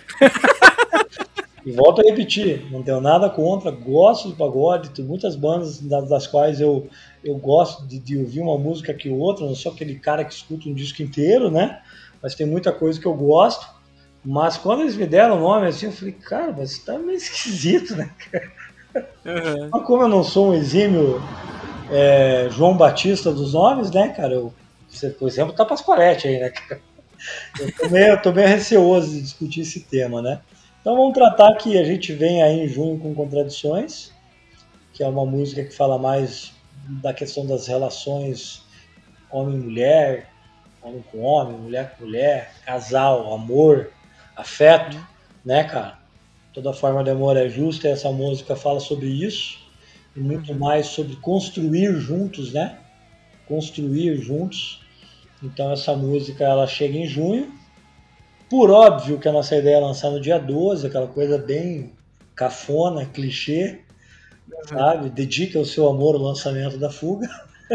E volto a repetir, não tenho nada contra, gosto do pagode, tem muitas bandas das quais eu gosto de ouvir uma música que outra, não sou aquele cara que escuta um disco inteiro, né? Mas tem muita coisa que eu gosto. Mas quando eles me deram o nome assim, eu falei, cara, mas tá meio esquisito, né? Mas como eu não sou um exímio João Batista dos nomes, né, cara? Você, por exemplo, tá Pasqualete aí, né, cara? Eu tô meio receoso de discutir esse tema, né? Então vamos tratar que a gente vem aí em junho com Contradições, que é uma música que fala mais da questão das relações homem-mulher, homem com homem, mulher com mulher, casal, amor, afeto, né, cara? Toda forma de amor é justa, e essa música fala sobre isso, e muito mais sobre construir juntos, né? Construir juntos. Então essa música ela chega em junho. Por óbvio que a nossa ideia é lançar no dia 12, aquela coisa bem cafona, clichê, sabe? Dedica o seu amor ao lançamento da Fuga.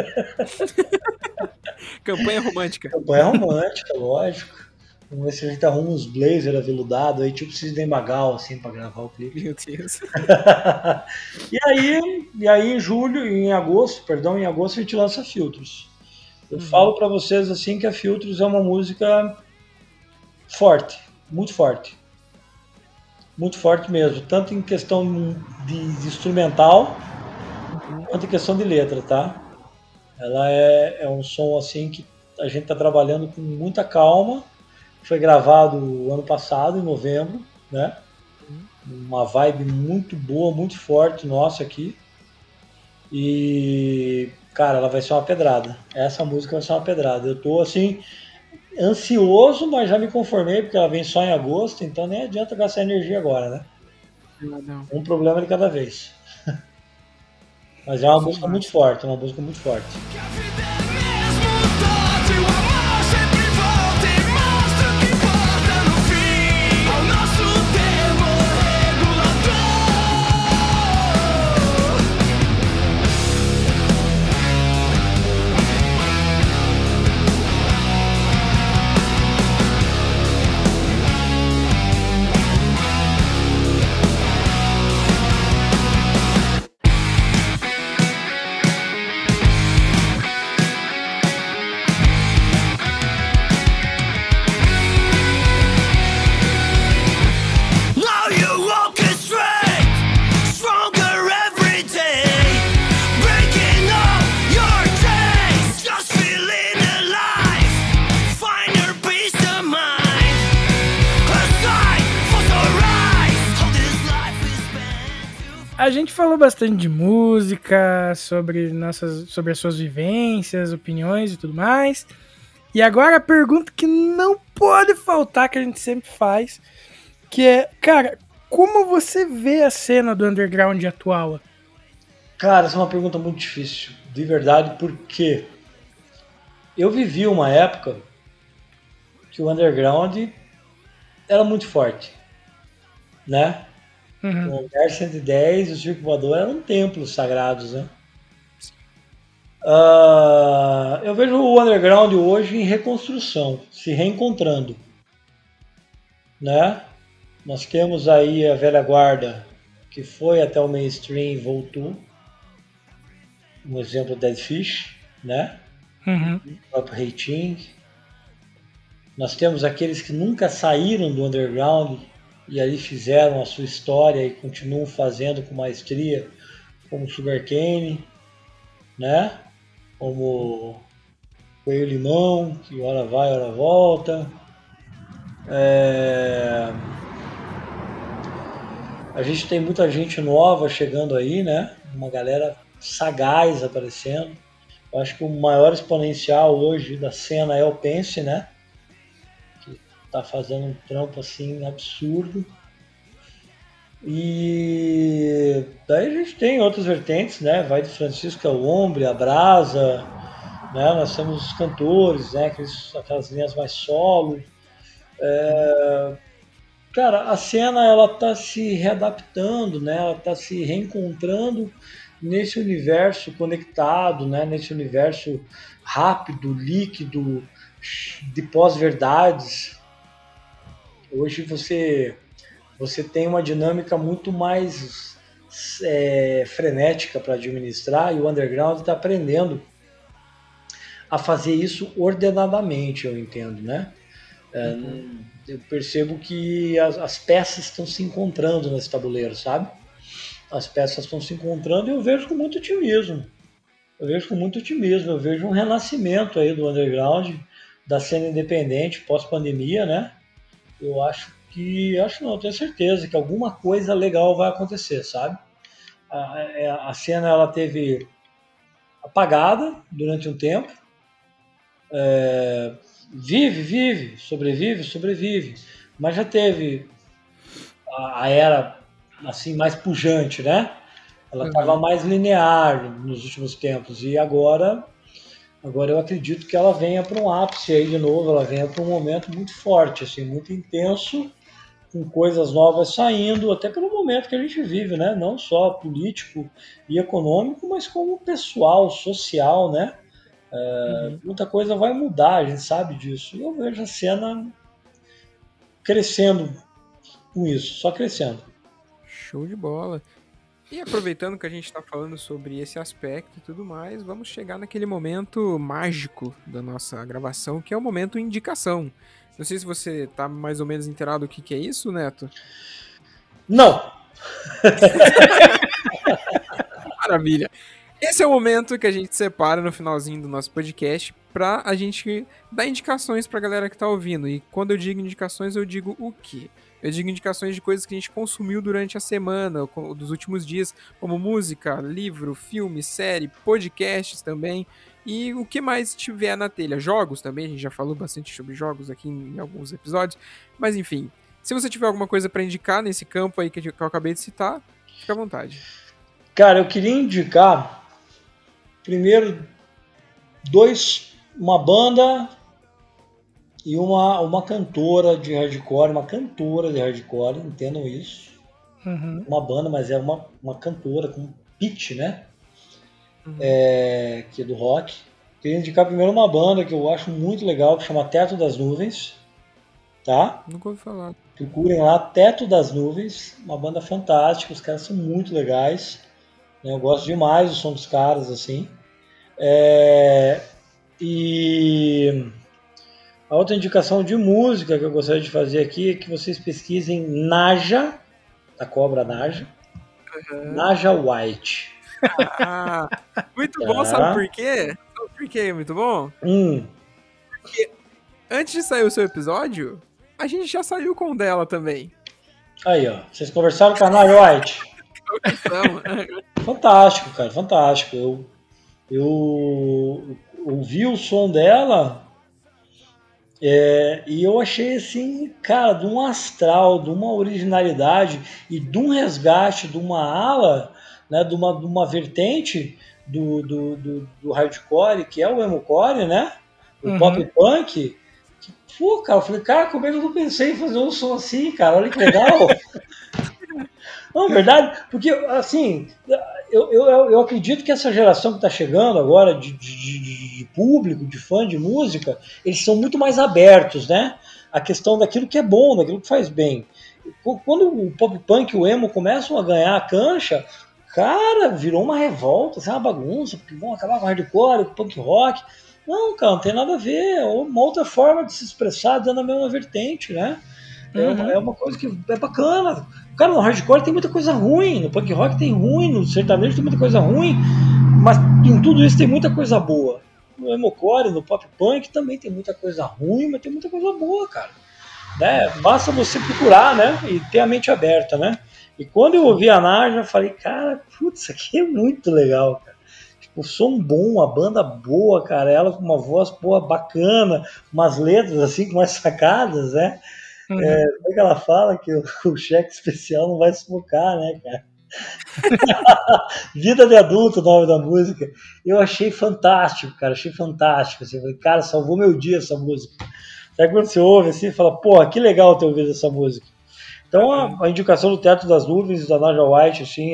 Campanha romântica. Campanha romântica, lógico. Vamos ver se a gente arruma uns blazer aveludados aí, tipo Sidney Magal, assim, pra gravar o clipe. Meu Deus. E aí em agosto a gente lança Filtros. Eu falo pra vocês assim que a Filtros é uma música forte, muito forte. Muito forte mesmo, tanto em questão de instrumental, quanto em questão de letra, tá? Ela é um som assim que a gente tá trabalhando com muita calma. Foi gravado ano passado, em novembro, né? Uma vibe muito boa, muito forte nossa aqui. E, cara, ela vai ser uma pedrada. Essa música vai ser uma pedrada. Eu tô, assim, ansioso, mas já me conformei, porque ela vem só em agosto, então nem adianta gastar energia agora, né? Não. Um problema de cada vez. Mas é uma música muito forte, uma música muito forte. Que a vida é mesmo doce, o amor sempre volta e mostra o que importa no fim. Ao nosso termor regulador. Now you walk it straight, stronger every day, breaking all your chains, just feeling alive, find your peace of mind, 'cause I was alright, how this life is meant to. A gente falou bastante de música, sobre as suas vivências, opiniões e tudo mais. E agora a pergunta que não pode faltar, que a gente sempre faz, que é, cara, como você vê a cena do underground atual? Cara, essa é uma pergunta muito difícil, de verdade, porque eu vivi uma época que o underground era muito forte, né? Uhum. O Hangar 110 e o Circo Voador eram templos sagrados, né? Eu vejo o underground hoje em reconstrução, se reencontrando, né? Nós temos aí a velha guarda que foi até o mainstream e voltou. Um exemplo, Dead Fish, né? Uhum. O próprio Reiting. Nós temos aqueles que nunca saíram do underground e ali fizeram a sua história e continuam fazendo com maestria, como Sugarcane, né? Como Coelho Limão, que hora vai, hora volta. A gente tem muita gente nova chegando aí, né? Uma galera sagaz aparecendo. Eu acho que o maior exponencial hoje da cena é o Pense, né? Que tá fazendo um trampo assim absurdo. E daí a gente tem outras vertentes, né? Vai de Francisco ao Ombre, a Brasa, né? Nós temos os cantores, né? Aquelas linhas mais solo. Cara, a cena ela tá se readaptando, né? Ela tá se reencontrando nesse universo conectado, né? Nesse universo rápido, líquido, de pós-verdades. Hoje você tem uma dinâmica muito mais frenética para administrar, e o underground está aprendendo a fazer isso ordenadamente, eu entendo, né? Eu percebo que as peças estão se encontrando nesse tabuleiro, sabe? As peças estão se encontrando e eu vejo com muito otimismo. Eu vejo um renascimento aí do underground, da cena independente pós-pandemia, né? Eu eu tenho certeza que alguma coisa legal vai acontecer, sabe? A cena ela teve apagada durante um tempo. Vive, sobrevive, mas já teve a era assim mais pujante, né? Ela estava mais linear nos últimos tempos e agora eu acredito que ela venha para um ápice aí de novo, ela venha para um momento muito forte, assim, muito intenso, com coisas novas saindo, até pelo momento que a gente vive, né? Não só político e econômico, mas como pessoal, social, né? Muita coisa vai mudar, a gente sabe disso. E eu vejo a cena crescendo com isso, só crescendo. Show de bola. E aproveitando que a gente está falando sobre esse aspecto e tudo mais, vamos chegar naquele momento mágico da nossa gravação, que é o momento indicação. Não sei se você tá mais ou menos inteirado do que é isso, Neto. Não! Maravilha! Esse é o momento que a gente separa no finalzinho do nosso podcast pra a gente dar indicações pra galera que tá ouvindo. E quando eu digo indicações, eu digo o quê? Eu digo indicações de coisas que a gente consumiu durante a semana, dos últimos dias, como música, livro, filme, série, podcasts também. E o que mais tiver na telha. Jogos também, a gente já falou bastante sobre jogos aqui em alguns episódios. Mas enfim, Se você tiver alguma coisa pra indicar nesse campo aí que eu acabei de citar, fica à vontade. Cara, eu queria indicar primeiro uma banda e uma cantora de hardcore, entendam isso. Uhum. Uma banda, mas é uma cantora com pitch, né? Que é do rock. Queria indicar primeiro uma banda que eu acho muito legal, que chama Teto das Nuvens, tá? Nunca ouvi falar. Procurem lá, Teto das Nuvens, uma banda fantástica, os caras são muito legais, né? Eu gosto demais do som dos caras, assim. E a outra indicação de música que eu gostaria de fazer aqui é que vocês pesquisem Naja, a cobra Naja, Naja White. Ah, muito bom, sabe por quê? Sabe por quê? Muito bom? Porque antes de sair o seu episódio, a gente já saiu com o dela também. Aí, ó, vocês conversaram com a Naja White? Fantástico, cara, fantástico. Eu ouvi o som dela e eu achei assim, cara, de um astral, de uma originalidade e de um resgate de uma ala, né, de uma vertente do hardcore, que é o emocore, né? O pop punk. Pô, cara, eu falei, cara, como é que eu não pensei em fazer um som assim, cara? Olha que legal. Não, verdade, porque assim, eu acredito que essa geração que está chegando agora de público, de fã de música, eles são muito mais abertos, né? A questão daquilo que é bom, daquilo que faz bem. Quando o pop punk e o emo começam a ganhar a cancha, cara, virou uma revolta, assim, uma bagunça, porque vão acabar com hardcore, com punk rock. Não, cara, não tem nada a ver, é uma outra forma de se expressar dentro da mesma vertente, né? É uma coisa que é bacana. Cara, no hardcore tem muita coisa ruim, no punk rock tem ruim, no sertanejo tem muita coisa ruim, mas em tudo isso tem muita coisa boa. No emocore, no pop punk também tem muita coisa ruim, mas tem muita coisa boa, cara. Né? Basta você procurar, né? E ter a mente aberta, né? E quando eu ouvi a Naja, eu falei, cara, putz, isso aqui é muito legal, cara. Tipo, som bom, a banda boa, cara, ela com uma voz boa, bacana, umas letras assim, com umas sacadas, né? Como é que ela fala que o cheque especial não vai sufocar, né, cara? Vida de Adulto, o nome da música. Eu achei fantástico, cara, achei fantástico. Assim, falei, cara, salvou meu dia essa música. Sabe quando você ouve assim e fala, pô, que legal ter ouvido essa música. Então a indicação do Teto das Nuvens da Naja White, assim,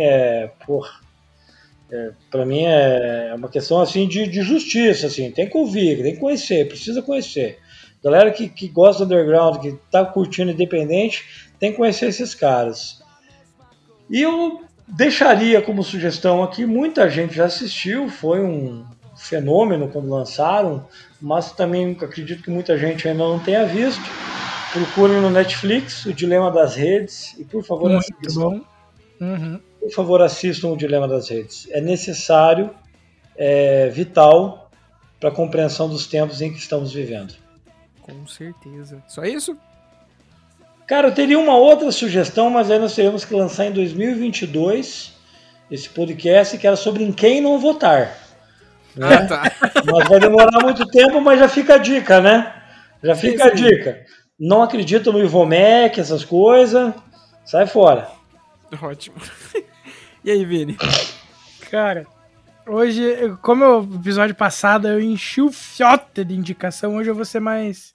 pra mim é uma questão assim de justiça, assim, tem que ouvir, tem que conhecer, precisa conhecer. Galera que gosta do underground, que tá curtindo independente, tem que conhecer esses caras. E eu deixaria como sugestão aqui, muita gente já assistiu, foi um fenômeno quando lançaram, mas também acredito que muita gente ainda não tenha visto. Procurem no Netflix O Dilema das Redes e por favor assistam. Por favor assistam O Dilema das Redes. É necessário, é vital para a compreensão dos tempos em que estamos vivendo. Com certeza. Só isso? Cara, eu teria uma outra sugestão, mas aí nós teríamos que lançar em 2022 esse podcast, que era sobre em quem não votar. Né? Tá. Mas vai demorar muito tempo, mas já fica a dica, né? Já fica a dica. Não acredito no Ivomec, essas coisas. Sai fora. Ótimo. E aí, Vini? Cara, hoje, como o episódio passado eu enchi o fiote de indicação, hoje eu vou ser mais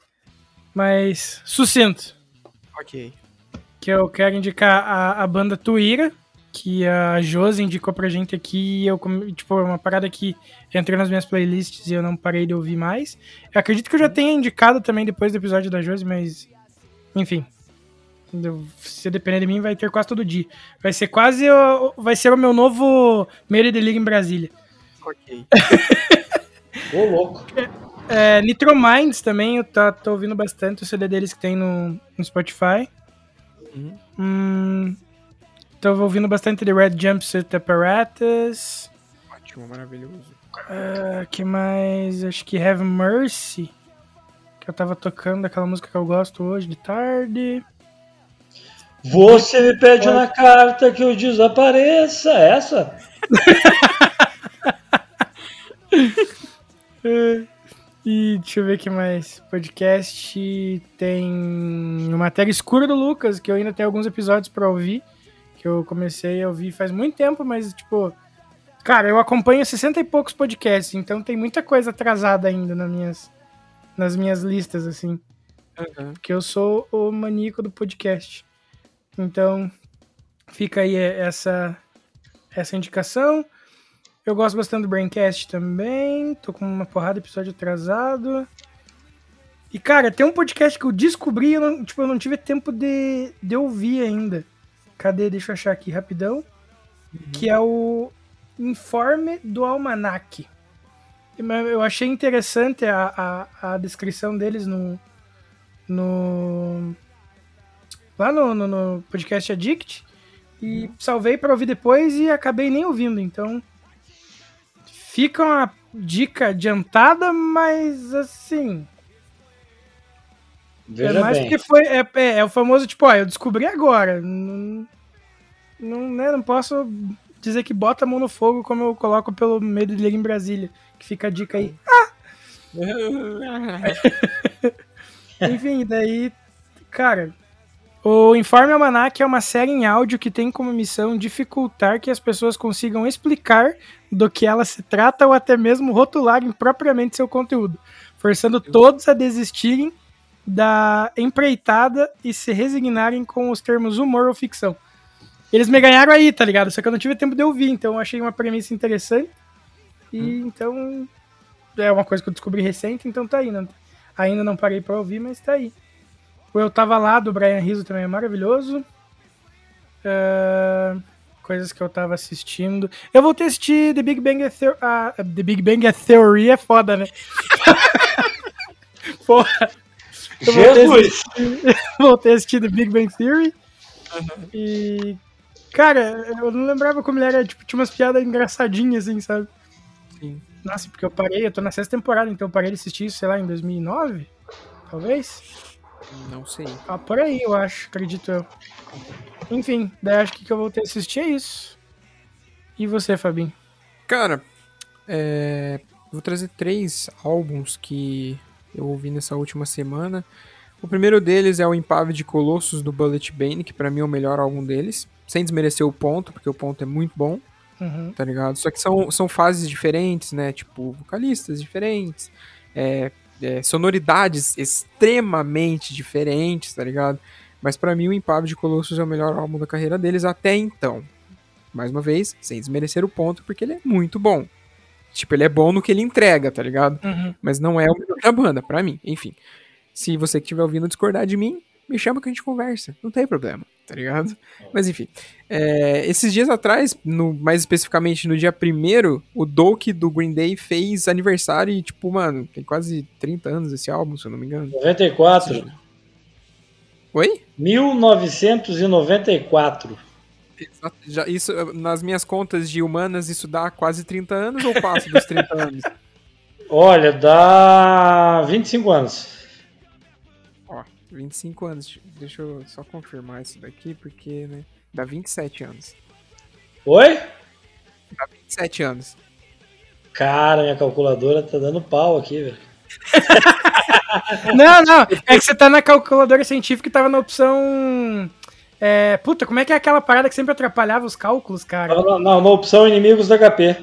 sucinto. Ok. Que eu quero indicar a banda Tuíra, que a Josi indicou pra gente aqui, e é uma parada que entrou nas minhas playlists e eu não parei de ouvir mais. Eu acredito que eu já tenha indicado também depois do episódio da Josi, mas enfim, se depender de mim vai ter quase todo dia. Vai ser o meu novo Medo e Delírio em Brasília. Ok. Ô, louco. Nitro Minds também, eu tô ouvindo bastante o CD deles que tem no Spotify. Tô ouvindo bastante de Red Jumpsuit Apparatus. Ótimo, maravilhoso. Que mais? Acho que Have Mercy, que eu tava tocando aquela música que eu gosto hoje de tarde. Você me pede na carta que eu desapareça. Essa? E deixa eu ver o que mais. Podcast tem uma matéria escura do Lucas, que eu ainda tenho alguns episódios pra ouvir, que eu comecei a ouvir faz muito tempo, mas, tipo... Cara, eu acompanho 60 e poucos podcasts, então tem muita coisa atrasada ainda nas minhas listas, assim. Uhum. Porque eu sou o maníaco do podcast. Então, fica aí essa indicação. Eu gosto bastante do Braincast também. Tô com uma porrada de episódio atrasado. E, cara, tem um podcast que eu descobri e eu não tive tempo de ouvir ainda. Cadê? Deixa eu achar aqui rapidão. Que é o Informe do Almanac. Eu achei interessante a descrição deles lá no podcast Addict. E salvei pra ouvir depois e acabei nem ouvindo. Então, fica uma dica adiantada, mas assim... Veja é mais bem. porque é o famoso, tipo, eu descobri agora. Não posso dizer que bota a mão no fogo como eu coloco pelo medo de ler em Brasília. Que fica a dica aí. Enfim, daí, cara, o Informe Almanac é uma série em áudio que tem como missão dificultar que as pessoas consigam explicar do que ela se trata ou até mesmo rotularem propriamente seu conteúdo, forçando todos a desistirem da empreitada e se resignarem com os termos humor ou ficção. Eles me ganharam aí, tá ligado? Só que eu não tive tempo de ouvir, então eu achei uma premissa interessante. E então é uma coisa que eu descobri recente, então tá aí. Ainda não parei pra ouvir, mas tá aí. O Eu Tava Lá, do Brian Rizzo, também é maravilhoso. Coisas que eu tava assistindo. Eu voltei a assistir The Big Bang Theory. The Big Bang Theory é foda, né? Porra. Jesus! Voltei a assistir The Big Bang Theory. E... Cara, eu não lembrava como ele era, tipo, tinha umas piadas engraçadinhas, assim, sabe? Sim. Nossa, porque eu tô na 6ª temporada, então eu parei de assistir isso, sei lá, em 2009, talvez? Não sei. Por aí, eu acho, acredito eu. Enfim, daí acho que eu voltei a assistir é isso. E você, Fabinho? Cara, vou trazer 3 álbuns que eu ouvi nessa última semana. O primeiro deles é o Impave de Colossus, do Bullet Bane, que pra mim é o melhor álbum deles. Sem desmerecer o Ponto, porque o Ponto é muito bom, tá ligado? Só que são fases diferentes, né? Tipo, vocalistas diferentes, sonoridades extremamente diferentes, tá ligado? Mas pra mim o Impave de Colossus é o melhor álbum da carreira deles até então. Mais uma vez, sem desmerecer o Ponto, porque ele é muito bom. Tipo, ele é bom no que ele entrega, tá ligado? Mas não é o melhor da banda, pra mim. Enfim, se você que estiver ouvindo discordar de mim, me chama que a gente conversa. Não tem problema, tá ligado? Mas enfim, esses dias atrás, mais especificamente no dia 1º, o Doak do Green Day fez aniversário e, tipo, mano, tem quase 30 anos esse álbum, se eu não me engano. 94. Oi? 1994. Exato. Isso, nas minhas contas de humanas, isso dá quase 30 anos ou passa dos 30 anos? Olha, dá 25 anos. 25 anos. Deixa eu só confirmar isso daqui, porque, né? Dá 27 anos. Oi? Dá 27 anos. Cara, minha calculadora tá dando pau aqui, velho. Não, é que você tá na calculadora científica e tava na opção... puta, como é que é aquela parada que sempre atrapalhava os cálculos, cara? Não, na opção inimigos da HP.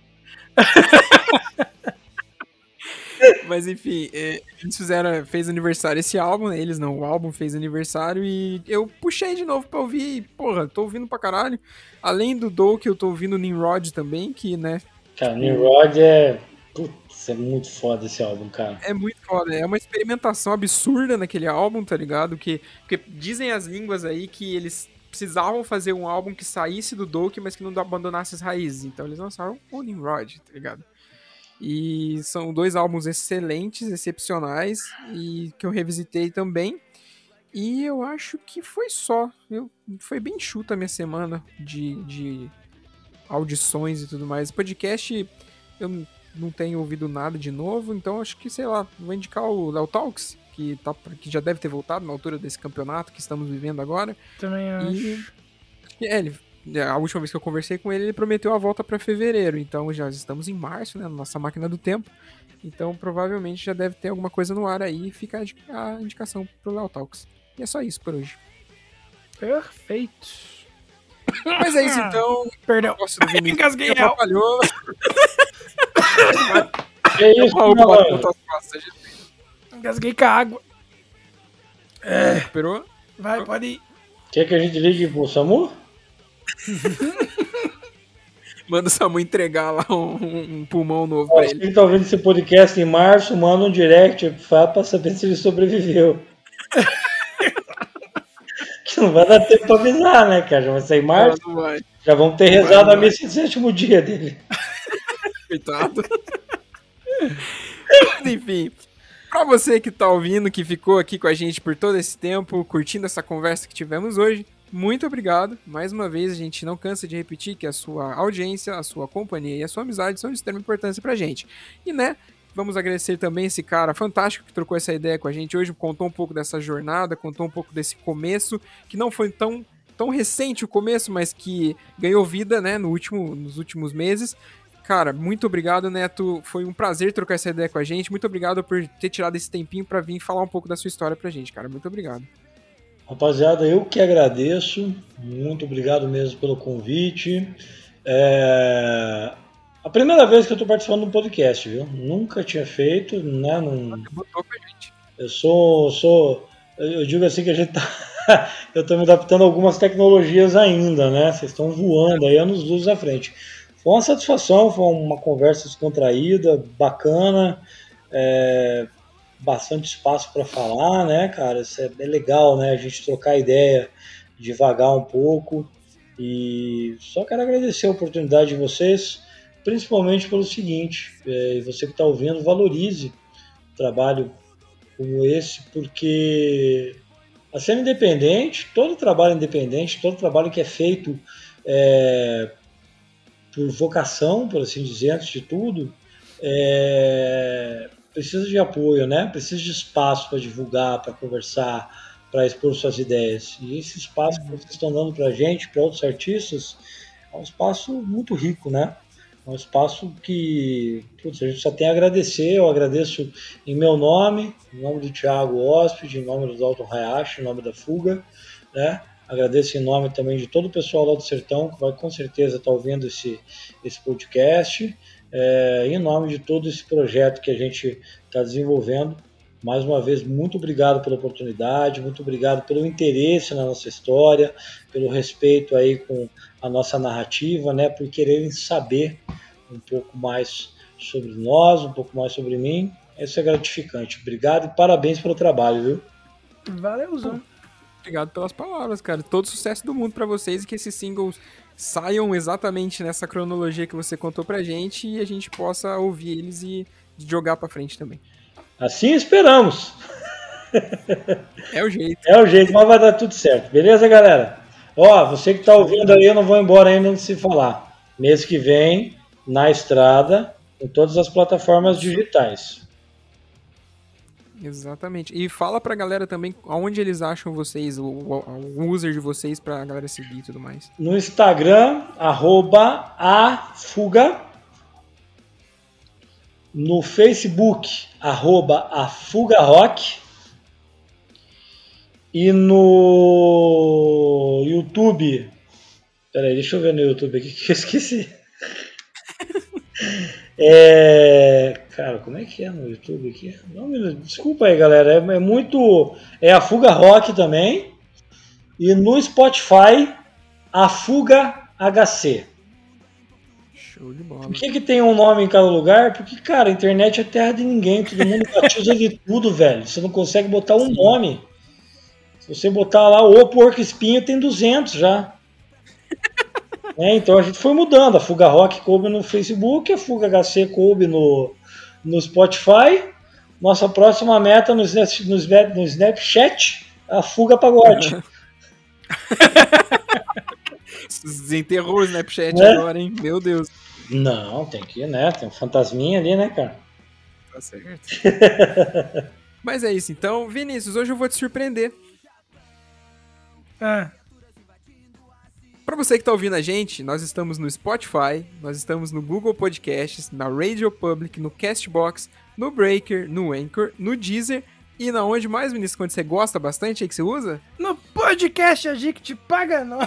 Mas enfim, eles fez aniversário esse álbum, né? Eles não, o álbum fez aniversário e eu puxei de novo pra ouvir e, porra, tô ouvindo pra caralho. Além do Doak, eu tô ouvindo Nimrod também, que, né... Cara, Nimrod Putz, é muito foda esse álbum, cara. É muito foda, é uma experimentação absurda naquele álbum, tá ligado? Porque dizem as línguas aí que eles precisavam fazer um álbum que saísse do Doak, mas que não abandonasse as raízes. Então eles lançaram o Nimrod, tá ligado? E são 2 álbuns excelentes, excepcionais, e que eu revisitei também. E eu acho que foi só. Foi bem chuta a minha semana de audições e tudo mais. Podcast, eu não tenho ouvido nada de novo, então acho que, sei lá, vou indicar o Léo Talks, que já deve ter voltado na altura desse campeonato que estamos vivendo agora. Também acho. A última vez que eu conversei com ele, ele prometeu a volta para fevereiro, então já estamos em março, né, na nossa máquina do tempo. Então, provavelmente já deve ter alguma coisa no ar aí e fica a indicação pro Léo Talks. E é só isso por hoje. Perfeito. Mas é isso, então. Perdão. Gosto do Vinícius. Engasguei Que real. atrapalhou. Que isso, Raul meu bateu velho? nas tuas costas. Engasguei com a água. Recuperou? Vai, pode ir. Quer que a gente ligue pro SAMU? Manda o Samu entregar lá um pulmão novo Ó, pra se ele. ele tá ouvindo esse podcast em março, manda um direct pro Fábio pra saber se ele sobreviveu. Que não vai dar tempo pra avisar, né, cara? Já vai sair em março, Não vai. já vamos ter rezado a missa de sétimo dia dele. Coitado. Mas enfim, pra você que tá ouvindo, que ficou aqui com a gente por todo esse tempo, curtindo essa conversa que tivemos hoje, muito obrigado. Mais uma vez, a gente não cansa de repetir que a sua audiência, a sua companhia e a sua amizade são de extrema importância pra gente. E, né, vamos agradecer também esse cara fantástico que trocou essa ideia com a gente hoje, contou um pouco dessa jornada, contou um pouco desse começo, que não foi tão recente o começo, mas que ganhou vida, né, nos últimos meses. Cara, muito obrigado, Neto. Foi um prazer trocar essa ideia com a gente. Muito obrigado por ter tirado esse tempinho pra vir falar um pouco da sua história pra gente, cara. Muito obrigado. Rapaziada, eu que agradeço. Muito obrigado mesmo pelo convite. A primeira vez que eu tô participando de um podcast, viu? Nunca tinha feito, né? Botou com a gente. Eu digo assim que a gente tá. Eu tô me adaptando a algumas tecnologias ainda, né? Vocês estão voando aí anos luz à frente. Foi uma satisfação, foi uma conversa descontraída, bacana, bastante espaço para falar, né, cara? Isso é legal, né? A gente trocar ideia, devagar um pouco. E só quero agradecer a oportunidade de vocês, principalmente pelo seguinte: você que está ouvindo, valorize um trabalho como esse, porque a cena independente, todo trabalho independente, todo trabalho que é feito por vocação, por assim dizer, antes de tudo, precisa de apoio, né? Precisa de espaço para divulgar, para conversar, para expor suas ideias. E esse espaço que vocês estão dando para a gente, para outros artistas, é um espaço muito rico, né? É um espaço que a gente só tem a agradecer. Eu agradeço em meu nome, em nome do Thiago Hóspede, em nome do Dalton Hayashi, em nome da Fuga, né? Agradeço em nome também de todo o pessoal lá do Sertão, que vai com certeza estar ouvindo esse podcast, em nome de todo esse projeto que a gente está desenvolvendo. Mais uma vez, muito obrigado pela oportunidade, muito obrigado pelo interesse na nossa história, pelo respeito aí com a nossa narrativa, né, por quererem saber um pouco mais sobre nós, um pouco mais sobre mim. Isso é gratificante. Obrigado e parabéns pelo trabalho, viu? Valeuzão. Obrigado pelas palavras, cara. Todo sucesso do mundo pra vocês e que esses singles saiam exatamente nessa cronologia que você contou pra gente e a gente possa ouvir eles e jogar pra frente também. Assim esperamos. É o jeito. É o jeito, mas vai dar tudo certo. Beleza, galera? Ó, você que tá ouvindo aí, eu não vou embora ainda antes de se falar. Mês que vem, na estrada, em todas as plataformas digitais. Exatamente. E fala pra galera também aonde eles acham vocês, o user de vocês pra galera seguir e tudo mais. No Instagram, @afuga. No Facebook, @afugarock. E no YouTube... Peraí, deixa eu ver no YouTube aqui que eu esqueci. Cara, como é que é no YouTube aqui? Desculpa aí, galera. É muito... É a Fuga Rock também. E no Spotify, a Fuga HC. Show de bola. Por que tem um nome em cada lugar? Porque, cara, a internet é terra de ninguém. Todo mundo batiza de tudo, velho. Você não consegue botar um nome. Se você botar lá o Porco Espinho, tem 200 já. Então a gente foi mudando. A Fuga Rock coube no Facebook, a Fuga HC coube no Spotify. Nossa próxima meta no Snapchat, a Fuga Pagode. Desenterrou o Snapchat Né? agora, hein? Meu Deus. Não, tem que, né? Tem um fantasminha ali, né, cara? Tá certo. Mas é isso, então. Vinícius, hoje eu vou te surpreender. Ah, Pra você que tá ouvindo a gente, nós estamos no Spotify, nós estamos no Google Podcasts, na Radio Public, no Castbox, no Breaker, no Anchor, no Deezer e na onde mais, Vinícius, quando você gosta bastante aí que você usa? No podcast Addict paga nós.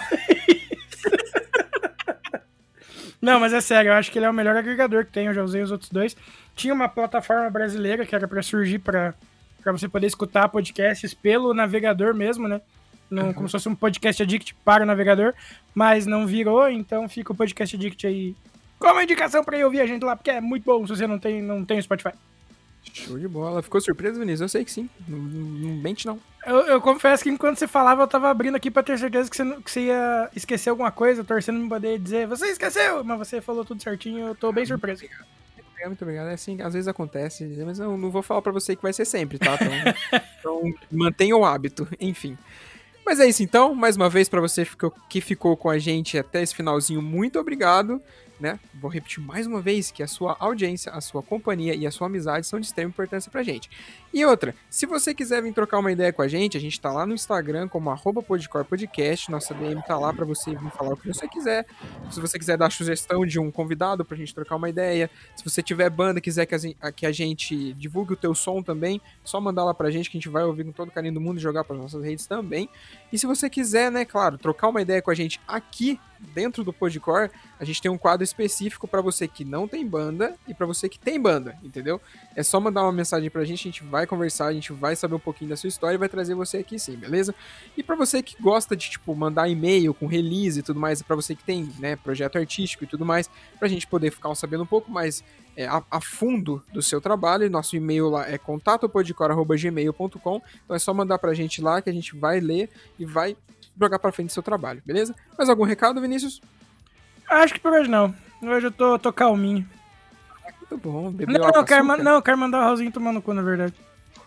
Não, mas é sério, eu acho que ele é o melhor agregador que tem, eu já usei os outros dois. Tinha uma plataforma brasileira que era pra surgir pra você poder escutar podcasts pelo navegador mesmo, né? Como se fosse um podcast Addict para o navegador, mas não virou, então fica o podcast Addict aí como indicação pra ir ouvir a gente lá, porque é muito bom se você não tem o Spotify. Show de bola. Ficou surpreso, Vinícius? Eu sei que sim. Não mente, não. Eu confesso que enquanto você falava, eu tava abrindo aqui pra ter certeza que você ia esquecer alguma coisa, torcendo pra poder dizer, você esqueceu, mas você falou tudo certinho, eu tô bem surpreso. Muito obrigado. É assim, às vezes acontece, mas eu não vou falar pra você que vai ser sempre, tá? Então mantenha o hábito, enfim. Mas é isso então, mais uma vez pra você que ficou com a gente até esse finalzinho, muito obrigado, né? Vou repetir mais uma vez que a sua audiência, a sua companhia e a sua amizade são de extrema importância pra gente. E outra, se você quiser vir trocar uma ideia com a gente tá lá no Instagram como @podcorpodcast, nossa DM tá lá pra você vir falar o que você quiser. Se você quiser dar sugestão de um convidado pra gente trocar uma ideia, se você tiver banda e quiser que a gente divulgue o teu som também, só mandar lá pra gente que a gente vai ouvir com todo o carinho do mundo e jogar pras nossas redes também. E se você quiser, né, claro, trocar uma ideia com a gente aqui dentro do Podcore, a gente tem um quadro específico pra você que não tem banda e pra você que tem banda, entendeu? É só mandar uma mensagem pra gente, a gente vai conversar, a gente vai saber um pouquinho da sua história e vai trazer você aqui sim, beleza? E pra você que gosta de, tipo, mandar e-mail com release e tudo mais, pra você que tem, né, projeto artístico e tudo mais, pra gente poder ficar sabendo um pouco mais a fundo do seu trabalho, nosso e-mail lá é contatopodcore@gmail.com, então é só mandar pra gente lá que a gente vai ler e vai jogar pra frente do seu trabalho, beleza? Mais algum recado, Vinícius? Acho que por hoje não. Hoje eu tô calminho. Muito bom, Eu quero mandar o Raulzinho tomar no cu, na verdade.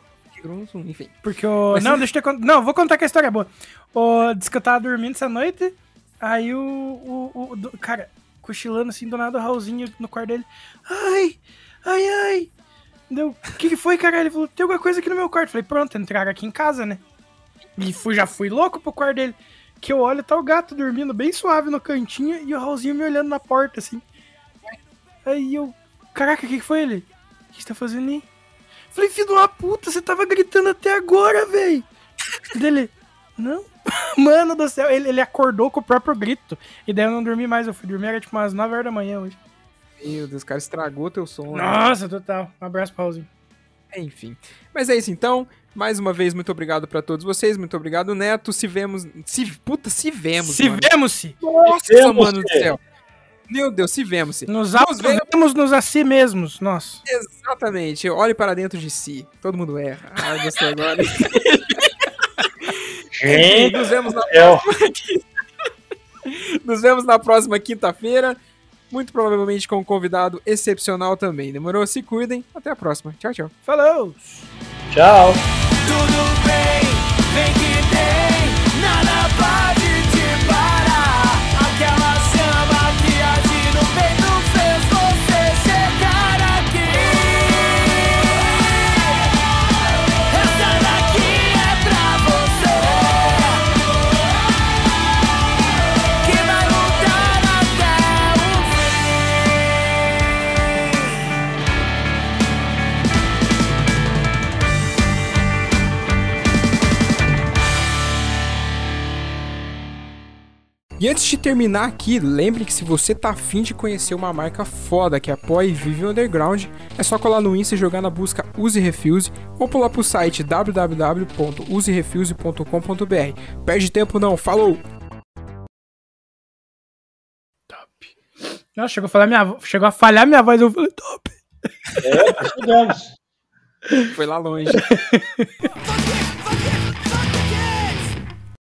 Enfim. Porque o... Mas não, deixa eu te contar. Não, vou contar que a história é boa. Diz que eu tava dormindo essa noite, aí cara, cochilando assim, do nada o Raulzinho no quarto dele. Ai. Deu, o que foi, cara? Ele falou, tem alguma coisa aqui no meu quarto. Falei, pronto, entraram aqui em casa, né? E já fui louco pro quarto dele. Que eu olho, tá o gato dormindo bem suave no cantinho e o Raulzinho me olhando na porta, assim. Aí eu, caraca, o que foi ele? O que você tá fazendo aí? Falei, filho de uma puta, você tava gritando até agora, véi. Dele, não. Mano do céu, ele acordou com o próprio grito. E daí eu não dormi mais, eu fui dormir, era tipo umas 9 horas da manhã hoje. Meu Deus, cara, estragou teu som. Nossa, total. Um abraço pro Raulzinho. Enfim. Mas é isso então. Mais uma vez, muito obrigado pra todos vocês. Muito obrigado, Neto. Se vemos. Se-vemos-se. Nossa, mano do céu. Meu Deus, se vemos-se. Nos vemos a si mesmos, nossa. Exatamente. Olhe para dentro de si. Todo mundo erra. Ai, gostei agora. Gente, nos vemos na próxima. Nos vemos na próxima quinta-feira. Muito provavelmente com um convidado excepcional também. Demorou? Se cuidem. Até a próxima. Tchau, tchau. Falou! tchau. Tudo bem, vem que tem, nada pode te parar. Aquela chama que arde no peito fez você chegar aqui. Essa daqui é pra você, que vai lutar até o fim. E antes de terminar aqui, lembre que se você tá afim de conhecer uma marca foda que apoia e vive o underground, é só colar no Insta e jogar na busca Use Refuse ou pular pro site www.userefuse.com.br. Perde tempo não, falou! Top. Nossa, chegou a falhar minha voz, eu falei top. Chegamos. Foi lá longe.